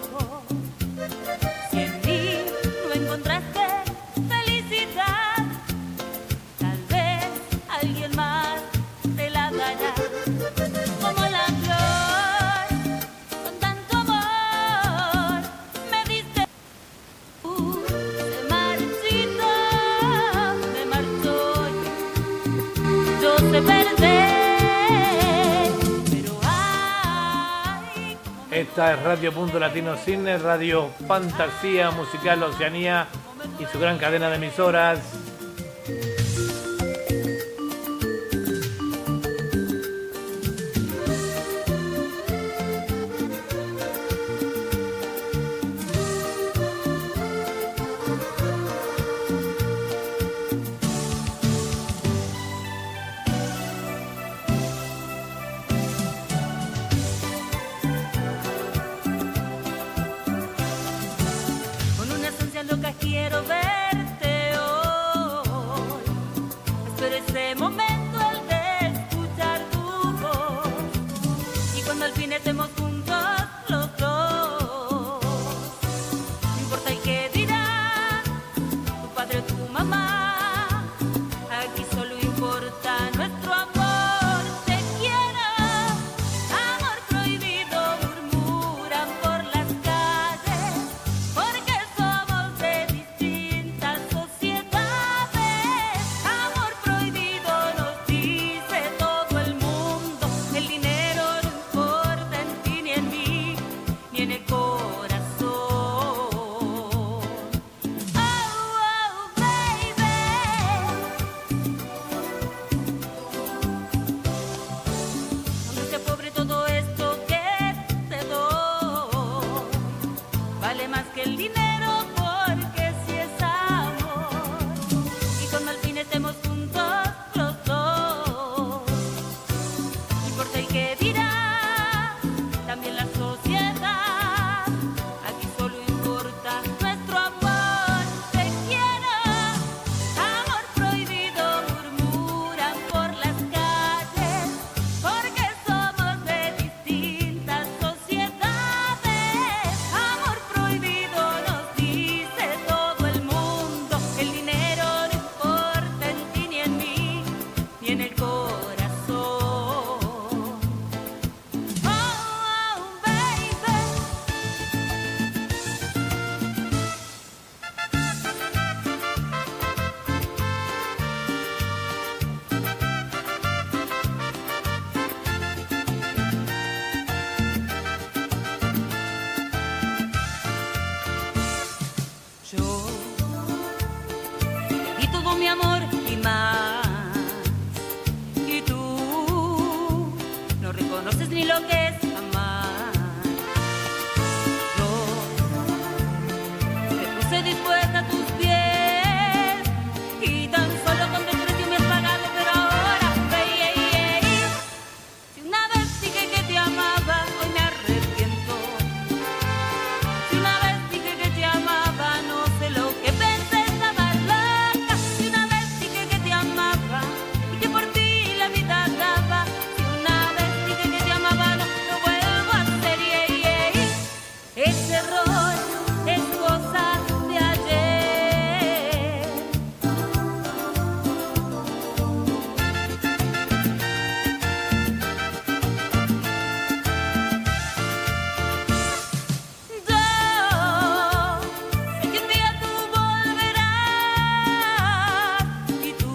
Encontraste felicidad. sé perder. Pero esta es Radio Punto Latino Cine, Radio Fantasía Musical Oceanía y su gran cadena de emisoras. quiero verte hoy. Espero ese momento el de escuchar tu voz. Y cuando al fin estemos juntos los dos, no importa el que dirán tu padre o tu mamá, aquí solo importa nuestro amor. Te quiero, amor prohibido, murmuran por las calles, porque somos de distintas sociedades. Amor prohibido nos dice todo el mundo, el dinero no importa en ti ni en mí, ni en el corazón. Aunque sea pobre todo esto que te doy, vale más que el dinero porque si es amor. Y cuando al fin estemos juntos los dos, no importa el que dirá, también la sociedad, aquí solo importa nuestro amor. Te quiero, amor prohibido, murmuran por las calles, porque somos de distintas sociedades. Amor prohibido nos dice todo el mundo, el dinero no importa en ti ni en mí, ni en el corazón. Baby. Yo te di todo mi amor y más, y tú no reconoces ni lo que es amar. Yo me puse dispuesta a tus pies y tan solo con desprecio me has pagado, pero ahora, si una vez dije que te amaba, hoy me arrepiento. Si una vez dije que te amaba, no sé lo que pensé, estaba loca. Si una vez dije que te amaba y que por ti la vida daba. Si una vez dije que te amaba, no lo vuelvo a hacer. Ese error es cosa de ayer. Yo sé que un día tú volverás y tú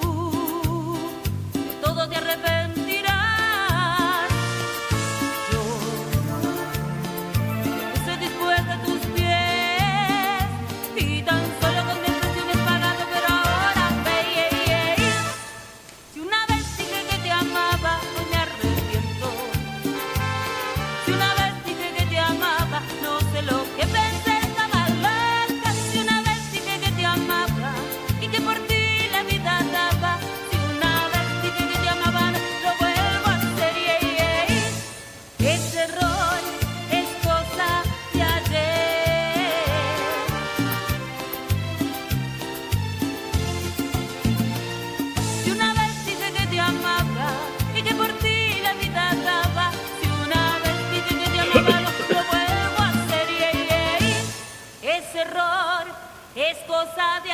de todo te arrepentirás. Yo me puse dispuesta a tus pies y tan solo con desprecio me has pagado, pero ahora, si una vez dije que te amaba, hoy me arrepiento. Si una vez dije que te amaba, no sé lo que pensé, estaba loca. Si una vez dije que te amaba y que por ti la vida daba. Si una vez dije que te amaba, no lo vuelvo a hacer. Ese error es cosa de ayer. Si una vez dije que te amaba y que por ti la vida daba. Si una vez dije que te amaba, no lo vuelvo a hacer. Ese error es cosa de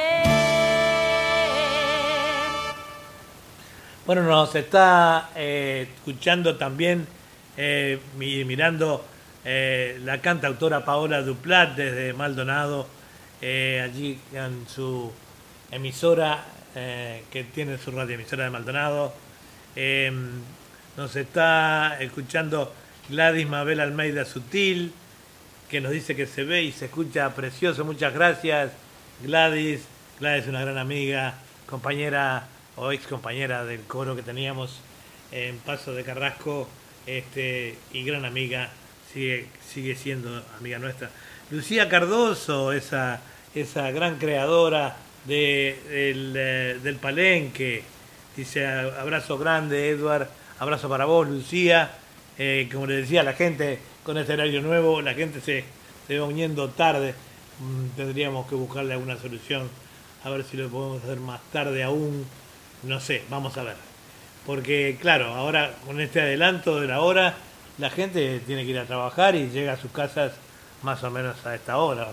ayer. Bueno, nos está escuchando también, mirando la cantautora Paola Duplat desde Maldonado, allí en su emisora que tiene su radioemisora de Maldonado. Nos está escuchando Gladys Mabel Almeida Sutil, que nos dice que se ve y se escucha precioso. Muchas gracias, Gladys. Gladys es una gran amiga, compañera o ex compañera del coro que teníamos en Paso de Carrasco, y gran amiga, sigue siendo amiga nuestra. Lucía Cardoso, esa gran creadora del Palenque, dice: abrazo grande, Edward, abrazo para vos, Lucía. Como le decía, la gente con este horario nuevo, la gente se va uniendo tarde. Tendríamos que buscarle alguna solución, a ver si lo podemos hacer más tarde aún, no sé, vamos a ver. Porque claro, ahora con este adelanto de la hora, la gente tiene que ir a trabajar y llega a sus casas más o menos a esta hora.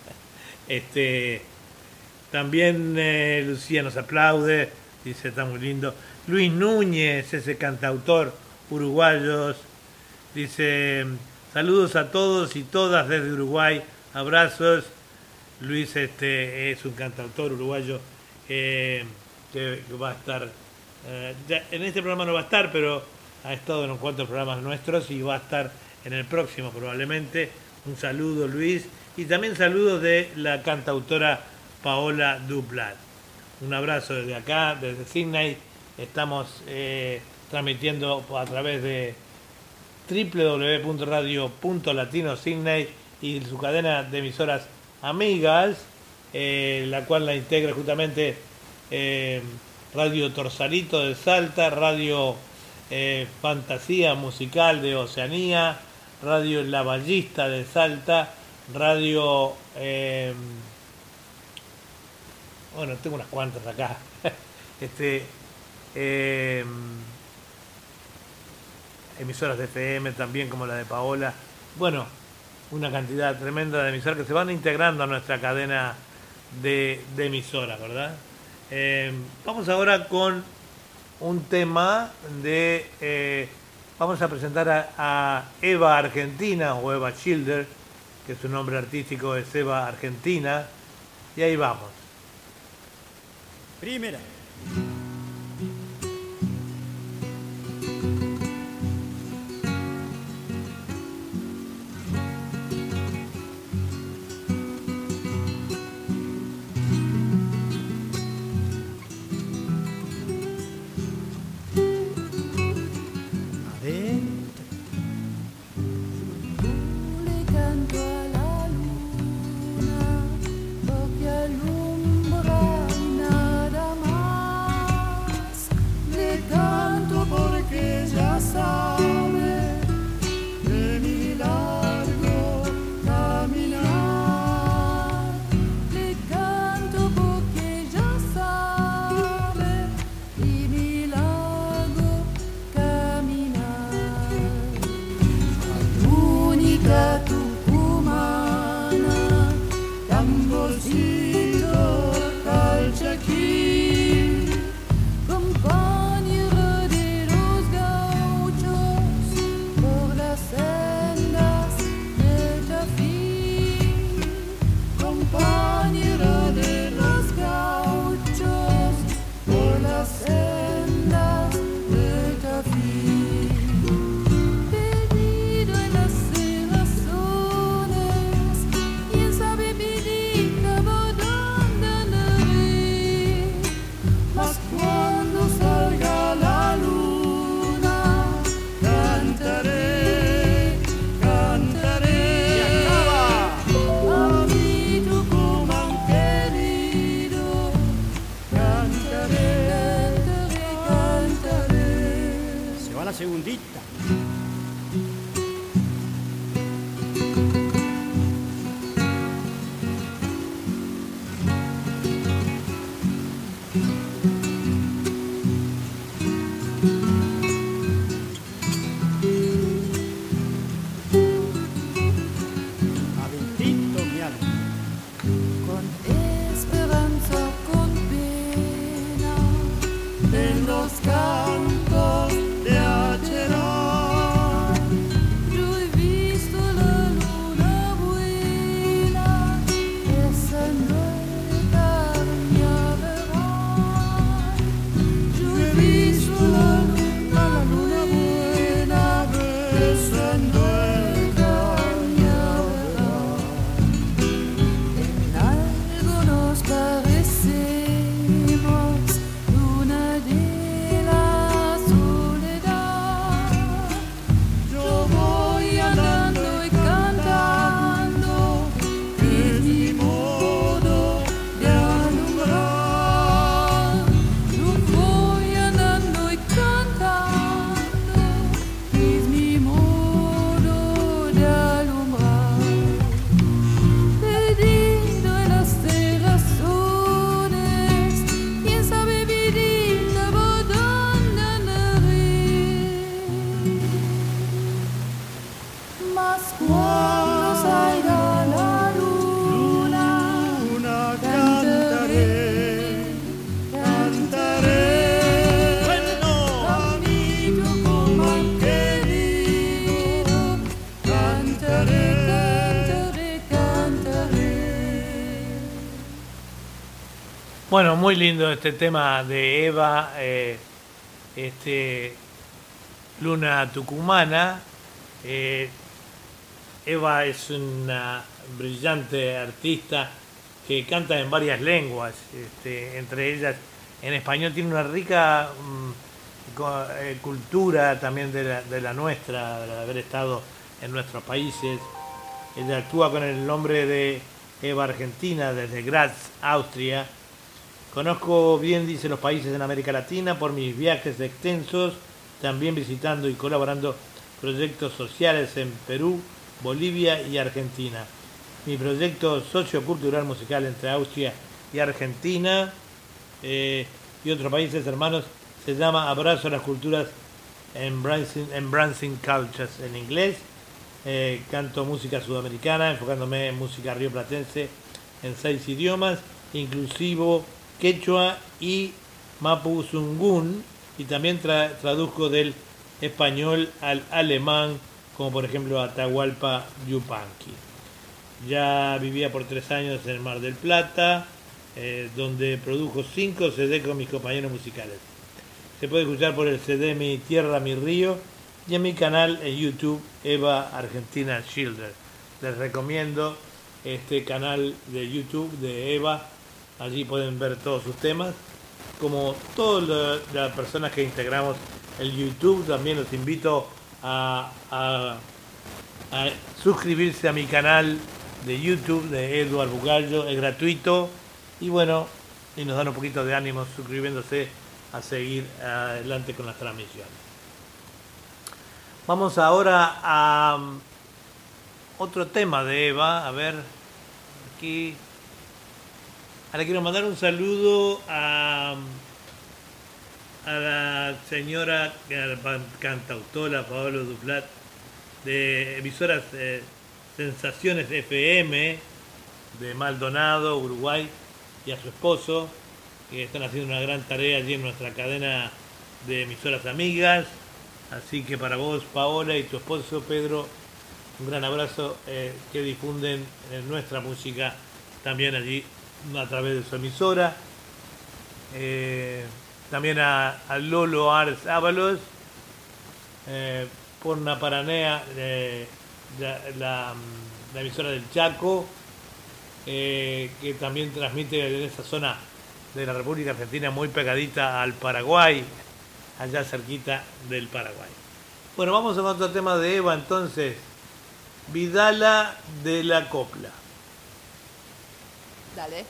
También Lucía nos aplaude, dice: está muy lindo. Luis Núñez, ese cantautor uruguayo, dice: saludos a todos y todas desde Uruguay, abrazos. Luis es un cantautor uruguayo que va a estar, ya en este programa no va a estar, pero ha estado en unos cuantos programas nuestros y va a estar en el próximo probablemente. Un saludo, Luis, y también saludos de la cantautora Paola Duplat. Un abrazo desde acá, desde Sydney. Estamos transmitiendo a través de www.radio.latino-sydney y su cadena de emisoras amigas, la cual la integra justamente Radio Torsalito de Salta, Radio Fantasía Musical de Oceanía, Radio La Ballista de Salta, Radio... bueno, tengo unas cuantas acá. Emisoras de FM también, como la de Paola. Bueno, una cantidad tremenda de emisoras que se van integrando a nuestra cadena de emisoras, ¿verdad? Vamos ahora con un tema de... vamos a presentar a Eva Argentina, o Eva Schilder, que su nombre artístico es Eva Argentina. Y ahí vamos. Primera. En los cantos de Acherón. Bueno, muy lindo este tema de Eva, Luna Tucumana. Eva es una brillante artista que canta en varias lenguas, entre ellas en español. Tiene una rica cultura también de la nuestra, de haber estado en nuestros países. Ella actúa con el nombre de Eva Argentina desde Graz, Austria. Conozco bien, dice, los países en América Latina por mis viajes extensos, también visitando y colaborando proyectos sociales en Perú, Bolivia y Argentina. Mi proyecto sociocultural musical entre Austria y Argentina y otros países hermanos se llama Abrazo a las Culturas, Embracing Cultures en inglés. Canto música sudamericana, enfocándome en música rioplatense en 6 idiomas, inclusivo quechua y mapuzungún, y también traduzco del español al alemán, como por ejemplo Atahualpa Yupanqui. Ya vivía por 3 años en Mar del Plata, donde produjo 5 CD con mis compañeros musicales. Se puede escuchar por el CD Mi Tierra, Mi Río y en mi canal en YouTube, Eva Argentina Children. Les recomiendo este canal de YouTube de Eva. Allí pueden ver todos sus temas. Como todas las personas que integramos el YouTube, también los invito a suscribirse a mi canal de YouTube de Edward Bugallo. Es gratuito y bueno, y nos dan un poquito de ánimo suscribiéndose a seguir adelante con las transmisiones. Vamos ahora a otro tema de Eva. A ver, aquí. Ahora quiero mandar un saludo a la señora cantautora Paola Duplat de emisoras Sensaciones FM de Maldonado, Uruguay, y a su esposo, que están haciendo una gran tarea allí en nuestra cadena de emisoras amigas. Así que para vos, Paola, y tu esposo, Pedro, un gran abrazo, que difunden nuestra música también allí a través de su emisora. También a Lolo Ars Ábalos, por Naparanea, la emisora del Chaco, que también transmite en esa zona de la República Argentina, muy pegadita al Paraguay, allá cerquita del Paraguay. Bueno, vamos a otro tema de Eva entonces. Vidala de la Copla. Dale.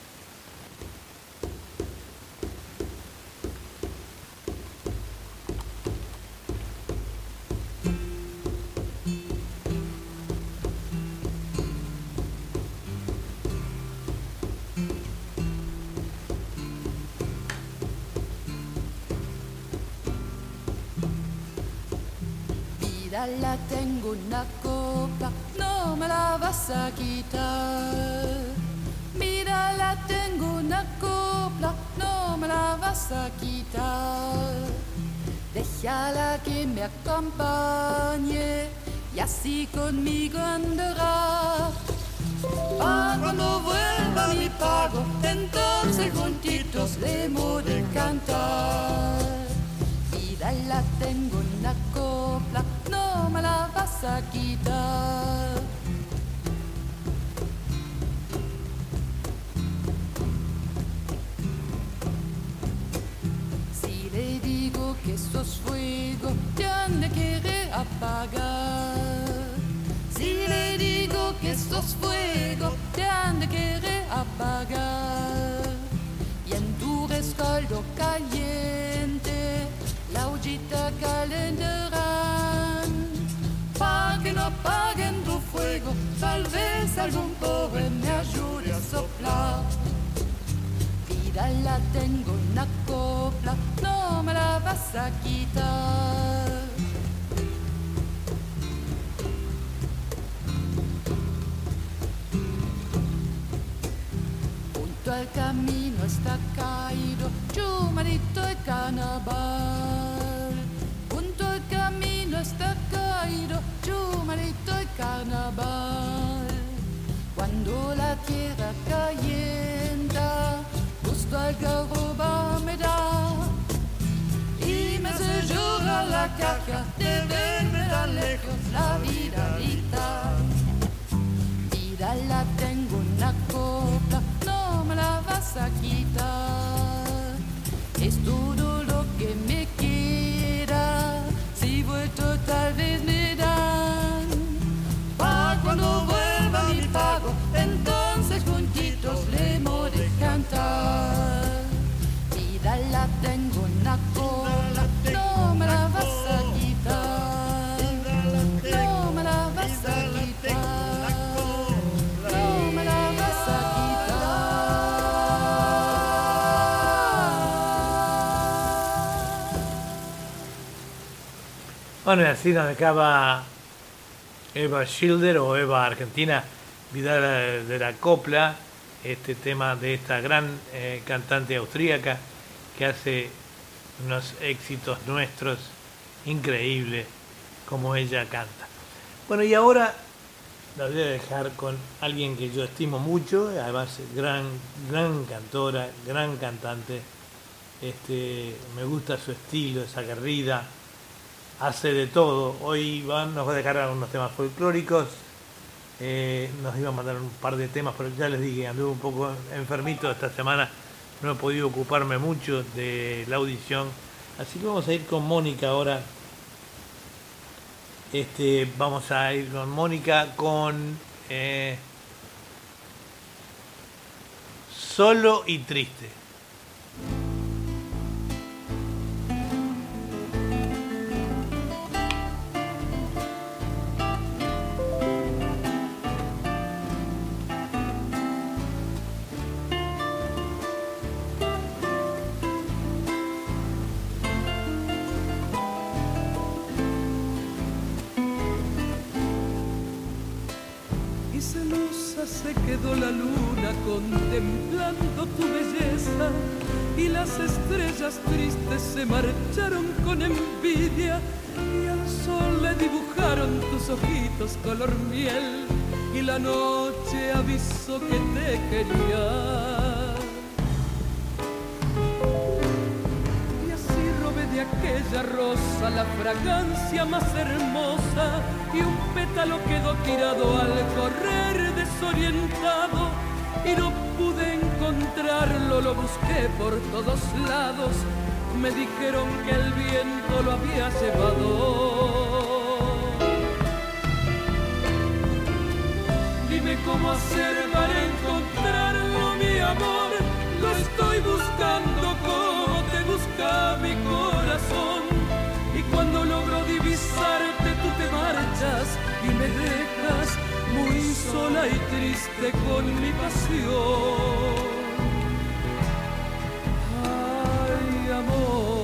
Vidala, tengo una copa, no me la vas a quitar. Mírala, tengo una copla, no me la vas a quitar. Déjala que me acompañe y así conmigo andará. Cuando vuelva mi pago, entonces juntitos le hemos de cantar. Vidala, tengo una copla, no me la vas a quitar. Le digo que sos fuego, te han de querer apagar. Si le digo que sos fuego, te han de querer apagar. Y en tu rescoldo caliente, la ollita calentarán. Pa' que no apaguen tu fuego, tal vez algún pobre me ayude a soplar. Vidala, tengo una copla, no me la vas a quitar. Junto al camino está caído Chumarito y Carnaval. Junto al camino está caído Chumarito y Carnaval. Cuando la tierra calienta, justo nostalgia de verme tan lejos la vidalita. Vidala, tengo una copla, no me la vas a quitar. Es todo lo que me quiera, si vuelto tal vez me dan. Pa' cuando vuelva mi pago, entonces juntitos le hemos de cantar. Vidala, tengo una cola, no me la vas a quitar. No me la vas a quitar. No me la vas a quitar. Bueno, y así nos acaba Eva Schilder o Eva Argentina, Vidala de la Copla, este tema de esta gran cantante austríaca que hace unos éxitos nuestros increíbles como ella canta. Bueno, y ahora la voy a dejar con alguien que yo estimo mucho, además gran cantora, gran cantante. Me gusta su estilo, es aguerrida, hace de todo. Hoy nos va a dejar algunos temas folclóricos, nos iba a mandar un par de temas, pero ya les dije, anduve un poco enfermito esta semana, no he podido ocuparme mucho de la audición, así que vamos a ir con Mónica ahora. Vamos a ir con Mónica con Solo y Triste. Se quedó la luna contemplando tu belleza y las estrellas tristes se marcharon con envidia y al sol le dibujaron tus ojitos color miel y la noche avisó que te quería. Y así robé de aquella rosa la fragancia más hermosa y un pétalo quedó tirado al correr desorientado y no pude encontrarlo, lo busqué por todos lados, me dijeron que el viento lo había llevado. Dime cómo hacer para encontrarlo, mi amor, lo estoy buscando como te busca mi corazón. Y cuando logro divisarte tú te marchas y me dejas muy sola y triste con mi pasión. Ay, amor.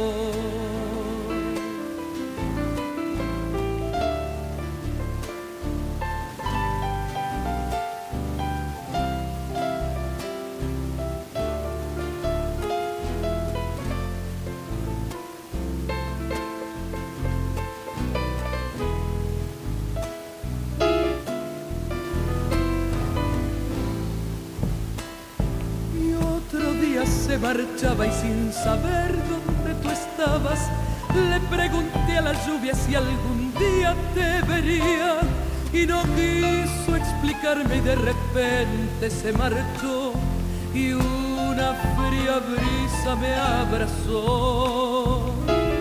Se marchaba y sin saber dónde tú estabas, le pregunté a la lluvia si algún día te vería y no quiso explicarme y de repente se marchó y una fría brisa me abrazó.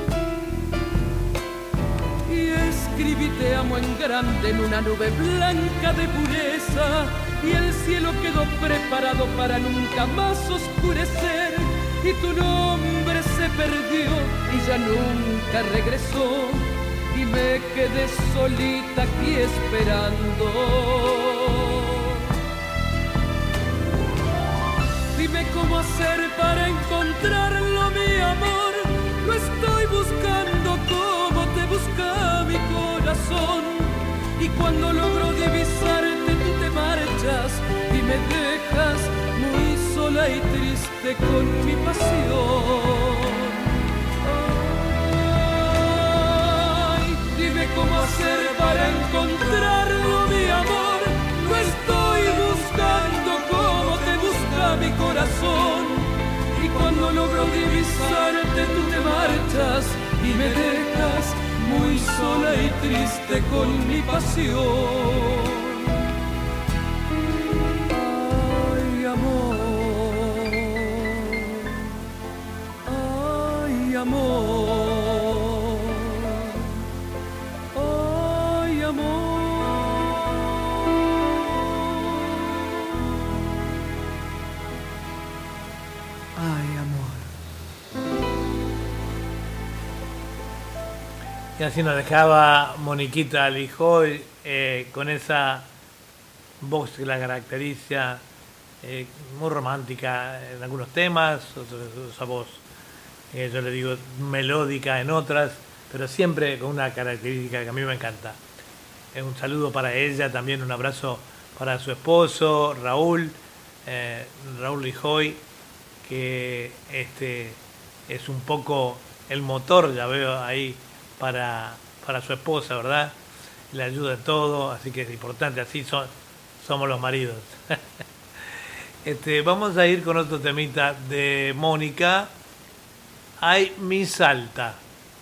Y escribí te amo en grande en una nube blanca de pureza y el cielo quedó preparado para nunca más oscurecer y tu nombre se perdió y ya nunca regresó y me quedé solita aquí esperando. Dime cómo hacer para encontrarlo, mi amor, lo estoy buscando como te busca mi corazón y cuando logro divisarte tú te marchas y me dejas muy sola y triste con mi pasión. Ay, dime cómo hacer para encontrarlo, mi amor, lo estoy buscando como te busca mi corazón y cuando logro divisarte tú te marchas y me dejas muy sola y triste con mi pasión. Ay, amor, ay, amor, ay, amor. Ay, amor. Y así nos dejaba Moniquita Alijoy con esa voz que la caracteriza, muy romántica en algunos temas, esa voz, yo le digo melódica en otras, pero siempre con una característica que a mí me encanta. Un saludo para ella, también un abrazo para su esposo, Raúl Lijoy, que es un poco el motor, ya veo ahí, para su esposa, ¿verdad? Le ayuda en todo, así que es importante, así somos los maridos. Vamos a ir con otro temita de Mónica. Ay, mi Salta.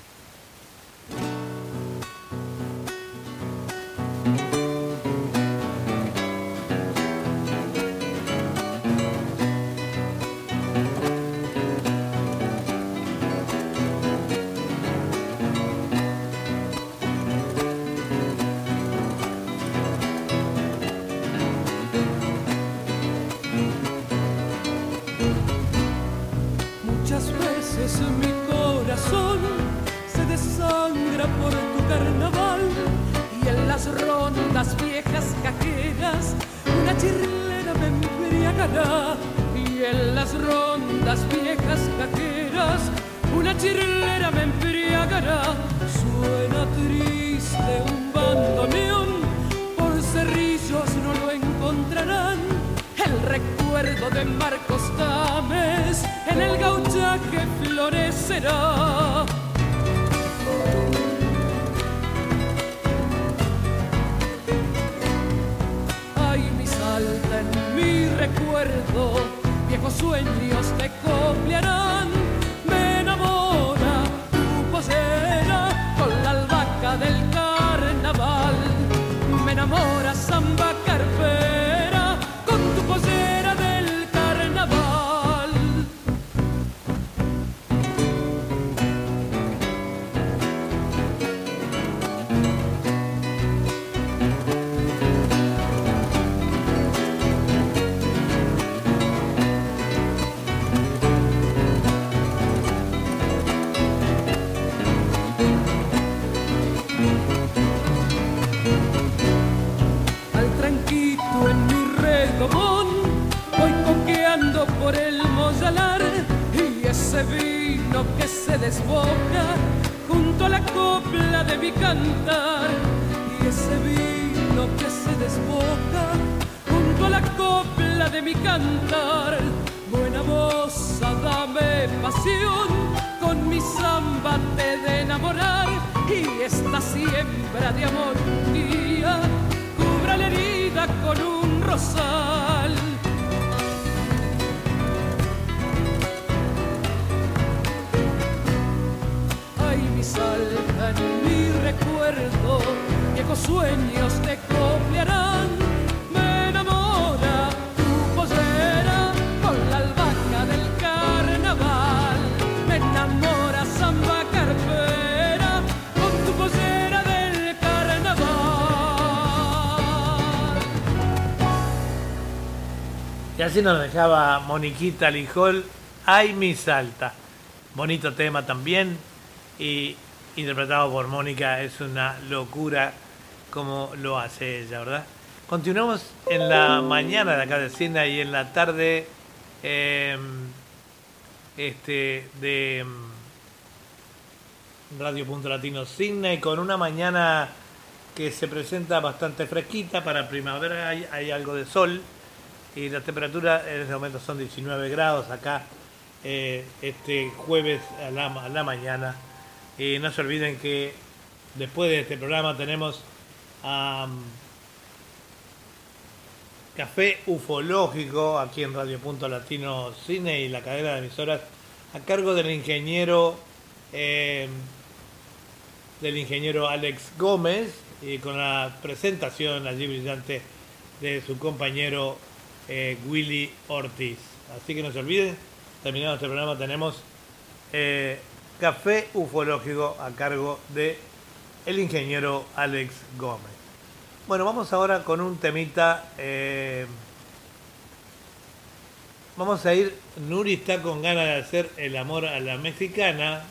Y así nos dejaba Moniquita Lijol, Ay, mi Salta. Bonito tema también, y interpretado por Mónica, es una locura como lo hace ella, ¿verdad? Continuamos en la mañana de acá de Sydney y en la tarde de Radio Punto Latino Sydney, con una mañana que se presenta bastante fresquita. Para primavera hay algo de sol y la temperatura en este momento son 19 grados acá este jueves a la mañana. Y no se olviden que después de este programa tenemos Café Ufológico aquí en Radio Punto Latino Cine y la cadena de emisoras, a cargo del ingeniero del ingeniero Alex Gómez y con la presentación allí brillante de su compañero Willy Ortiz. Así que no se olviden, terminado este programa tenemos Café Ufológico a cargo de el ingeniero Alex Gómez. Bueno, vamos ahora con un temita. Vamos a ir. Nuri está con ganas de hacer el amor a la mexicana.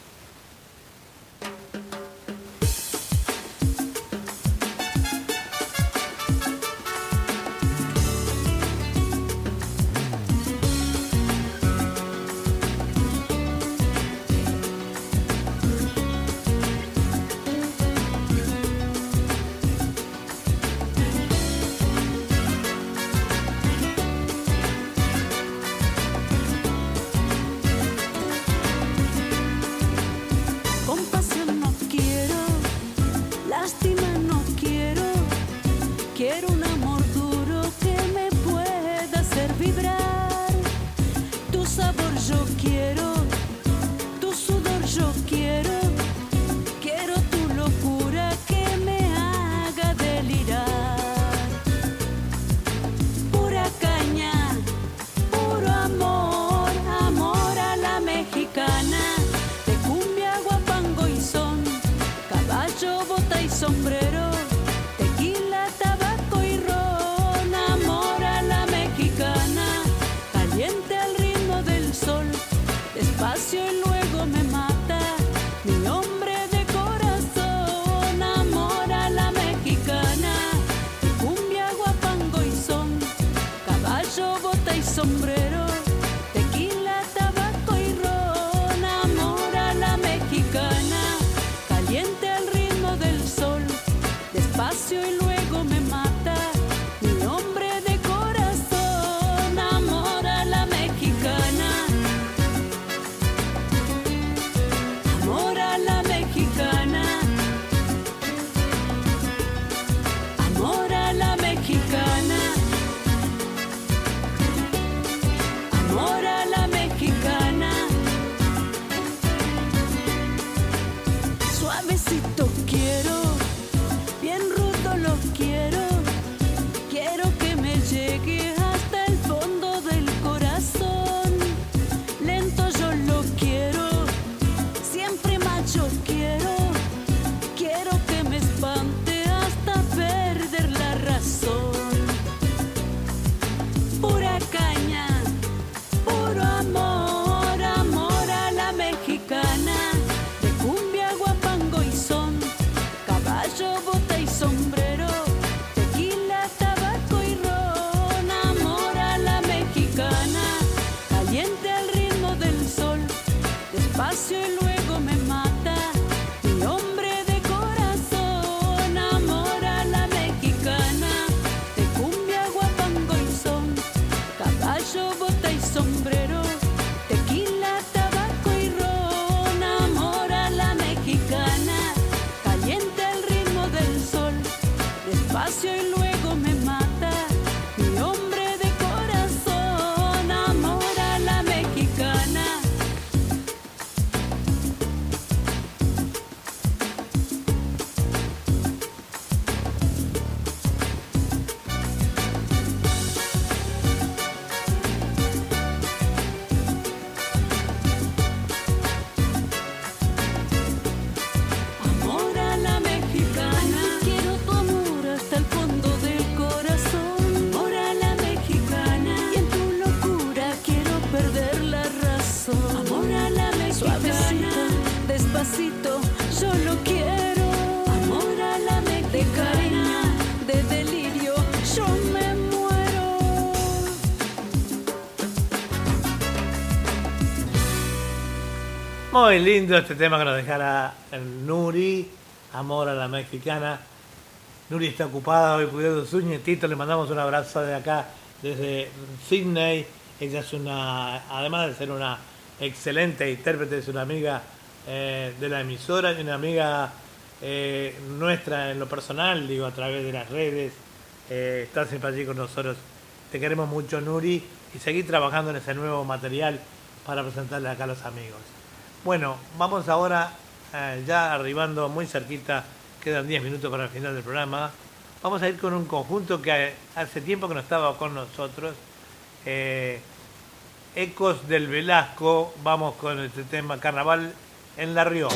Sombrero, tequila, tabaco y ron, amor a la mexicana, caliente al ritmo del sol, despacio y luego me mata, mi hombre de corazón, amor a la mexicana, de cumbia, guapango y son, caballo, bota y sombrero, tequila, tabaco y ron, amor a la mexicana, caliente al ritmo del sol, despacio y luego me mata, mi hombre de corazón, amor a la mexicana, amor a la mexicana, amor a la mexicana, amor a la mexicana, suavecito quiero, bien rudo lo quiero, quiero que me llegue hasta el fondo del corazón, lento yo lo quiero, siempre macho quiero, quiero que me espante hasta perder la razón, pura caña, puro amor, amor a la mexicana, de cumbia, guapango y son, caballo, bota y sombrero, tequila, tabaco y ron, amor a la mexicana, caliente al ritmo del sol, despacio y luego me mata, mi hombre de corazón, amor a la mexicana, de cumbia, guapango y son, caballo, bota y sombrero, tequila, tabaco y ron, amor a la mexicana, caliente al ritmo del sol, despacio y luego me mata, mi hombre de corazón, amor a la mexicana. Amor a la mexicana, quiero tu amor hasta el fondo del corazón, amor a la mexicana, y en tu locura quiero perder la razón, amor a la mexicana, suavecito, despacito, yo lo quiero, amor a la mexicana, de cariño, de delirio, yo me muero. Muy lindo este tema que nos dejara el Nuri, amor a la mexicana. Nuri está ocupada hoy cuidando sus nietitos, le mandamos un abrazo de acá, desde Sydney. Ella es además de ser una excelente intérprete, es una amiga de la emisora y una amiga nuestra en lo personal, digo, a través de las redes. Está siempre allí con nosotros. Te queremos mucho, Nuri, y seguir trabajando en ese nuevo material para presentarle acá a los amigos. Bueno, vamos ahora ya arribando muy cerquita, quedan 10 minutos para el final del programa. Vamos a ir con un conjunto que hace tiempo que no estaba con nosotros. Ecos del Velasco. Vamos con este tema Carnaval en La Rioja.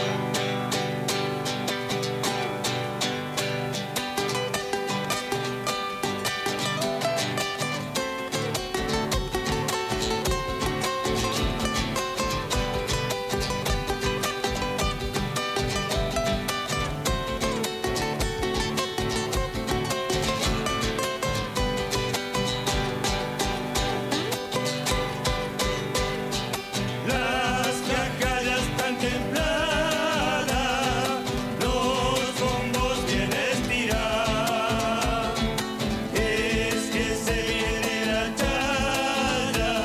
Las cacañas tan templadas, los bombos bien estirados. Es que se viene la chaya,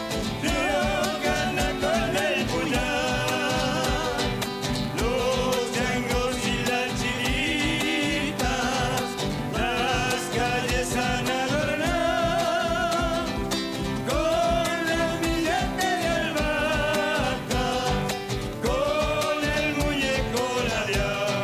gana con el puñal. Los changos y las chilitas, las calles han adornado con los billetes de albahaca, con el muñeco ladeado.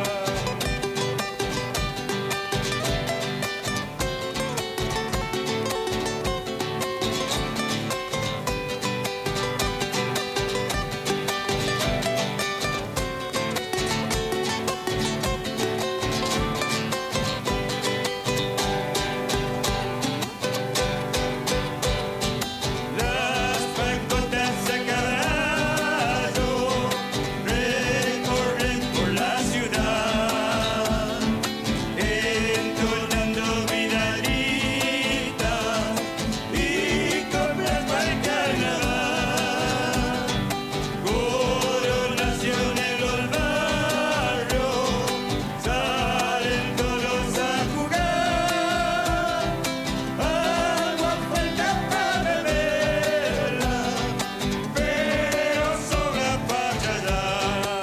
Las pacotas a caballo recorren por la ciudad, entonando vidalitas y coplas para el carnaval. Coronación en los barrios, salen todos a jugar. Agua falta para beberla, pero sobra para callar.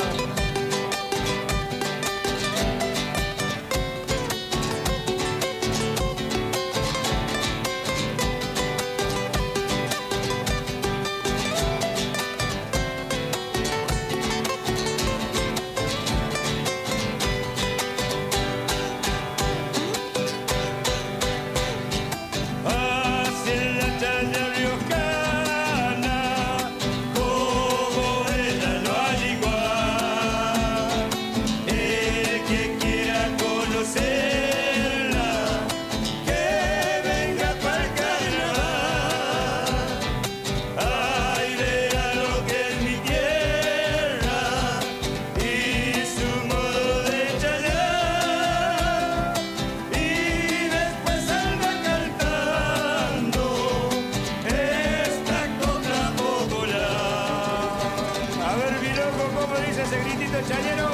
Hacia la chaya riojana, como ella no hay igual. El que quiera conocerla, que venga para el carnaval. Ay, verá lo que es mi tierra y su modo de chayar. Y después anda cantando esta copla popular. A ver, mi loco, ¿cómo dice ese gritito chayero?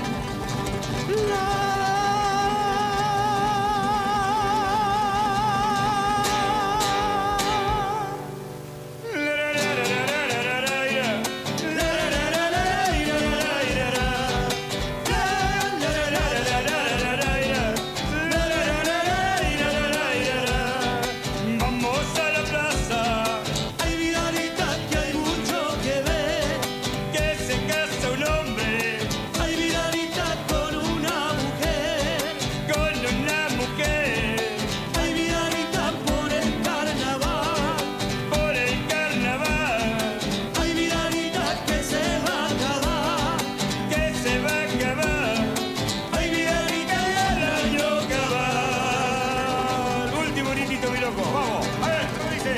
Vamos a la plaza. Hay vidalitas que hay mucho que ver. Que se casa un hombre. Hay vidalitas con una mujer. Con una mujer. Hay vidalitas por el carnaval. Por el carnaval. Hay vidalitas que se va a acabar. Que se va a acabar. Hay vidalitas y al año acabar. Último gritito, mi loco. Vamos. A ver, ¿cómo dice?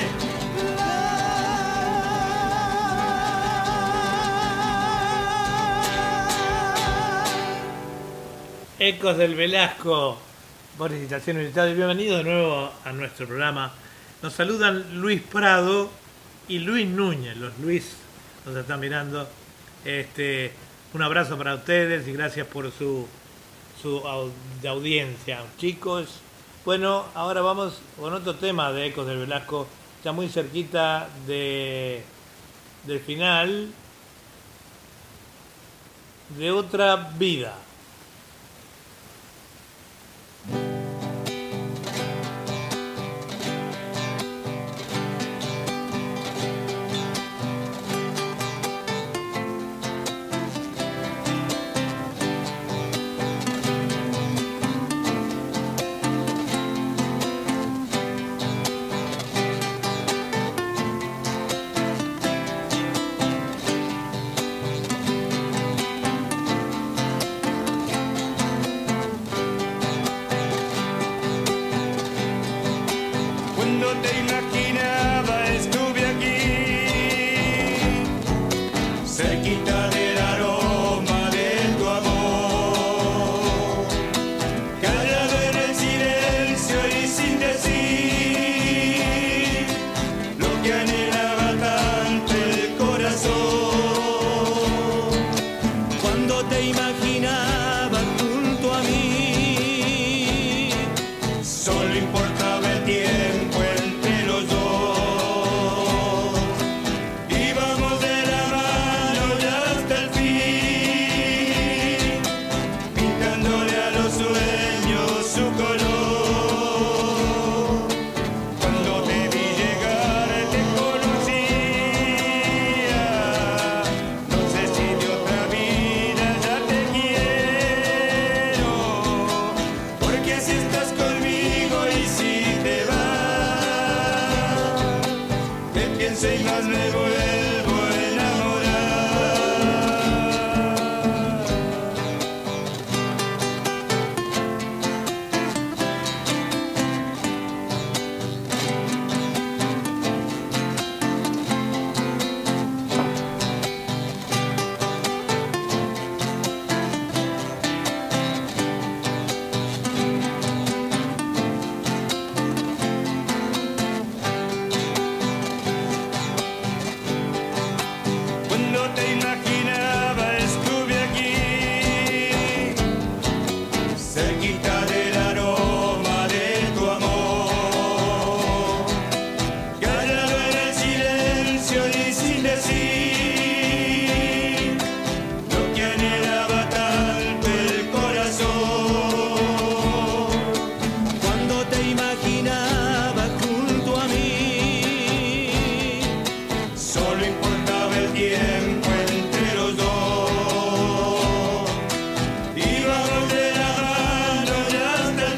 Ecos del Velasco. Boris Estación Militar, bienvenido de nuevo a nuestro programa. Nos saludan Luis Prado y Luis Núñez. Los Luis nos están mirando. Un abrazo para ustedes y gracias por su audiencia, chicos. Bueno, ahora vamos con otro tema de Ecos del Velasco, ya muy cerquita del final de Otra Vida. Cuando te imaginaba estuve aquí, cerquita del aroma de tu amor, callado en el silencio y sin decir lo que anhelaba tanto el corazón. Cuando te imaginaba junto a mí, solo importaba el tiempo entre los dos. Íbamos de la mano ya hasta el fin, pintándole a los sueños su color. Cuando te vi llegar te conocía, no sé si de otra vida ya te quiero, porque si estás conmigo y si te vas, te pienso y más me vuelvo a enamorar. Cuando te imaginaba estuve aquí, cerquita del aroma de tu amor, callado en el silencio y sin decir lo que anhelaba tanto el corazón. Cuando te imaginaba junto a mí, solo importaba el tiempo entre los dos. Íbamos de la mano ya hasta el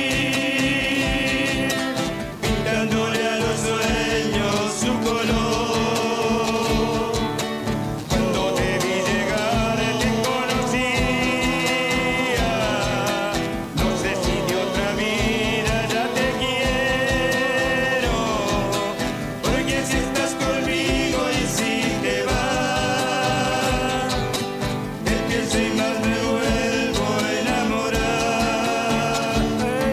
fin, pintándole a los sueños su color. Cuando te vi llegar te conocía, no sé si de otra vida ya te quiero, porque si estás conmigo y si te vas, te pienso y más me vuelvo a enamorar,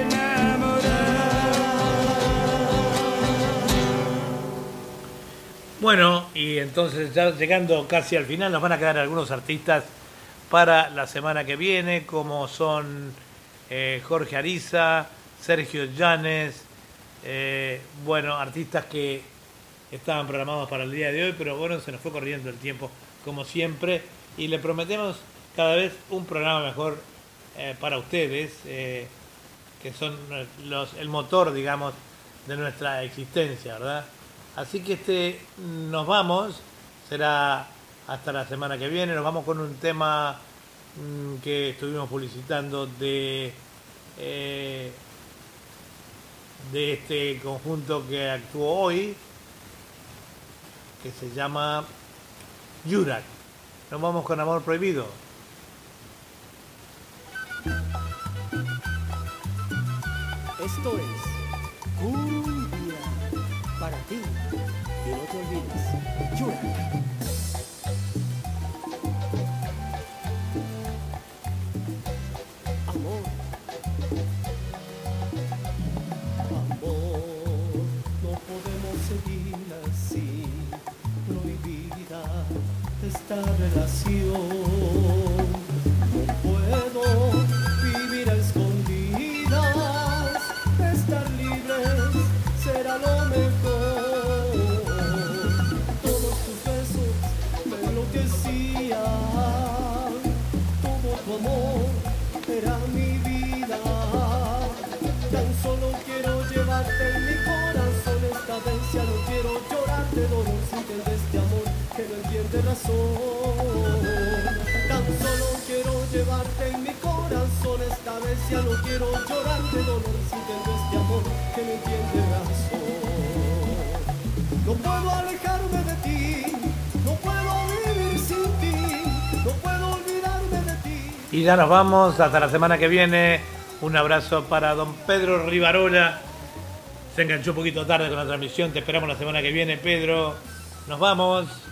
Bueno, y entonces ya llegando casi al final nos van a quedar algunos artistas para la semana que viene, como son Jorge Ariza, Sergio Llanes, bueno, artistas que estaban programados para el día de hoy, pero bueno, se nos fue corriendo el tiempo como siempre y le prometemos cada vez un programa mejor para ustedes, que son el motor, digamos, de nuestra existencia, ¿verdad? Así que nos vamos, será hasta la semana que viene, nos vamos con un tema que estuvimos publicitando de este conjunto que actuó hoy, que se llama Yurak. Nos vamos con Amor Prohibido. Esto es Cumbia para ti. Y no te olvides, Yurak. Amor, no podemos seguir así, prohibida esta relación. No puedo vivir a escondidas, estar libres será lo mejor. Todos tus besos me enloquecían, todo tu amor era mi vida. Tan solo quiero llevarte en mi corazón, esta vez ya no quiero llorar de dolor si entiendes este amor que no entiende razón. Tan solo quiero llevarte en mi corazón, esta vez ya no quiero llorar de dolor si entiendes este amor que no entiende razón. No puedo alejarme de ti, no puedo vivir sin ti, no puedo olvidarme de ti. Y ya nos vamos, hasta la semana que viene. Un abrazo para don Pedro Rivarola Se enganchó un poquito tarde con la transmisión. Te esperamos la semana que viene, Pedro. Nos vamos.